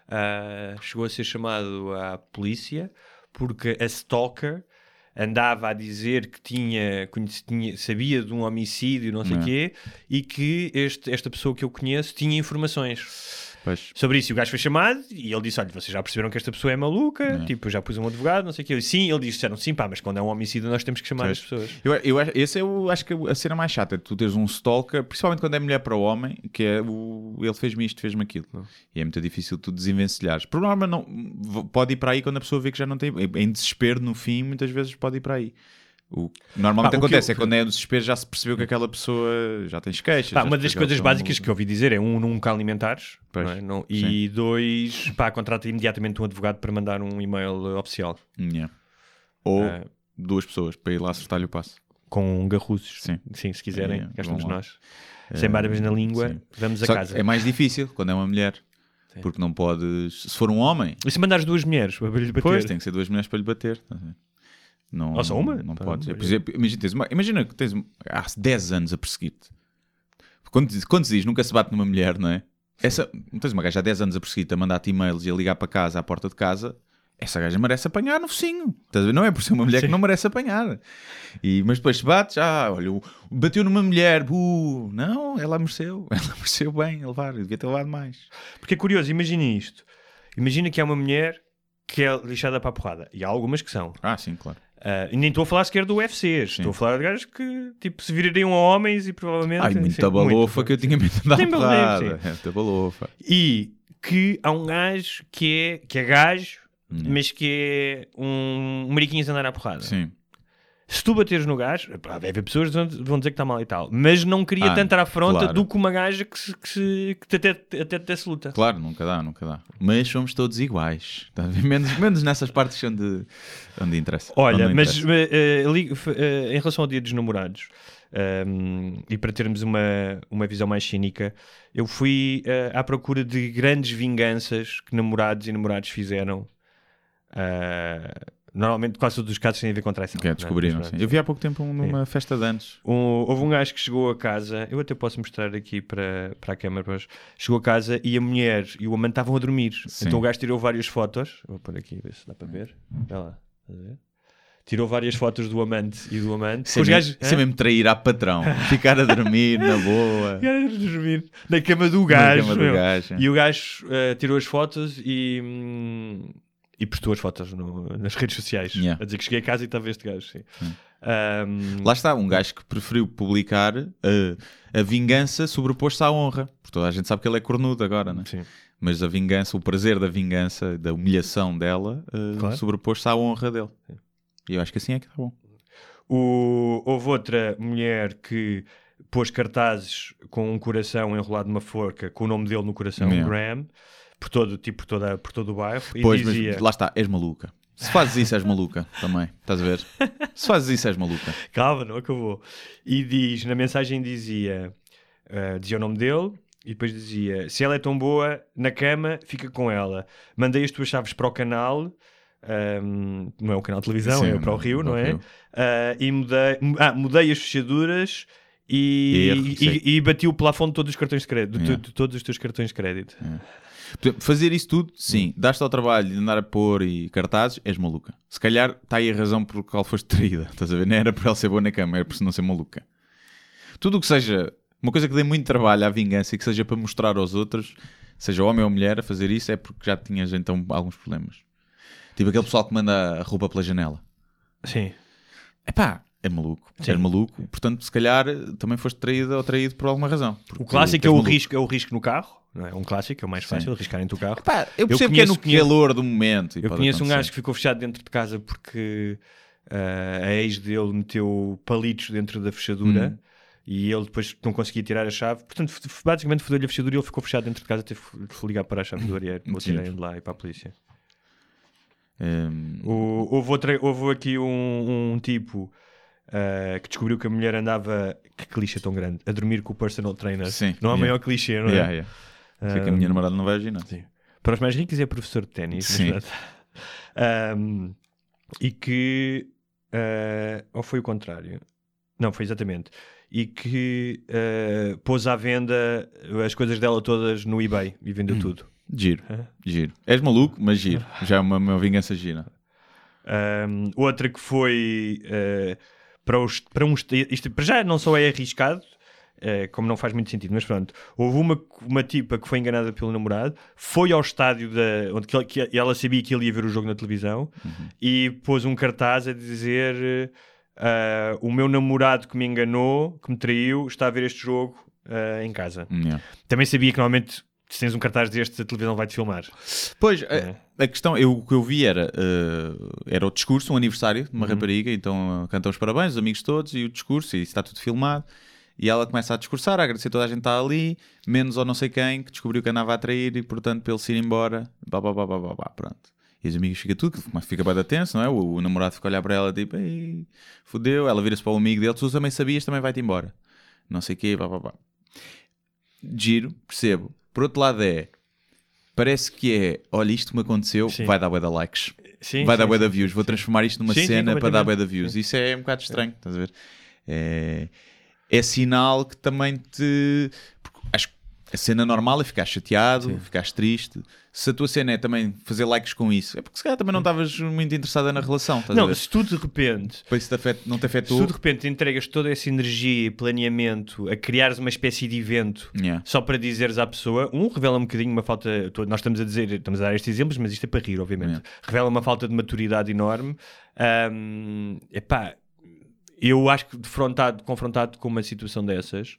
ah, chegou a ser chamado à polícia porque a stalker andava a dizer que tinha, conhece- tinha- sabia de um homicídio, não sei o Não. quê, e que este, esta pessoa que eu conheço tinha informações Pois. sobre isso. E o gajo foi chamado e ele disse: olha, vocês já perceberam que esta pessoa é maluca? Não. Tipo, eu já pus um advogado, não sei o quê. Eu disse, sim, ele disse, disseram, sim, pá, mas quando é um homicídio nós temos que chamar Pois. as pessoas. Eu, eu, acho- esse é o, acho que é a cena mais chata, tu teres um stalker, principalmente quando é mulher para o homem, que é o ele fez-me isto, fez-me aquilo. E é muito difícil tu desenvencilhares. Por norma, não, v- pode ir para aí quando a pessoa vê que já não tem. Em desespero, no fim, muitas vezes pode ir para aí. O que normalmente Pá, o que acontece eu- é quando é no desespero já se percebeu que aquela pessoa já tem queixas. Pá, já uma se das percebeu coisas que ela- básicas que eu ouvi dizer é um, nunca alimentares, Pois, não é? Não- e dois, pá, contrata imediatamente um advogado para mandar um e-mail eh, oficial Yeah. Ou Eh, duas pessoas para ir lá acertar-lhe o passo. com garruzos. Sim. Sim, se quiserem, É, cá vão estamos lá. nós. Sem barbas na língua, sim. vamos a Só que casa. é mais difícil quando é uma mulher. Porque não podes. Se for um homem, E se mandares duas mulheres para lhe bater? pois tem que ser duas mulheres para lhe bater. estás a ver? Não, Ou só uma? Não Pá, podes. olha. Por exemplo, imagina, tens uma- imagina que tens há dez anos a perseguir-te. Quando, diz- quando se diz nunca se bate numa mulher, não é? Essa, não tens uma gaja há dez anos a perseguir-te, a mandar-te e-mails e a ligar para casa, à porta de casa. Essa gaja merece apanhar no focinho. Estás a ver? Não é por ser uma mulher Sim. que não merece apanhar. E, mas depois se bates, ah, olha, o- bateu numa mulher, buh. Não, ela mereceu. Ela mereceu bem a levar, devia ter levado mais. Porque é curioso, imaginem isto. Imagina que há uma mulher que é lixada para a porrada. E há algumas que são. Ah, sim, claro. Ah, e nem estou a falar sequer do U F C. Sim. Estou a falar de gajos que tipo, se virariam a homens e provavelmente... Ai, sim, muita balofa muito. que eu tinha medo de dar Sim, porrada. sim. É, muita balofa. E que há um gajo que é, que é gajo, Hum. mas que é um, um mariquinhas a andar à porrada. Sim. Se tu bateres no gajo, pá, vai haver pessoas que vão- vão dizer que está mal e tal, mas não queria Ah, tanto à afronta claro. do que uma gaja que, se, que, se, que até, até, até se luta. Claro, nunca dá, nunca dá. Mas somos todos iguais. Tá a ver? Menos, menos nessas partes onde, onde interessa. Olha, Onde não mas interessa. eh, eh, li- f- eh, em relação ao Dia dos Namorados, ehm, e para termos uma, uma visão mais cínica, eu fui eh, à procura de grandes vinganças que namorados e namorados fizeram. Eh, normalmente, quase todos os casos têm a ver com traição. Que é, não é? descobriram, Mas sim. pronto. Eu vi há pouco tempo um numa festa de anos. Um- houve um gajo que chegou a casa, eu até posso mostrar aqui para, para a câmara, mas chegou a casa e a mulher e o amante estavam a dormir. Sim. Então o gajo tirou várias fotos. Vou pôr aqui, ver se dá para ver. Olha lá, estás a ver? Tirou várias fotos do amante e do amante. Isso é Os mesmo- gajos, isso é mesmo trair à patrão. Ficar a dormir na boa. Os gajos a dormir na cama do gajo. cama do meu. gajo. E o gajo eh, tirou as fotos e, hum, e postou as fotos no- nas redes sociais. Yeah. A dizer que cheguei a casa e estava este gajo. Sim. Um, Lá está, um gajo que preferiu publicar uh, a vingança sobreposto à honra. Porque toda a gente sabe que ele é cornudo agora, né? sim. Mas a vingança, o prazer da vingança, da humilhação dela, uh, Claro. sobreposto à honra dele. E eu acho que assim é que está bom. O- houve outra mulher que pôs cartazes com um coração enrolado numa forca com o nome dele no coração, Yeah. Graham, por todo, tipo, por, toda, por todo o bairro. E Pois, dizia... mas lá está, és maluca. Se fazes isso, és maluca também. Estás a ver? Se fazes isso, és maluca. Calma, não acabou. E diz, na mensagem dizia, ah, dizia o nome dele e depois dizia, se ela é tão boa na cama, fica com ela. Mandei as tuas chaves para o canal, ahm, não é o canal de televisão, Sim, é para o Rio, para o não é? Rio. Ah, e mudei, ah, mudei as fechaduras e, Erro, e, sim. e bati o plafond de todos os cartões de crédito, de, Yeah. de todos os teus cartões de crédito. Portanto, fazer isso tudo, sim. Dás-te ao trabalho de andar a pôr e cartazes, és maluca. Se calhar está aí a razão por qual foste traída. Estás a ver? Não era por ela ser boa na cama, era por não ser maluca. Tudo o que seja uma coisa que dê muito trabalho à vingança e que seja para mostrar aos outros, seja homem ou mulher, a fazer isso é porque já tinhas então alguns problemas. Tipo aquele pessoal que manda a roupa pela janela. Sim. Epá, é maluco. Sim. És maluco. Portanto, se calhar também foste traída ou traído por alguma razão. Porque O clássico és é o maluco. risco, é o risco no carro. não é? Um clássico, é o mais fácil, arriscarem-te o carro. Epá, eu percebo eu conheço, que é no calor do momento. Eu conheço acontecer. um gajo que ficou fechado dentro de casa porque uh, a ex dele meteu palitos dentro da fechadura hum. e ele depois não conseguia tirar a chave. Portanto, basicamente fodeu-lhe a fechadura e ele ficou fechado dentro de casa, teve que ligar para a chave do Ariel, vou tirar de lá e para a polícia. Um... O, houve, outra, houve aqui um, um tipo uh, que descobriu que a mulher andava, que clichê tão grande, a dormir com o personal trainer. Sim, não há yeah. maior clichê, não é? Yeah, yeah. Um, Sei que a minha namorada não vai ao ginásio. Para os mais ricos é professor de ténis. Sim. Um, e que uh, ou foi o contrário? Não, foi exatamente. E que uh, pôs à venda as coisas dela todas no eBay e vendeu hum. tudo. Giro, Hã? giro. És maluco, mas giro. Já é uma, uma vingança gira. Um, outra que foi uh, para, os, para uns... Isto para já não só é arriscado, uh, como não faz muito sentido, mas pronto. Houve uma, uma tipa que foi enganada pelo namorado, foi ao estádio da, onde que, que ela sabia que ele ia ver o jogo na televisão uhum. e pôs um cartaz a dizer uh, o meu namorado que me enganou, que me traiu, está a ver este jogo uh, em casa. Yeah. Também sabia que normalmente se tens um cartaz destes, a televisão vai-te filmar. Pois, é. a, a questão, eu, o que eu vi era, uh, era o discurso, um aniversário de uma uhum. rapariga, então uh, cantam os parabéns, os amigos todos, e o discurso, e isso está tudo filmado, e ela começa a discursar, a agradecer toda a gente que está ali, menos ou não sei quem, que descobriu que andava a trair, e portanto, para ele se ir embora, blá, blá, blá, blá, blá, blá, pronto. E os amigos ficam tudo, fica bem da tenso, não é? O, o namorado fica a olhar para ela, tipo, ei, fodeu, ela vira-se para o amigo dele, tu também sabias, também vai-te embora. Não sei o quê, blá, blá, blá. Giro, percebo. Por outro lado é, parece que é, olha, isto me aconteceu, sim. vai dar bué de likes, sim, vai sim, dar bué de views, vou transformar isto numa sim, cena sim, para dar bué de views. Sim. Isso é um bocado estranho, é. Estás a ver? É, é sinal que também te... Acho que a cena normal é ficar chateado, sim. ficar triste. Se a tua cena é também fazer likes com isso, é porque se calhar também não estavas muito interessada na relação. Estás não, a ver? Se tu de repente isso te afet, não te afetou. Se tu de repente entregas toda essa energia e planeamento a criares uma espécie de evento yeah. só para dizeres à pessoa, um, revela um bocadinho uma falta, nós estamos a dizer, estamos a dar estes exemplos, mas isto é para rir, obviamente. Yeah. Revela uma falta de maturidade enorme. Um, epá, eu acho que defrontado, confrontado com uma situação dessas,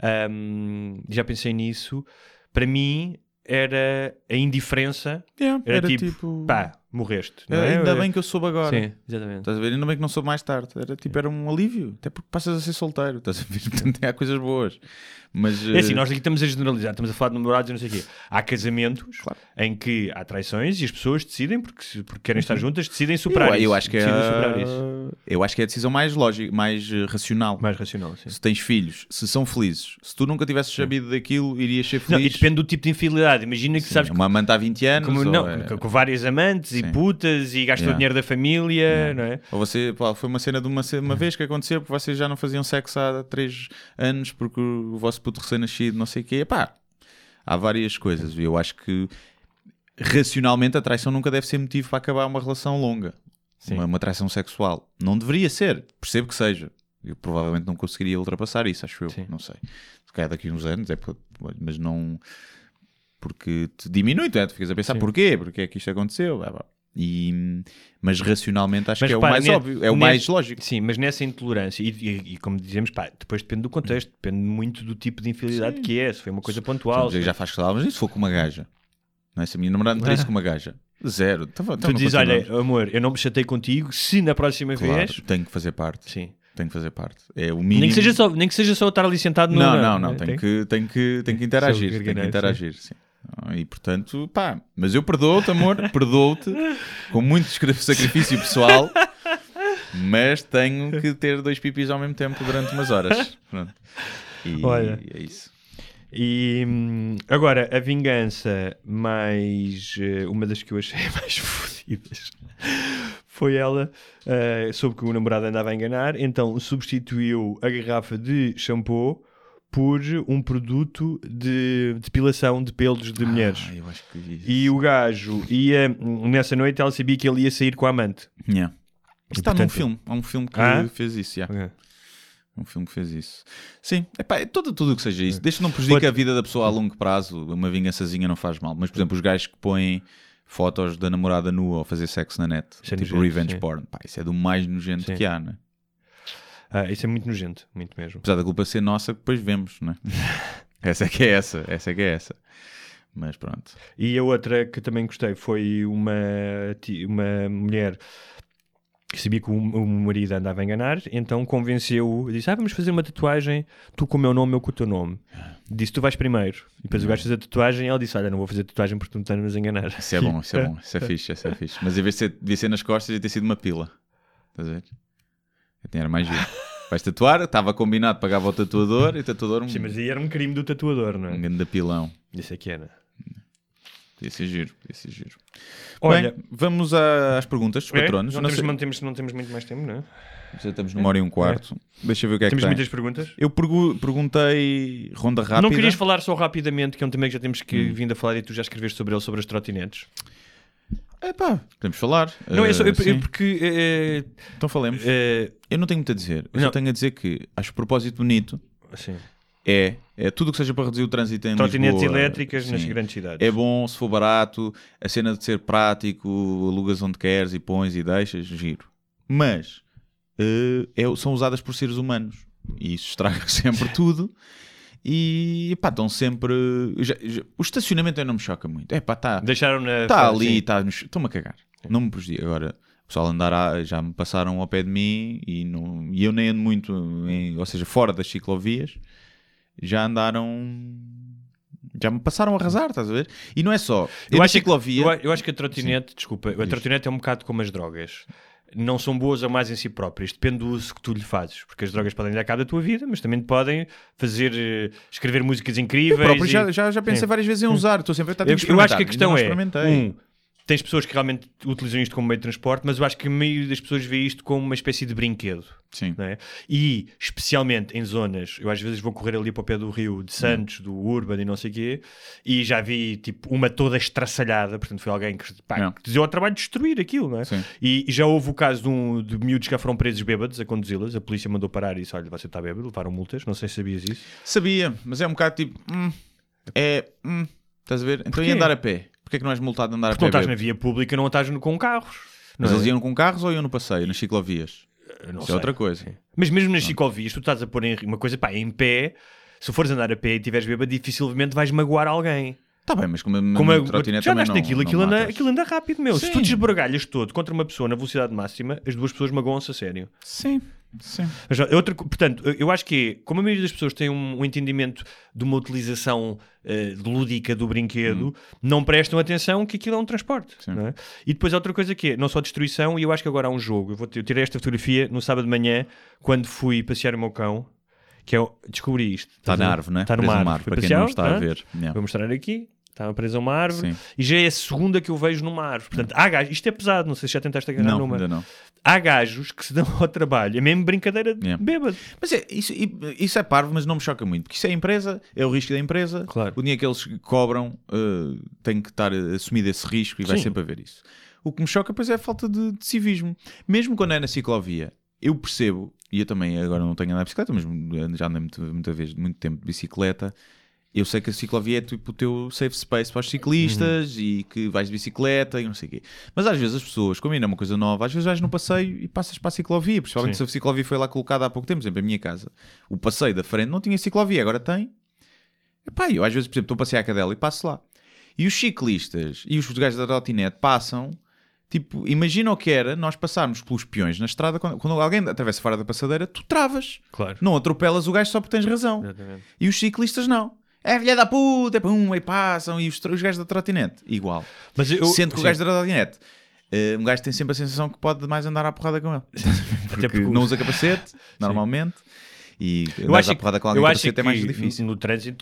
um, já pensei nisso, para mim era a indiferença, yeah, era, era tipo, tipo, pá, morreste. Não é? é? Ainda bem que eu soube agora. Sim, exatamente. Estás a ver? Ainda bem que não soube mais tarde. Era tipo, era um alívio, até porque passas a ser solteiro. Estás a ver? Portanto, há coisas boas. Mas, é assim, nós aqui estamos a generalizar, estamos a falar de namorados e não sei o quê. Há casamentos claro. em que há traições e as pessoas decidem, porque, porque querem estar juntas, decidem superar eu, isso. Eu acho, que é a... isso. eu acho que é a decisão mais lógica, mais racional. Mais racional, sim. Se tens filhos, se são felizes, se tu nunca tivesses sabido daquilo, irias ser feliz. Não, e depende do tipo de infidelidade. Imagina que sim, sabes... Uma amante há vinte anos. Como, ou não, é... com várias amantes sim. e putas e gastou yeah. dinheiro da família, yeah. não é? Ou você, pá, foi uma cena de uma, uma vez que aconteceu porque vocês já não faziam sexo há três anos porque o vosso puto recém-nascido não sei o quê, pá, há várias coisas. Eu acho que racionalmente a traição nunca deve ser motivo para acabar uma relação longa, uma, uma traição sexual. Não deveria ser, percebo que seja. Eu provavelmente não conseguiria ultrapassar isso, acho eu, Sim. não sei. Se calhar daqui a uns anos, é, mas não... Porque te diminui, tu, é? Tu ficas a pensar Sim. porquê, porque é que isto aconteceu, blá, blá. E, mas racionalmente acho mas, que é pá, o mais ne- óbvio, é o mais nesse, lógico. Sim, mas nessa intolerância, e, e, e como dizemos, pá, depois depende do contexto, depende muito do tipo de infidelidade sim. que é, se foi uma coisa pontual. Já, já faz que mas se for com uma gaja, não é? Se a minha namorada me traísse com uma gaja, zero. Então, tu dizes, olha, amor, eu não me chatei contigo, se na próxima claro, vez... tenho que fazer parte. Sim. Tenho que fazer parte. É o mínimo... Nem que seja só, nem que seja só estar ali sentado no... Não, não, não, não. Tenho, tem... que, tenho, que, tenho que interagir. Tenho que interagir, sim. sim. E portanto, pá, mas eu perdoo-te, amor, perdoo-te com muito sacrifício pessoal, mas tenho que ter dois pipis ao mesmo tempo durante umas horas. Pronto. E olha, é isso. E agora, a vingança mais... uma das que eu achei mais fodidas foi ela, uh, soube que o namorado andava a enganar, então substituiu a garrafa de shampoo por um produto de depilação de pelos de mulheres. Ah, eu acho que vi isso. E o gajo ia, nessa noite ela sabia que ele ia sair com a amante. Yeah. Está portanto... num filme, há um filme que ah? fez isso, yeah. okay. um filme que fez isso. Sim, epá, tudo, tudo o que seja isso, desde que não prejudique a vida da pessoa a longo prazo, uma vingançazinha não faz mal. Mas, por exemplo, os gajos que põem fotos da namorada nua ou fazer sexo na net, isso tipo é nojento, revenge sim. porn, pá, isso é do mais nojento sim. que há, não é? Ah, isso é muito nojento, muito mesmo. Apesar da culpa ser nossa, que depois vemos, não é? Essa é que é essa, essa é que é essa. Mas pronto. E a outra que também gostei foi uma, uma mulher que sabia que o, o marido andava a enganar, então convenceu-o, disse, ah, vamos fazer uma tatuagem, tu com o meu nome, eu com o teu nome. Disse, tu vais primeiro. E depois o gajo fez a tatuagem e ela disse, olha, não vou fazer tatuagem porque tu me estás a enganar. Isso é bom, isso é bom, isso é fixe, isso é fixe. Mas em vez de ser, devia ser nas costas e ter sido uma pila. Estás a ver? Era mais giro. Vais tatuar, estava combinado, pagava o tatuador e o tatuador... Um... Sim, mas aí era um crime do tatuador, não é? Um grande pilão. Isso é que era. Podia ser giro, podia ser giro. Olha, bem, vamos às perguntas dos é? patronos. Não, não, temos, sei... não, temos, não temos muito mais tempo, não é? Já estamos numa hora e um quarto. É. Deixa eu ver o que é temos que tem. muitas perguntas? Eu pergu- perguntei ronda rápida. Não querias falar só rapidamente, que é um tema que já temos que hum. vindo a falar e tu já escreveste sobre ele, sobre as trotinetes? É pá, podemos falar. Não, é só uh, é, é porque... É, então falemos. É, eu não tenho muito a dizer. Eu não. só tenho a dizer que acho o propósito bonito. Sim. É, é tudo o que seja para reduzir o trânsito em Trotinetes Lisboa, elétricas sim. nas grandes cidades. É bom, se for barato, a cena de ser prático, alugas onde queres e pões e deixas, giro. Mas uh, é, são usadas por seres humanos e isso estraga sempre tudo. E pá, estão sempre. Já, já, o estacionamento aí não me choca muito. É pá, está Deixaram na. Está ali, está. Estou-me a cagar. Sim. Não me prejudica. Agora, o pessoal andar a, já me passaram ao pé de mim e, não, e eu nem ando muito, em, ou seja, fora das ciclovias. Já andaram. Já me passaram a arrasar, estás a ver? E não é só. Eu, acho, ciclovia... que, eu, eu acho que a trotinete, sim. desculpa, a Diz. trotinete é um bocado como as drogas. Não são boas ou mais em si próprias. Depende do uso que tu lhe fazes. Porque as drogas podem lhe dar cabo da tua vida, mas também te podem fazer uh, escrever músicas incríveis. Eu próprio e... já, já, já pensei sim. várias vezes em usar. Estou sempre a estar a Eu, eu acho que a questão é, um, tens pessoas que realmente utilizam isto como meio de transporte, mas eu acho que a maioria das pessoas vê isto como uma espécie de brinquedo. Sim. Não é? E, especialmente em zonas, eu às vezes vou correr ali para o pé do Rio, de Santos, do Urban e não sei o quê, e já vi tipo uma toda estraçalhada, portanto foi alguém que, pá, que deu ao trabalho de destruir aquilo, não é? E, e já houve o caso de, um, de miúdos que já foram presos bêbados a conduzi-las, a polícia mandou parar e disse, olha, você está bêbado, levaram multas, não sei se sabias isso. Sabia, mas é um bocado tipo, hum, é, hum, estás a ver? Então ia andar a pé. Porquê é que não és multado de andar Porque a pé? Porque não estás na via pública, não estás com carros. Mas não eles é? iam com carros ou iam no passeio, nas ciclovias? Não Isso sei. é outra coisa. Sim. Mas mesmo nas ciclovias, tu estás a pôr em uma coisa, pá, em pé, se fores andar a pé e estiveres bêbado, dificilmente vais magoar alguém. Está bem, mas como a, como a trotinete já também andaste não, naquilo, não aquilo, anda, matas. aquilo anda rápido, meu. Sim. Se tu desbragalhas todo contra uma pessoa na velocidade máxima, as duas pessoas magoam-se a sério. Sim, sim. Mas, outra, portanto, eu acho que, como a maioria das pessoas tem um, um entendimento de uma utilização uh, lúdica do brinquedo, hum. não prestam atenção que aquilo é um transporte. Não é? E depois outra coisa que é, não só destruição, e eu acho que agora há um jogo. Eu, vou ter, eu tirei esta fotografia no sábado de manhã, quando fui passear o meu cão, que é, descobri isto. Está na árvore, não é? Está numa árvore. árvore para quem não está a ver. Yeah. Vou mostrar aqui. Estava presa a uma árvore. Sim. E já é a segunda que eu vejo numa árvore. Portanto, há gajos... Isto é pesado, não sei se já tentaste agarrar não, numa. Ainda não. Há gajos que se dão ao trabalho. É mesmo brincadeira de yeah. bêbado. Mas é, isso, isso é parvo, mas não me choca muito. Porque isso é a empresa, é o risco da empresa. Claro. O dinheiro que eles cobram uh, tem que estar assumido esse risco e vai Sim. sempre haver isso. O que me choca, pois, é a falta de, de civismo. Mesmo quando é na ciclovia, eu percebo, e eu também agora não tenho andado de bicicleta, mas já andei muito, muita vez, muito tempo de bicicleta. Eu sei que a ciclovia é tipo o teu safe space para os ciclistas uhum. e que vais de bicicleta e não sei o quê. Mas às vezes as pessoas, como ainda é uma coisa nova, às vezes vais no passeio e passas para a ciclovia, principalmente Sim. se a ciclovia foi lá colocada há pouco tempo. Por exemplo, a minha casa, o passeio da frente não tinha ciclovia, agora tem. Epá, eu às vezes, por exemplo, estou a passear a cadela e passo lá. E os ciclistas e os gajos da trotinete passam, tipo, imagina o que era nós passarmos pelos peões na estrada, quando, quando alguém atravessa fora da passadeira, tu travas. Claro. Não atropelas o gajo só porque tens razão. Exatamente. E os ciclistas não. É filha da puta, pum, e passam, e os, os gajos da trotinete, igual. Mas eu, Sendo que sim. o gajo da trotinete, uh, um gajo tem sempre a sensação que pode mais andar à porrada com ele. Porque, Até porque não usa capacete, normalmente, e eu acho à porrada com alguém eu capacete acho é mais difícil. No, no trânsito,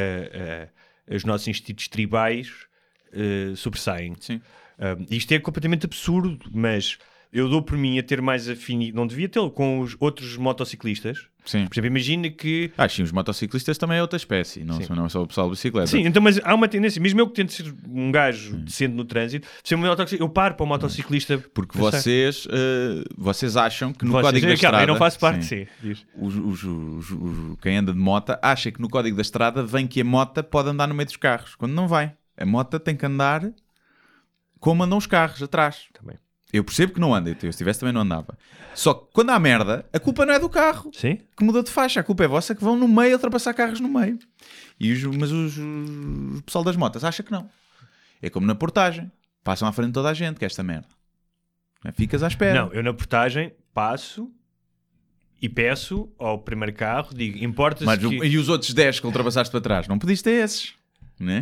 uh, uh, os nossos instintos tribais uh, sobressaem. Sim. Uh, isto é completamente absurdo, mas eu dou por mim a ter mais afinidade, não devia tê-lo, com os outros motociclistas. Sim. Por exemplo, imagina que... Ah, sim, os motociclistas também é outra espécie, não, não é só o pessoal de bicicleta. Sim, então, mas há uma tendência, mesmo eu que tento ser um gajo hum. decente no trânsito, ser um eu paro para o motociclista... Porque vocês, uh, vocês acham que no vocês, código da estrada... Eu não faço parte, sim. sim os, os, os, os, quem anda de moto acha que no código da estrada vem que a moto pode andar no meio dos carros, quando não vai. A moto tem que andar como andam os carros, atrás. Também. Eu percebo que não anda, eu, se tivesse também não andava. Só que quando há merda, a culpa não é do carro Sim? que mudou de faixa, a culpa é vossa que vão no meio ultrapassar carros no meio. E os, mas os, os- o pessoal das motas acha que não. É como na portagem, passam à frente de toda a gente, que é esta merda. Não é? Ficas à espera. Não, eu na portagem passo e peço ao primeiro carro, digo, importa-se Mas, que... o- E os outros dez que ultrapassaste para trás, não pediste a esses, né?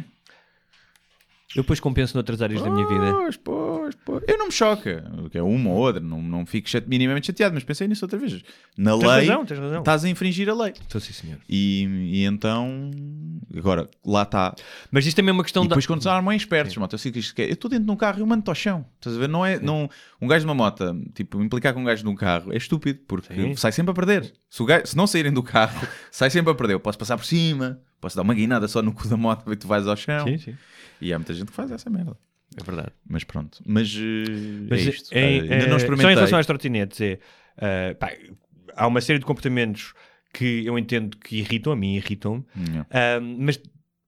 Eu depois compenso noutras áreas da minha vida. Pois, pois, pois. Eu não me choca, que é uma ou outra, não, não fico chate- minimamente chateado, mas pensei nisso outra vez. Na Tens lei, razão, tens razão. estás a infringir a lei. Estou sim, senhor. E, e então, agora, lá está. Mas isto também é uma questão E depois da... quando são armões espertos, motociclistas, que é, eu estou dentro de um carro e eu mando-te ao chão. Estás a ver? Não é, não, um gajo de uma moto, tipo, implicar com um gajo de um carro é estúpido, porque Sim. sai sempre a perder. Se, o gajo, se não saírem do carro, sai sempre a perder. Eu posso passar por cima, posso dar uma guinada só no cu da moto e tu vais ao chão. Sim, sim. E há muita gente que faz essa merda. É verdade. Mas pronto. Mas, uh, Mas é isto. em- Uh, ainda eh, não Só experimentei. em relação às trotinetes, é, eh, pá, há uma série de comportamentos que eu entendo que irritam, a mim irritam-me, Não. ah, mas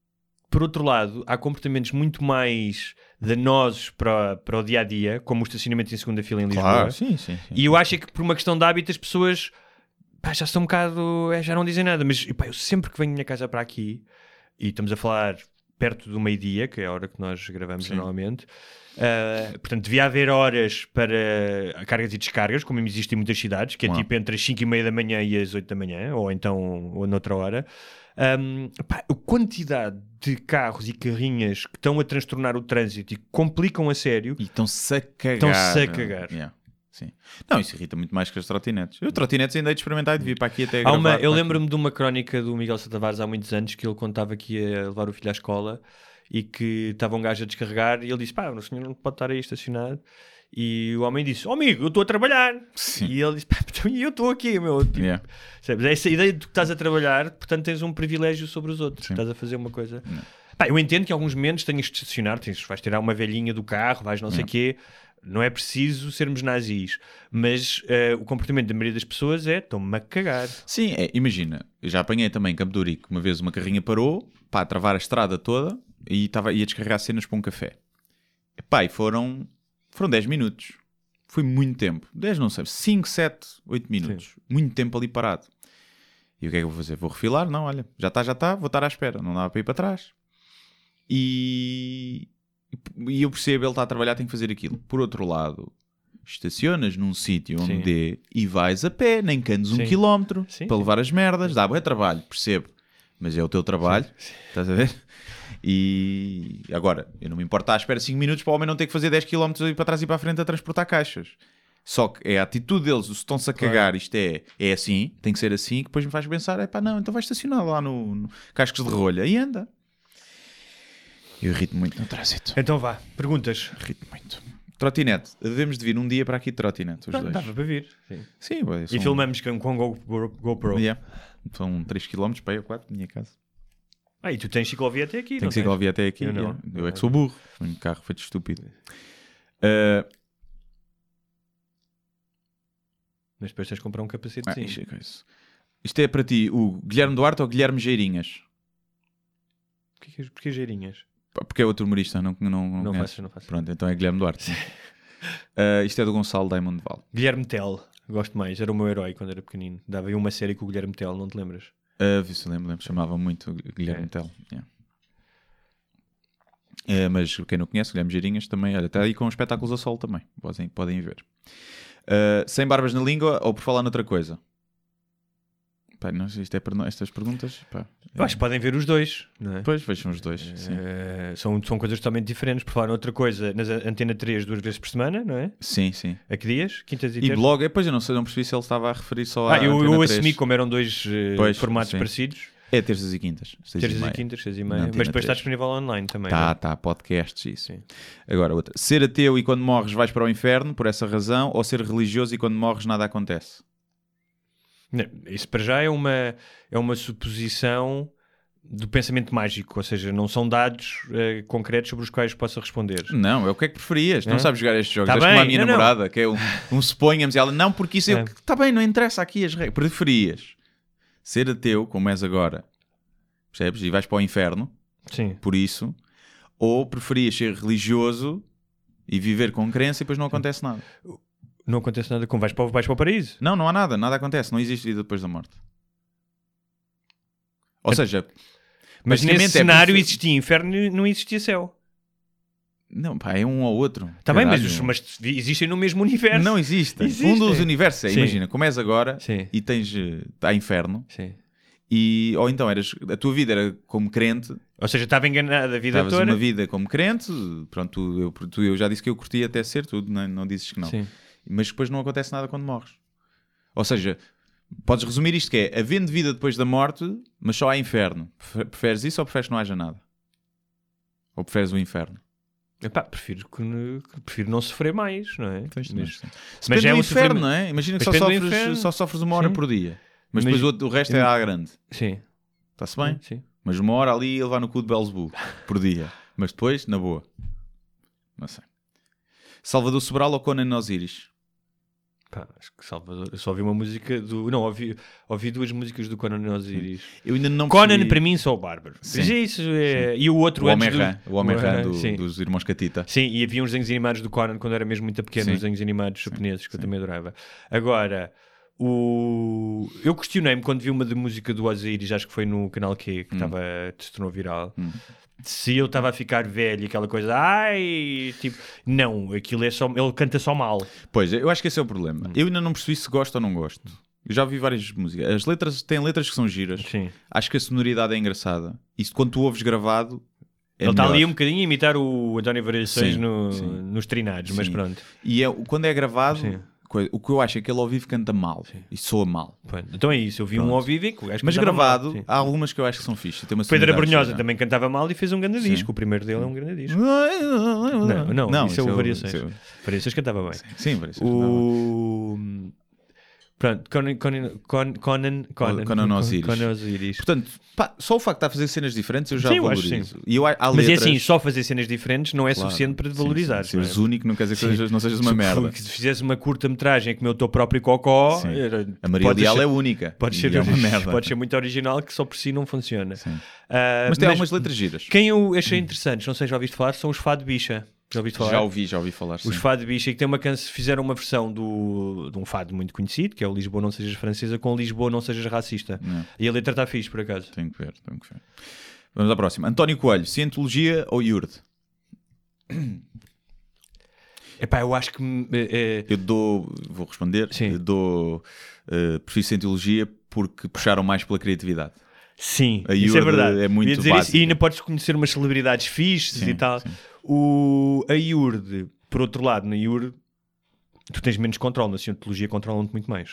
por outro lado, há comportamentos muito mais danosos para, para o dia a dia, como o estacionamento em segunda fila em Lisboa. Claro, sim, sim, sim. E eu acho é que por uma questão de hábito as pessoas pá, já estão um bocado, é, já não dizem nada, mas pá, eu sempre que venho da minha casa para aqui, e estamos a falar perto do meio-dia, que é a hora que nós gravamos Sim. normalmente, uh, portanto devia haver horas para cargas e descargas, como existe em muitas cidades, que é Uau. tipo entre as cinco e meia da manhã e as oito da manhã, ou então ou noutra hora. Um, pá, a quantidade de carros e carrinhas que estão a transtornar o trânsito e que complicam a sério. E estão-se a cagar. Estão-se a cagar. Yeah, sim. Não, isso irrita muito mais que as trotinetes. Eu trotinetes ainda hei de experimentar e de vir para aqui até Há uma, gravar eu para lembro-me de uma crónica do Miguel Satavares há muitos anos que ele contava que ia levar o filho à escola e que estava um gajo a descarregar e ele disse, pá, o senhor não pode estar aí estacionado. E o homem disse, oh amigo, eu estou a trabalhar. Sim. E ele disse, pá, então eu estou aqui, meu. Tipo, Yeah. sabes? Essa ideia de que estás a trabalhar, portanto tens um privilégio sobre os outros. Sim. Estás a fazer uma coisa... Pá, eu entendo que em alguns momentos tenhas de estacionar, tens, vais tirar uma velhinha do carro, vais não sei o quê. Não é preciso sermos nazis. Mas eh, o comportamento da maioria das pessoas é, estão-me a cagar. Sim, é, imagina, eu já apanhei também em Campo de Ourique, uma vez uma carrinha parou, pá, a travar a estrada toda e estava, ia descarregar cenas para um café. E, pá, e foram, foram dez minutos. Foi muito tempo. dez não sei, cinco, sete, oito minutos. Sim. Muito tempo ali parado. E o que é que eu vou fazer? Vou refilar? Não, olha, já está, já está, vou estar à espera. Não dá para ir para trás. E... e eu percebo, ele está a trabalhar, tem que fazer aquilo. Por outro lado, estacionas num sítio onde Sim. dê e vais a pé, nem que andes um Sim. quilómetro Sim. para levar as merdas, dá bom trabalho, percebo, mas é o teu trabalho, Sim. estás a ver? E agora, eu não me importo estar à espera cinco minutos para o homem não ter que fazer dez quilómetros e para trás e para a frente a transportar caixas. Só que é a atitude deles, se estão-se a cagar, isto é, é assim, tem que ser assim, que depois me faz pensar, é pá, não, então vai estacionar lá no, no Cascos de Rolha e anda. Eu irrito muito no trânsito. Então vá, perguntas. Irrito muito. Trotinete. Devemos de vir um dia para aqui de trotinete, os Não, dois. dava para vir. Sim. Sim, ué, E são- filmamos com, com Go- GoPro. Yeah. São três quilómetros para aí ou quatro da minha casa. Ah, e tu tens ciclovia até aqui, Tenho não que ciclovia até aqui. Eu não. yeah. Eu é que sou burro. Um carro feito estúpido. Uh, Mas depois tens de comprar um ah, capacetezinho. isto, é isso. Isto é para ti, o Guilherme Duarte ou Guilherme Geirinhas? Porquê, porquê geirinhas? Pá, porque é outro humorista, não, não, não, Não conheces? faço, não faço. Pronto, então é Guilherme Duarte. Uh, isto é do Gonçalo Diamond Val. Guilherme Tell, gosto mais. Era o meu herói quando era pequenino. Dava aí uma série com o Guilherme Tell, não te lembras? Uh, vi se lembro, lembro, chamava muito Guilherme É. Tell. Yeah. É, mas quem não conhece, Guilherme Geirinhas também, olha, está aí com espetáculos a sol também, podem, podem ver. Uh, sem barbas na língua ou por falar noutra coisa? Pá, não, isto é per- estas perguntas, pá, Eu acho que podem ver os dois, não é? depois vejam os dois. Sim, Eh, são, são coisas totalmente diferentes. Por falar noutra coisa, na Antena três, duas vezes por semana, não é? sim. sim. A que dias? Quintas e E terças? blog, depois eu não sei, não percebi se ele estava a referir só a Ah, eu, Antena eu três. assumi como eram dois eh, Pois, formatos sim. parecidos. É terças e quintas. seis Terças e meia. quintas, seis e Na meia. Antena Mas depois está três. disponível online também. Tá, não é? tá, podcasts, isso. Sim. Agora, outra. Ser ateu e quando morres vais para o inferno, por essa razão, ou ser religioso e quando morres nada acontece? Não, isso para já é uma, é uma suposição do pensamento mágico, ou seja, não são dados eh, concretos sobre os quais possa responder. Não, é o que é que preferias. Não É? sabes jogar estes jogos. Tá És como bem, a minha não, não. namorada, que é um, um suponhamos, e ela, não, porque isso é. É. Está bem, não interessa aqui as regras. Preferias ser ateu, como és agora, percebes? E vais para o inferno, Sim. por isso, ou preferias ser religioso E viver com crença e depois não acontece nada. Não acontece nada com vais para, vais para o paraíso. Não, não há nada, nada acontece. Não existe vida depois da morte. Ou seja, mas nesse basicamente é cenário por- existia inferno e não existia céu. Não, pá, é um ou outro. Está bem, mas, Caralho. mas existem no mesmo universo. Não existe. Existem. Um dos universos é, Sim. imagina, como és agora Sim. e tens eh, há inferno, Sim. e, ou então eras, a tua vida era como crente, Ou seja, estava enganado a vida estavas toda. uma vida como crente, pronto, tu, eu, tu, eu já disse que eu curti até ser tudo, não, não dizes que não. Sim. Mas depois não acontece nada quando morres. Ou seja, podes resumir isto que é, havendo vida depois da morte, mas só há inferno. Prefer- Preferes isso ou preferes que não haja nada? Ou preferes o inferno? Epá, prefiro, que, n- que- prefiro não sofrer mais, não é? Mas, Mas, Se mas depende é do um inferno, sofrimento- não é? Imagina que só Depende do sofres, inferno. só sofres uma hora Sim. por dia. Mas Mas- depois o, o resto é à grande. Sim. Está-se bem? Sim. Mas uma hora ali a levar no cu de Belzebu por dia. Mas depois, na boa. Não sei. Salvador Sobral ou Conan Osiris? Pá, acho que Salvador. Eu só ouvi uma música do. Não, ouvi, ouvi duas músicas do Conan Osiris. Eu ainda não Conan, percebi- para mim, só o Bárbaro. Sim. Mas é isso. É... E o outro O antes Homem-Rã. do... O Homem-Rã do- Sim. dos Irmãos Catita. Sim, e havia uns desenhos animados do Conan quando eu era mesmo muito pequeno, Sim. uns desenhos animados japoneses que eu sim. também adorava. Agora, o... eu questionei-me quando vi uma de música do Osiris, acho que foi no canal Q, que estava se tornou viral, Hum. se eu estava a ficar velho, aquela coisa, ai, tipo, não, aquilo é só, ele canta só mal. Pois, eu acho que esse é o problema. Hum. Eu ainda não percebi se gosto ou não gosto. Eu já ouvi várias músicas. As letras têm letras que são giras. Sim. Acho que a sonoridade é engraçada. E se- quando tu ouves gravado, é ele está melhor. ali um bocadinho a imitar o António Variações Sim, no, sim. nos trinados, mas Sim. pronto. E é, quando é gravado, Sim. coi- o que eu acho é que ele ao vivo canta mal. E soa mal. Pronto. Então é isso, eu vi um Pronto. ao vivo e que o gajo Mas cantava gravado, mal, sim. há algumas que eu acho que são fixe. Tem uma Pedro sonoridade Abrunhosa gira. também cantava mal e fez um grande Sim. disco. O primeiro dele é um grande disco. Não, Não, não, isso é o o- Variações. isso é o- Variações cantava bem. Sim, Variações. O... Pronto, Conan, Conan, Conan, Conan, Conan, Conan Osiris. Conan Osiris. Portanto, pá, só o facto de estar a fazer cenas diferentes eu já Sim, eu acho valorizo. sim. E eu, há Mas letras... é assim, só fazer cenas diferentes não é Claro, suficiente para te sim, valorizar. sim. Seres único não quer dizer que Sim. sejas, não sejas uma Se- merda. Se fizesse uma curta-metragem como eu estou próprio cocó, Sim. era- A Maria pode Leal ser- é única. Pode E ser, é uma merda. pode ser muito original que só por si não funciona. Sim. Ah, Mas tem algumas letras giras. Quem eu achei interessantes, não sei se já ouviste falar, são os Fado Bicha. Já ouviste falar? Já ouvi, já ouvi falar. Os sim. Fado Bicha, que tem uma canção, fizeram uma versão do, de um fado muito conhecido, que é o Lisboa Não Sejas Francesa, com Lisboa Não Sejas Racista. Não. E a letra está fixe, por acaso. Tenho que ver, tenho que ver. Vamos à próxima. António Coelho, Cientologia ou Iurde? Epá, eu acho que... eh, eh, Eu dou, vou responder, Sim. eu dou uh, prefiro Cientologia porque puxaram mais pela criatividade. sim, A isso é Iurde verdade. é muito Ia dizer isso, básica. e ainda podes conhecer umas celebridades fixes Sim, e tal. sim. O, a Iurde, por outro lado, na Iurde, tu tens menos controle. Na Cientologia controlam-te muito mais.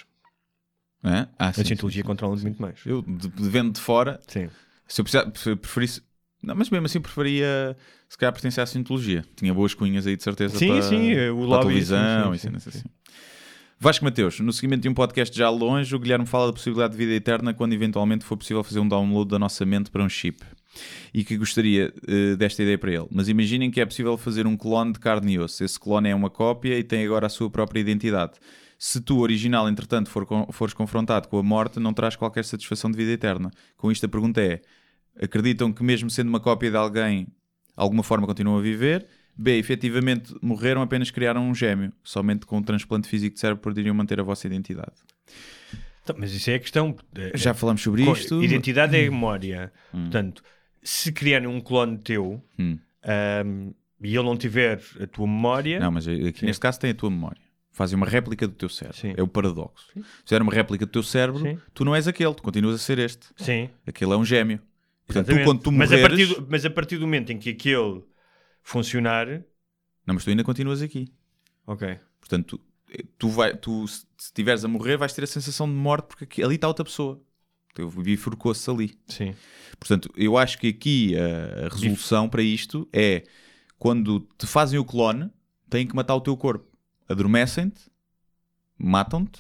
Hã? Ah, sim, Na Cientologia sim, sim. controlam-te muito mais. Eu, de, de vendo de fora, Sim. se eu precisar, se eu preferisse... Não, mas mesmo assim preferia, se calhar, pertencer à Cientologia. Tinha boas cunhas aí, de certeza, Sim, para, sim, o para a lobby, televisão sim, e sim, cenas sim, assim. Vasco Mateus, no seguimento de um podcast já longe, o Guilherme fala da possibilidade de vida eterna quando eventualmente for possível fazer um download da nossa mente para um chip. E que gostaria uh, desta ideia para ele. Mas imaginem que é possível fazer um clone de carne e osso. Esse clone é uma cópia e tem agora a sua própria identidade. Se tu, original, entretanto, for con- fores confrontado com a morte, não terás qualquer satisfação de vida eterna. Com isto a pergunta é, acreditam que mesmo sendo uma cópia de alguém, alguma forma continuam a viver? B, efetivamente morreram, apenas criaram um gêmeo. Somente com um transplante físico de cérebro poderiam manter a vossa identidade. Então, mas isso é a questão. Já falamos sobre Co- isto. Identidade é memória. Portanto, se criarem um clone teu Hum. ahm, e ele não tiver a tua memória, Não, mas aqui neste caso tem a tua memória. Fazem uma réplica do teu cérebro. Sim. É o paradoxo. Se fizer uma réplica do teu cérebro, Sim. tu não és aquele, tu continuas a ser este. sim. Aquele é um gêmeo. Portanto, tu Exatamente. quando tu mas, morreres... a partir do, mas a partir do momento em que aquele funcionar, Não, mas tu ainda continuas aqui. ok. Portanto, tu, tu, vai, tu se estiveres a morrer vais ter a sensação de morte porque aqui, ali está outra pessoa. Eu bifurcou-se ali. Sim. Portanto, eu acho que aqui a, a resolução para isto é quando te fazem o clone, têm que matar o teu corpo. Adormecem-te, matam-te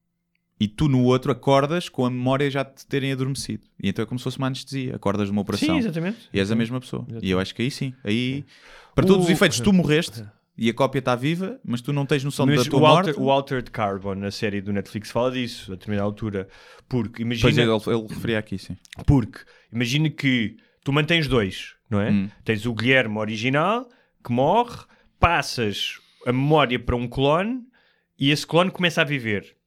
e tu no outro acordas com a memória já de te terem adormecido. E então é como se fosse uma anestesia. Acordas de uma operação Sim, exatamente. e és a mesma pessoa. Exatamente. E eu acho que aí sim. Aí, para todos os O- efeitos, tu morreste e a cópia está viva, mas tu não tens noção Mas da tua o, Alter, morte. o Altered Carbon, na série do Netflix, fala disso a determinada altura. Porque Pois imagina, é, ele, ele referia aqui, sim. porque imagina que tu mantens dois, não é? Hum. Tens o Guilherme original que morre, passas a memória para um clone e esse clone começa a viver.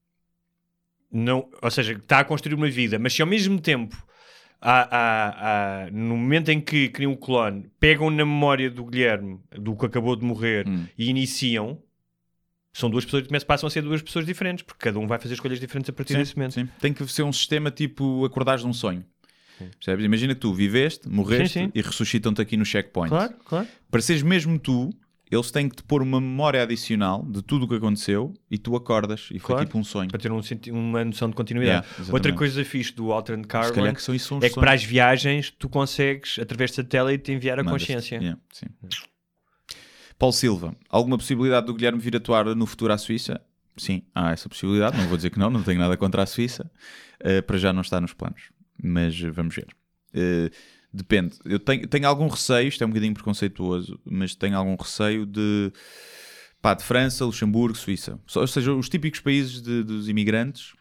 Não, ou seja, está a construir uma vida, mas se ao mesmo tempo, há, há, há, no momento em que criam o clone, pegam na memória do Guilherme, do que acabou de morrer, hum. e iniciam, são duas pessoas que passam a ser duas pessoas diferentes, porque cada um vai fazer escolhas diferentes a partir sim, desse momento. Sim. Tem que ser um sistema tipo acordares de um sonho. Percebes? Imagina que tu viveste, morreste sim, sim. e ressuscitam-te aqui no checkpoint. Claro, claro. Para seres mesmo tu, eles têm que te pôr uma memória adicional de tudo o que aconteceu e tu acordas e foi claro. tipo um sonho. Para ter um, uma noção de continuidade. Yeah, outra coisa fixe do Altered Carbon que são isso, são é que para as viagens tu consegues, através de satélite, enviar a Mandas consciência. Yeah, sim. Paulo Silva, alguma possibilidade do Guilherme vir atuar no futuro à Suíça? Sim, há essa possibilidade. Não vou dizer que não, não tenho nada contra a Suíça. Uh, para já não está nos planos. Mas vamos ver. Uh, depende. Eu tenho, tenho algum receio, isto é um bocadinho preconceituoso, mas tenho algum receio de, pá, de França, Luxemburgo, Suíça. Ou seja, os típicos países de, dos imigrantes,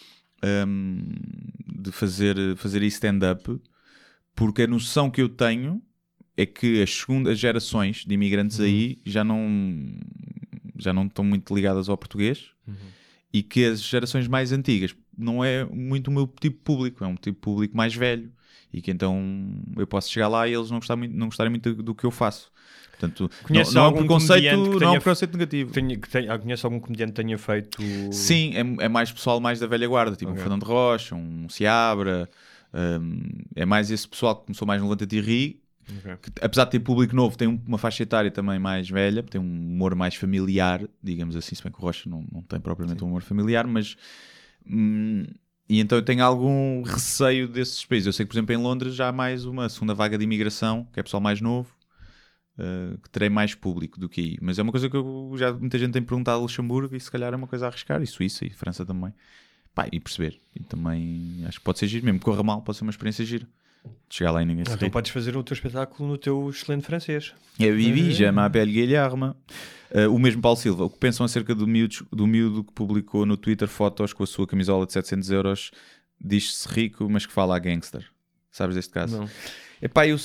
um, de fazer, fazer stand-up, porque a noção que eu tenho é que as segundas gerações de imigrantes uhum. aí já não, já não estão muito ligadas ao português uhum. e que as gerações mais antigas não é muito o meu tipo de público, é um tipo de público mais velho e que então eu posso chegar lá e eles não gostarem muito, não gostarem muito do, do que eu faço. Portanto, não, não, é um preconceito, não tenha, é um preconceito negativo. Tenha, que tenha, conhece algum comediante que tenha feito... Sim, é, é mais pessoal mais da velha guarda, tipo okay. um Fernando Rocha, um Seabra, um, é mais esse pessoal que começou mais no Levanta e Ri, okay. que, apesar de ter público novo, tem uma faixa etária também mais velha, tem um humor mais familiar, digamos assim, se bem que o Rocha não, não tem propriamente Sim. um humor familiar, mas... Hum, e então eu tenho algum receio desses países. Eu sei que, por exemplo, em Londres já há mais uma segunda vaga de imigração, que é pessoal mais novo, uh, que terei mais público do que aí. Mas é uma coisa que eu, já muita gente tem perguntado a Luxemburgo e se calhar é uma coisa a arriscar, e Suíça e França também. Pá, e perceber. E também acho que pode ser giro, mesmo que corra mal, pode ser uma experiência gira. De chegar lá e ninguém se Então podes fazer o teu espetáculo no teu excelente francês. É Vivi, já m'appelle Guilherme. Uh, o mesmo Paulo Silva, o que pensam acerca do miúdo, do miúdo que publicou no Twitter fotos com a sua camisola de setecentos euros, diz-se rico, mas que fala a gangster. Sabes deste caso? Não. Epá, eu,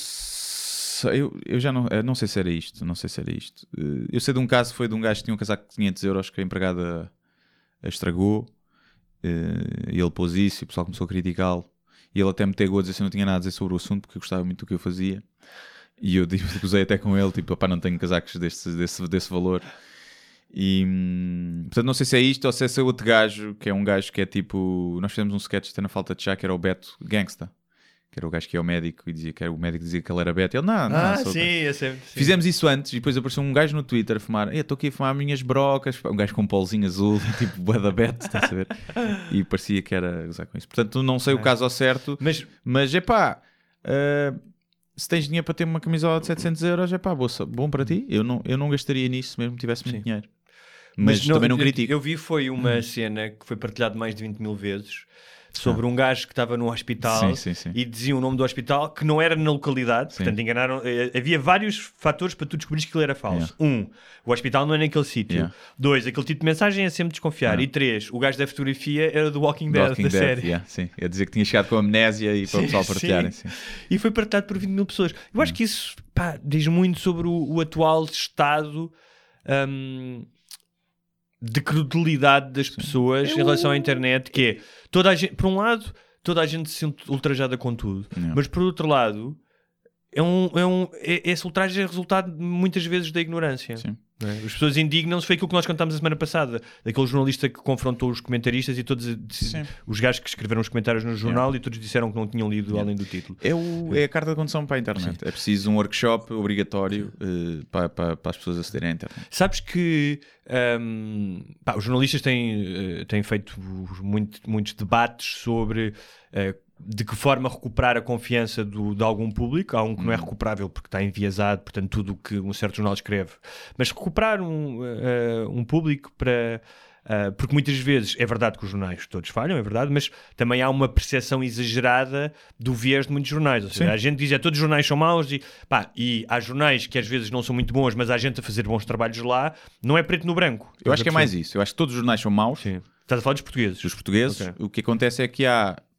eu, eu já não, eu não sei se era isto, não sei se era isto. Uh, eu sei de um caso que foi de um gajo que tinha um casaco de quinhentos euros que a empregada a estragou, uh, e ele pôs isso e o pessoal começou a criticá-lo. E ele até me pegou a dizer se eu não tinha nada a dizer sobre o assunto, porque eu gostava muito do que eu fazia. E eu gozei até com ele, tipo, opá, não tenho casacos desse, desse, desse valor. E, hum, portanto, não sei se é isto ou se é esse outro gajo, que é um gajo que é tipo... Nós fizemos um sketch até na falta de chá, que era o Beto Gangsta. Que era o gajo que é o médico e dizia que era, o médico dizia que ele era Beto. Ele, não, não. Ah, sim, é sempre, sim. Fizemos isso antes e depois apareceu um gajo no Twitter a fumar. Estou aqui a fumar minhas brocas. Um gajo com um polzinho azul, tipo bué da Beto, estás a ver? E parecia que era usar com isso. Portanto, não sei é. o caso ao certo, mas, mas é pá, uh, se tens dinheiro para ter uma camisola de setecentos euros, é pá, bom para ti. Eu não, eu não gastaria nisso mesmo que tivesse muito sim. dinheiro. Mas, mas não, também não critico. Eu vi foi uma hum. cena que foi partilhada mais de vinte mil vezes sobre ah. um gajo que estava no hospital sim, sim, sim. e dizia o nome do hospital que não era na localidade, sim. portanto enganaram. Havia vários fatores para tu descobrires que ele era falso. Yeah. Um, o hospital não é naquele sítio. Yeah. Dois, aquele tipo de mensagem é sempre desconfiar. Yeah. E três, o gajo da fotografia era do Walking Dead, Walking da Dead, série. Yeah, sim. Eu dizia que tinha chegado com amnésia e para o pessoal partilharem. Sim. Sim. E foi partilhado por vinte mil pessoas. Eu acho que isso pá, diz muito sobre o, o atual estado um, de credulidade das Sim. pessoas Eu... em relação à internet, que é, toda a gente, por um lado, toda a gente se sente ultrajada com tudo, Não. mas por outro lado, é um, é um, é, esse ultraje é resultado muitas vezes da ignorância. Sim. É? As pessoas indignam-se, foi aquilo que nós contámos a semana passada, daquele jornalista que confrontou os comentaristas e todos Sim. os gajos que escreveram os comentários no jornal yeah. e todos disseram que não tinham lido yeah. além do título. É, o, é a carta de condução para a internet. Sim. É preciso um workshop obrigatório uh, para, para, para as pessoas acederem à internet. Sabes que um, pá, os jornalistas têm, uh, têm feito muito, muitos debates sobre uh, de que forma recuperar a confiança do, de algum público. Há um que hum. não é recuperável porque está enviesado, portanto tudo o que um certo jornal escreve, mas recuperar um, uh, um público para... Uh, porque muitas vezes é verdade que os jornais todos falham, é verdade, mas também há uma percepção exagerada do viés de muitos jornais. Ou seja, Sim. a gente diz que todos os jornais são maus e, pá, e há jornais que às vezes não são muito bons, mas há gente a fazer bons trabalhos lá, não é preto no branco. Eu acho que é mais isso. Eu acho que todos os jornais são maus. Sim. Estás a falar dos portugueses? Dos portugueses. Okay. O que acontece é que há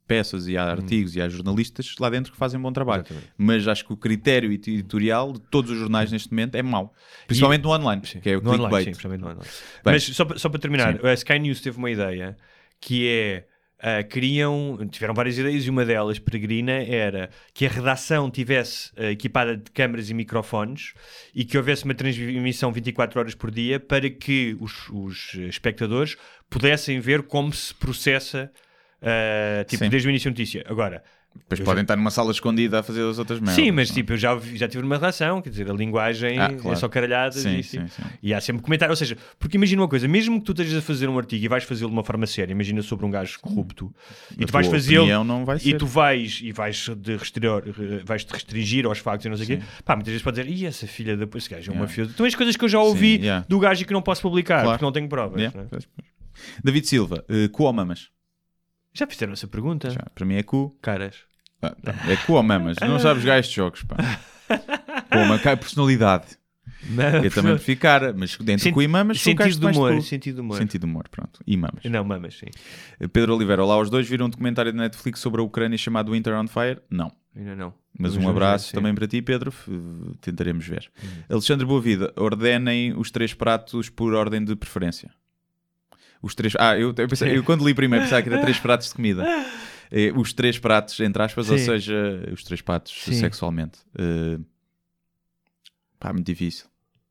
peças e há artigos hum. e há jornalistas lá dentro que fazem um bom trabalho. Exatamente. Mas acho que o critério editorial de todos os jornais neste momento é mau. Principalmente e, no online, sim, que é o no clickbait. Online, sim, principalmente no online. Bem, mas só, só para terminar, sim. a Sky News teve uma ideia que é... Uh, queriam, tiveram várias ideias e uma delas, peregrina, era que a redação tivesse uh, equipada de câmaras e microfones e que houvesse uma transmissão vinte e quatro horas por dia para que os, os espectadores pudessem ver como se processa uh, tipo, desde o início da notícia. Agora, depois podem já... estar numa sala escondida a fazer as outras merdas. Sim, mas não? tipo, eu já, já tive uma redação, quer dizer, a linguagem ah, claro. é só caralhadas sim, e, sim, sim. e há sempre comentário. Ou seja, porque imagina uma coisa, mesmo que tu estejas a fazer um artigo e vais fazê-lo de uma forma séria, imagina sobre um gajo corrupto, hum. e tu vais fazê-lo e tu vais e vais de restringir, vais te restringir aos factos e não sei o quê, pá, muitas vezes pode dizer, e essa filha depois esse gajo é um yeah. mafioso. Então as coisas que eu já ouvi sim, yeah. do gajo e que não posso publicar, claro. porque não tenho provas. Yeah. Não é? David Silva, uh, cu ou mamas? Já fizeram essa pergunta? Já. Para mim é cu. Caras. Ah, não. É cu ou mamas? Não sabes jogar estes jogos, pá. Com uma personalidade. Não, eu também prefiro cara, mas dentro Sent, cu e mamas sentido de humor, mais sentido de humor. Sentido de humor, pronto. E mamas. Não, mamas, sim. Pedro Oliveira, olá aos dois. Viram um documentário da Netflix sobre a Ucrânia chamado Winter on Fire? Não. Ainda não. Mas Vamos um abraço ver, também para ti, Pedro. Tentaremos ver. Uhum. Alexandre Boavida, ordenem os três pratos por ordem de preferência. Os três... Ah, eu, eu, pensei, eu quando li primeiro pensava que era três pratos de comida. Os três pratos, entre aspas, sim. ou seja, os três pratos sim. sexualmente. Uh... Pá, muito difícil.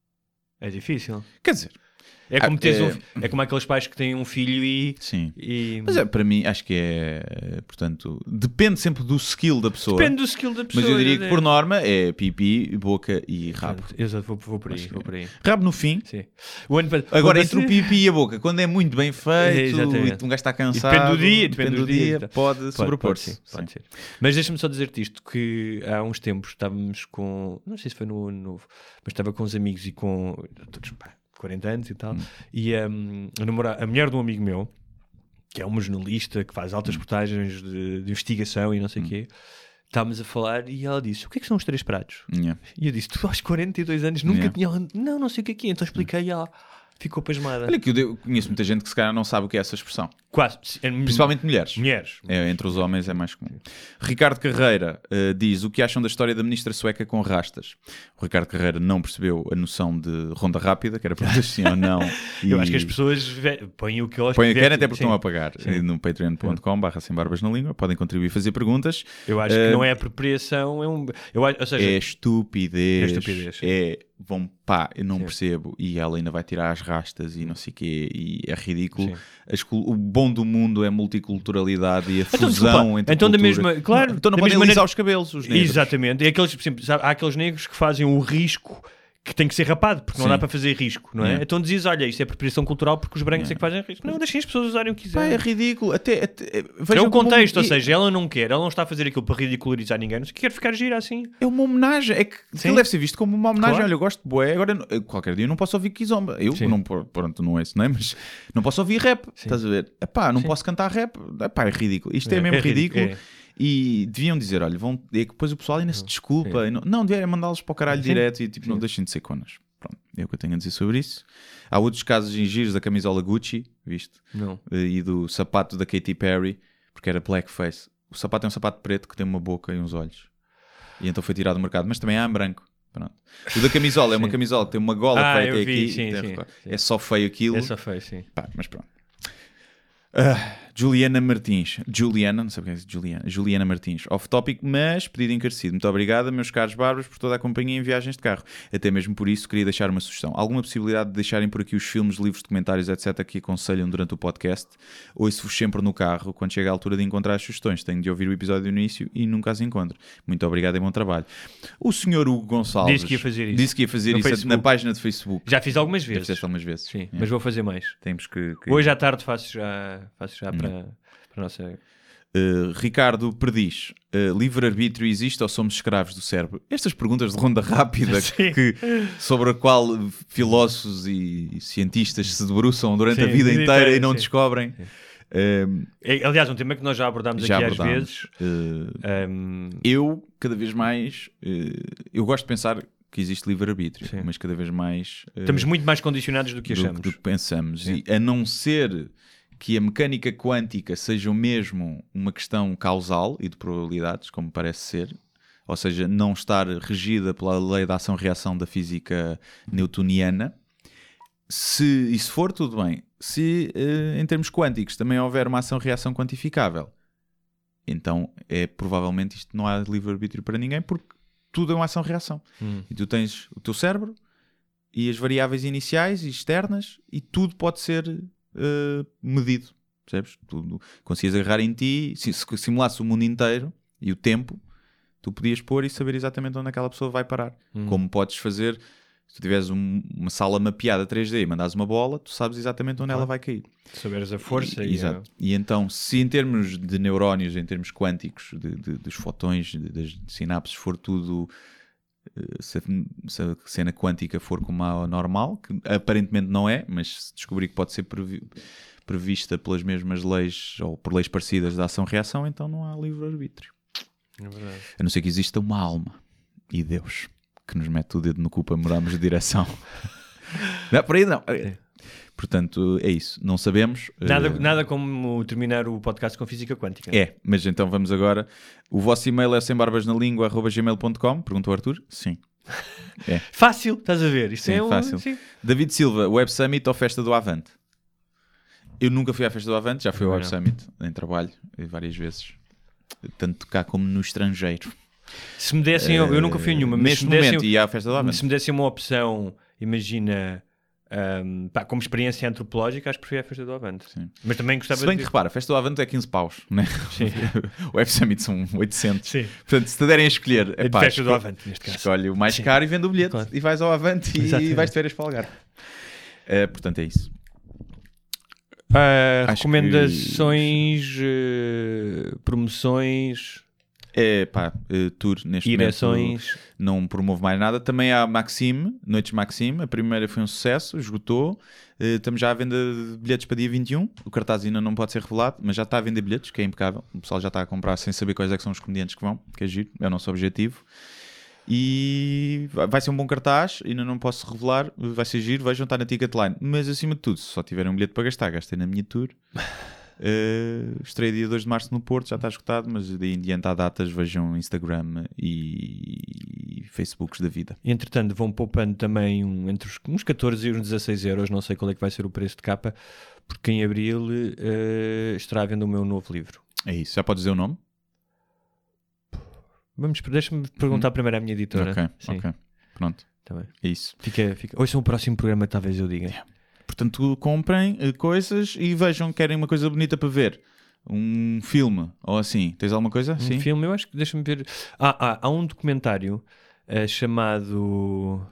É difícil. Quer dizer... É como, ah, é... Um, é como aqueles pais que têm um filho e... Sim. E... Mas é, para mim, acho que é... Portanto, depende sempre do skill da pessoa. Depende do skill da pessoa. Mas eu diria que, por norma, é pipi, boca e rabo. Exato, vou, vou, por aí, vou por aí. Rabo no fim. Sim. O ano... Agora, entre o pipi e a boca, quando é muito bem feito é, e um gajo está cansado... E depende do dia. Depende, depende do dia, dia pode, pode sobrepor-se. Pode, pode ser. Mas deixa-me só dizer-te isto, que há uns tempos estávamos com... Não sei se foi no ano novo, mas estava com uns amigos e com... Todos, pá, quarenta anos e tal, hum. e um, a, namorada, a mulher de um amigo meu, que é uma jornalista que faz altas hum. reportagens de, de investigação e não sei o hum. quê, estávamos a falar e ela disse, o que é que são os três pratos? Yeah. E eu disse, tu aos quarenta e dois anos nunca yeah. tinha... Não, não sei o que é que é, então expliquei e ela ficou pasmada. Olha que eu conheço muita gente que se calhar não sabe o que é essa expressão. Quase. Principalmente mulheres. Mulheres. É, entre os homens é mais comum. Ricardo Carreira uh, diz o que acham da história da ministra sueca com rastas. O Ricardo Carreira não percebeu a noção de ronda rápida, que era para dizer sim ou não. E... Eu acho que as pessoas põem o que elas põem, querem, até porque sim. estão a pagar. Sim. No patreon ponto com barra sem barbas na língua. Podem contribuir e fazer perguntas. Eu acho uh, que não é apropriação, é um... Eu acho, ou seja, é estupidez. É estupidez. É... Vão, pá, eu não sim. percebo. E ela ainda vai tirar as rastas e não sei o quê. E é ridículo. As, o bom do mundo é a multiculturalidade e a então, fusão desculpa, entre então cultura. Da mesma, claro, então não podem alisar os cabelos, os negros. Exatamente. E aqueles, por exemplo, sabe, há aqueles negros que fazem o risco que tem que ser rapado, porque não Sim. dá para fazer risco, não é? Yeah. Então dizes, olha, isto é apropriação cultural porque os brancos yeah. é que fazem risco. Não, deixem as pessoas usarem o que quiserem. Pá, é ridículo. Até, até, é o contexto, como... ou seja, ela não quer, ela não está a fazer aquilo para ridicularizar ninguém, não quer ficar gira assim. É uma homenagem, é que aquilo deve ser visto como uma homenagem. Claro. Olha, eu gosto de bué, agora qualquer dia eu não posso ouvir Kizomba. Eu, Sim. não, pronto, não é isso, não é? Mas não posso ouvir rap, Sim. estás a ver? Epá, não Sim. posso cantar rap. Epá, é ridículo. Isto é, é mesmo é ridículo. ridículo. É. E deviam dizer, olha, vão... e depois o pessoal ainda se desculpa. É. Não, não devia mandá-los para o caralho Sim. direto e tipo, Sim. não deixem de ser conas. Pronto, é o que eu tenho a dizer sobre isso. Há outros casos em giros da camisola Gucci, viste? Não. E do sapato da Katy Perry, porque era blackface. O sapato é um sapato preto que tem uma boca e uns olhos. E então foi tirado do mercado, mas também há em branco. Pronto. O da camisola é uma camisola que tem uma gola ah, que vai até vi, aqui. Sim, tem, sim, é só feio aquilo. É só feio, sim. Pá, mas pronto. Uh, Juliana Martins, Juliana, não sei o que é isso, Juliana, Juliana Martins, off topic, mas pedido encarecido. Muito obrigada, meus caros bárbaros, por toda a companhia em viagens de carro. Até mesmo por isso queria deixar uma sugestão. Alguma possibilidade de deixarem por aqui os filmes, livros, documentários, etcétera que aconselham durante o podcast? Ouço-vos sempre no carro, quando chega a altura de encontrar as sugestões. Tenho de ouvir o episódio do início e nunca as encontro. Muito obrigado e bom trabalho. O senhor Hugo Gonçalves disse que ia fazer isso, disse que ia fazer isso na página de Facebook. Já fiz algumas vezes. Deve ser algumas vezes. Sim, é. Mas vou fazer mais. Temos que, que... Hoje à tarde faço já, faço já hum. para, para a nossa... Uh, Ricardo Perdiz, uh, livre-arbítrio existe ou somos escravos do cérebro? Estas perguntas de ronda rápida que, sobre a qual filósofos e, e cientistas se debruçam durante sim, a vida inteira inteira, e não sim. descobrem. Um, é, aliás, um tema que nós já abordámos já aqui abordámos. às vezes. Uh, um... Eu, cada vez mais, uh, eu gosto de pensar que existe livre-arbítrio, sim. mas cada vez mais... Uh, Estamos muito mais condicionados do que achamos. Do, do que pensamos. Sim. E a não ser... que a mecânica quântica seja mesmo uma questão causal e de probabilidades, como parece ser, ou seja, não estar regida pela lei da ação-reação da física newtoniana. Se isso for, tudo bem. Se uh, em termos quânticos também houver uma ação-reação quantificável, então é provavelmente isto não há livre-arbítrio para ninguém, porque tudo é uma ação-reação. Hum. E tu tens o teu cérebro e as variáveis iniciais e externas e tudo pode ser uh, medido. Percebes? Tu conseguias agarrar em ti, se, se simulasse o mundo inteiro e o tempo, tu podias pôr e saber exatamente onde aquela pessoa vai parar. Hum. Como podes fazer, se tu tiveres um, uma sala mapeada três D e mandares uma bola, tu sabes exatamente onde ah. ela vai cair. Saberes a força. E, e exato. A... E então, se em termos de neurónios, em termos quânticos, de, de, dos fotões, de, das sinapses, for tudo... Se a, se a cena quântica for como a normal, que aparentemente não é, mas se descobrir que pode ser previ, prevista pelas mesmas leis ou por leis parecidas da ação-reação, então não há livre-arbítrio. É verdade. A não ser que exista uma alma e Deus que nos mete o dedo no cu para mudarmos de direção. Não, por aí não. É. Portanto, é isso. Não sabemos. Nada, uh... nada como terminar o podcast com física quântica. É, mas então vamos agora. O vosso e-mail é sem barbas na língua arroba gmail ponto com. Perguntou o Arthur? Sim. É. Fácil, estás a ver? Isso sim, é um... fácil. Sim. David Silva, Web Summit ou Festa do Avante? Eu nunca fui à Festa do Avante, já fui ao Web Summit em trabalho várias vezes. Tanto cá como no estrangeiro. Se me dessem, uh, eu nunca fui a nenhuma, mas neste se me dessem, momento ia à Festa do Avante. Se me dessem uma opção, imagina, um, pá, como experiência antropológica, acho que preferia a Festa do Avante. Sim. Mas também gostava se bem de... que repara, a Festa do Avante é quinze paus, né? Sim. O Web Summit são oitocentos. Sim. Portanto, se te derem a escolher, é pá, Festa escolhe, do Avante, neste caso. Escolhe o mais Sim. caro e vende o bilhete, claro. E vais ao Avante e, e vais de férias para o Algarve. Uh, portanto, é isso. Uh, recomendações, que... uh, promoções... É pá, uh, tour neste Direções. momento não promovo mais nada. Também há Maxime, Noites Maxime. A primeira foi um sucesso, esgotou. Uh, estamos já à venda de bilhetes para dia vinte e um. O cartaz ainda não pode ser revelado, mas já está a vender bilhetes, que é impecável. O pessoal já está a comprar sem saber quais é que são os comediantes que vão, que é giro, é o nosso objetivo. E vai ser um bom cartaz, ainda não posso revelar, vai ser giro, vai juntar na Ticketline. Mas acima de tudo, se só tiverem um bilhete para gastar, gastei na minha tour. Uh, estreia dia dois de março no Porto, já está esgotado, mas daí em diante há datas, vejam Instagram e Facebooks da vida. E entretanto vão poupando também um, entre os, uns catorze e uns dezasseis euros, não sei qual é que vai ser o preço de capa, porque em Abril uh, estará à venda o meu novo livro. É isso, já podes dizer o nome? Vamos, deixa-me perguntar hum. primeiro à minha editora. Ok, Sim. ok, pronto. Tá bem. É isso. Fica, fica... Ouçam o próximo programa, talvez eu diga. Yeah. Portanto, comprem uh, coisas e vejam que querem uma coisa bonita para ver. Um filme ou assim. Tens alguma coisa? Um Sim? filme, eu acho que deixa-me ver. Ah, ah, há um documentário uh, chamado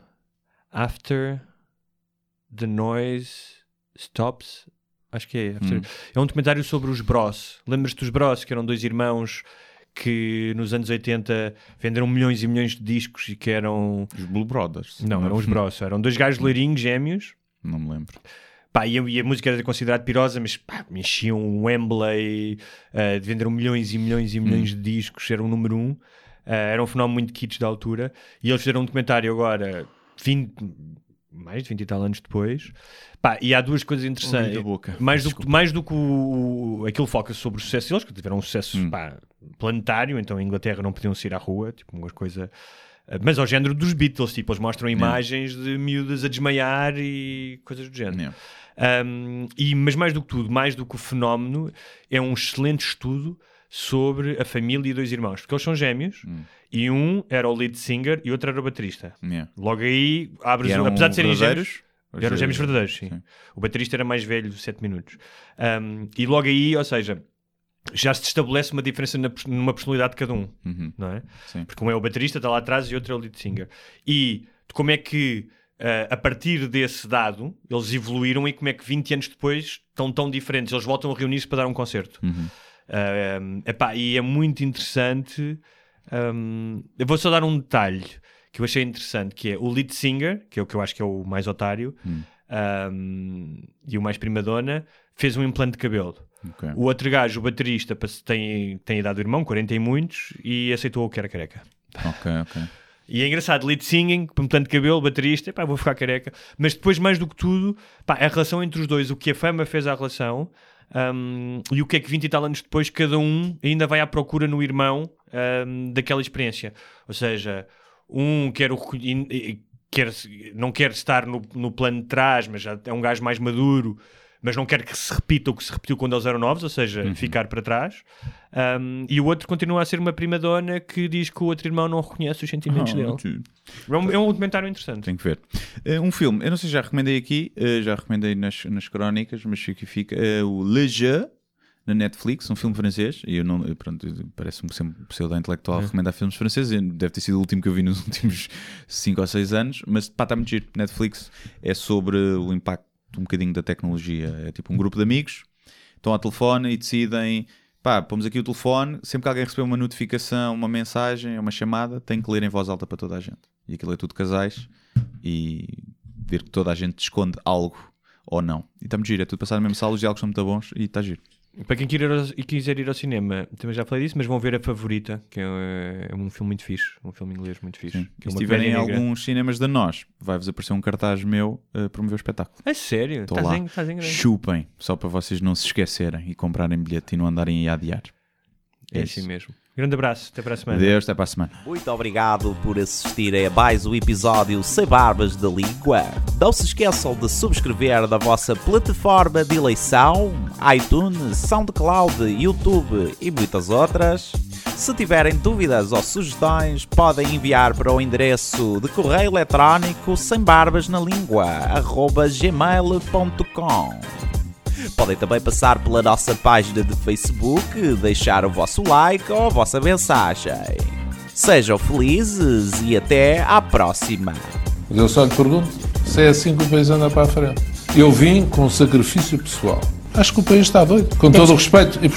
After the Noise Stops. Acho que é. After... Hum. É um documentário sobre os Bros. Lembras-te dos Bros, que eram dois irmãos que nos anos oitenta venderam milhões e milhões de discos e que eram... Os Blue Brothers. Não, não eram os Bros. Eram dois gajos loirinhos, gêmeos. Não me lembro. Pá, e, a, e a música era considerada pirosa, mas pá, me enchiam um Wembley, uh, de venderam milhões e milhões e milhões hum. de discos, era um número um. Uh, era um fenómeno muito kitsch da altura. E eles fizeram um documentário agora, vinte, mais de vinte e tal anos depois. Pá, e há duas coisas interessantes. Boca. Mais, do, mais do que o, o, aquilo foca sobre o sucesso deles, que tiveram um sucesso hum. pá, planetário, então em Inglaterra não podiam sair à rua, tipo uma coisa... Mas ao género dos Beatles, tipo, eles mostram imagens yeah. de miúdas a desmaiar e coisas do género. Yeah. Um, e, mas mais do que tudo, mais do que o fenómeno, é um excelente estudo sobre a família e dois irmãos, porque eles são gêmeos hum. e um era o lead singer e outro era o baterista. Yeah. Logo aí, abres, apesar de serem gêmeos, eram gêmeos verdadeiros, sim. sim. O baterista era mais velho, sete minutos. Um, e logo aí, ou seja... já se estabelece uma diferença na, numa personalidade de cada um, uhum. não é? Sim. Porque um é o baterista, está lá atrás, e outro é o lead singer. E como é que, uh, a partir desse dado, eles evoluíram e como é que vinte anos depois estão tão diferentes? Eles voltam a reunir-se para dar um concerto. Uhum. Uh, um, epá, e é muito interessante. Um, eu vou só dar um detalhe que eu achei interessante, que é o lead singer, que é o que eu acho que é o mais otário, uhum. um, e o mais primadona, fez um implante de cabelo. Okay. O outro gajo, o baterista, tem, tem a idade do irmão, quarenta e muitos, e aceitou que era careca. Ok, ok. E é engraçado, lead singing, implante de cabelo, baterista, pá, vou ficar careca. Mas depois, mais do que tudo, pá, a relação entre os dois, o que a fama fez à relação, Um, e o que é que vinte e tal anos depois cada um ainda vai à procura no irmão um, daquela experiência. Ou seja, um quer, o, quer não quer estar no, no plano de trás, mas já é um gajo mais maduro, mas não quer que se repita o que se repetiu quando eles eram novos, ou seja, uhum. ficar para trás. Um, e o outro continua a ser uma prima-dona que diz que o outro irmão não reconhece os sentimentos oh, dele. Tu... É, um, é um documentário interessante. Tenho que ver. Uh, um filme, eu não sei se já recomendei aqui, uh, já recomendei nas, nas crónicas, mas fica, fica uh, o Le Jeu, na Netflix, um filme francês. E eu não, pronto, parece-me sempre pseudo-intelectual é. recomendar filmes franceses. Deve ter sido o último que eu vi nos últimos cinco ou seis anos, mas pá, está muito giro. Netflix é sobre o impacto um bocadinho da tecnologia. É tipo um grupo de amigos, estão ao telefone e decidem, pá, pomos aqui o telefone, sempre que alguém receber uma notificação, uma mensagem, uma chamada, tem que ler em voz alta para toda a gente. E aquilo é tudo casais e ver que toda a gente esconde algo ou não. E está muito giro, é tudo passar na mesma sala, os diálogos são muito bons e está giro. Para quem quiser ir, ao, quiser ir ao cinema, também já falei disso, mas vão ver A Favorita, que é, é um filme muito fixe, um filme inglês muito fixe. Sim. É se estiverem em alguns cinemas da Nós, vai-vos aparecer um cartaz meu a promover o espetáculo. É sério? Estou lá. Em, em Chupem, só para vocês não se esquecerem e comprarem bilhete e não andarem a adiar. É, é assim mesmo. Grande abraço, até para a semana. Adeus, até para a semana. Muito obrigado por assistirem a mais um episódio Sem Barbas da Língua. Não se esqueçam de subscrever na vossa plataforma de eleição, iTunes, SoundCloud, YouTube e muitas outras. Se tiverem dúvidas ou sugestões, podem enviar para o endereço de correio eletrónico sem barbas na língua arroba gmail ponto com. Podem também passar pela nossa página de Facebook, deixar o vosso like ou a vossa mensagem. Sejam felizes e até à próxima. Mas eu só lhe pergunto se é assim que o país anda para a frente. Eu vim com sacrifício pessoal. Acho que o país está doido, com todo o respeito.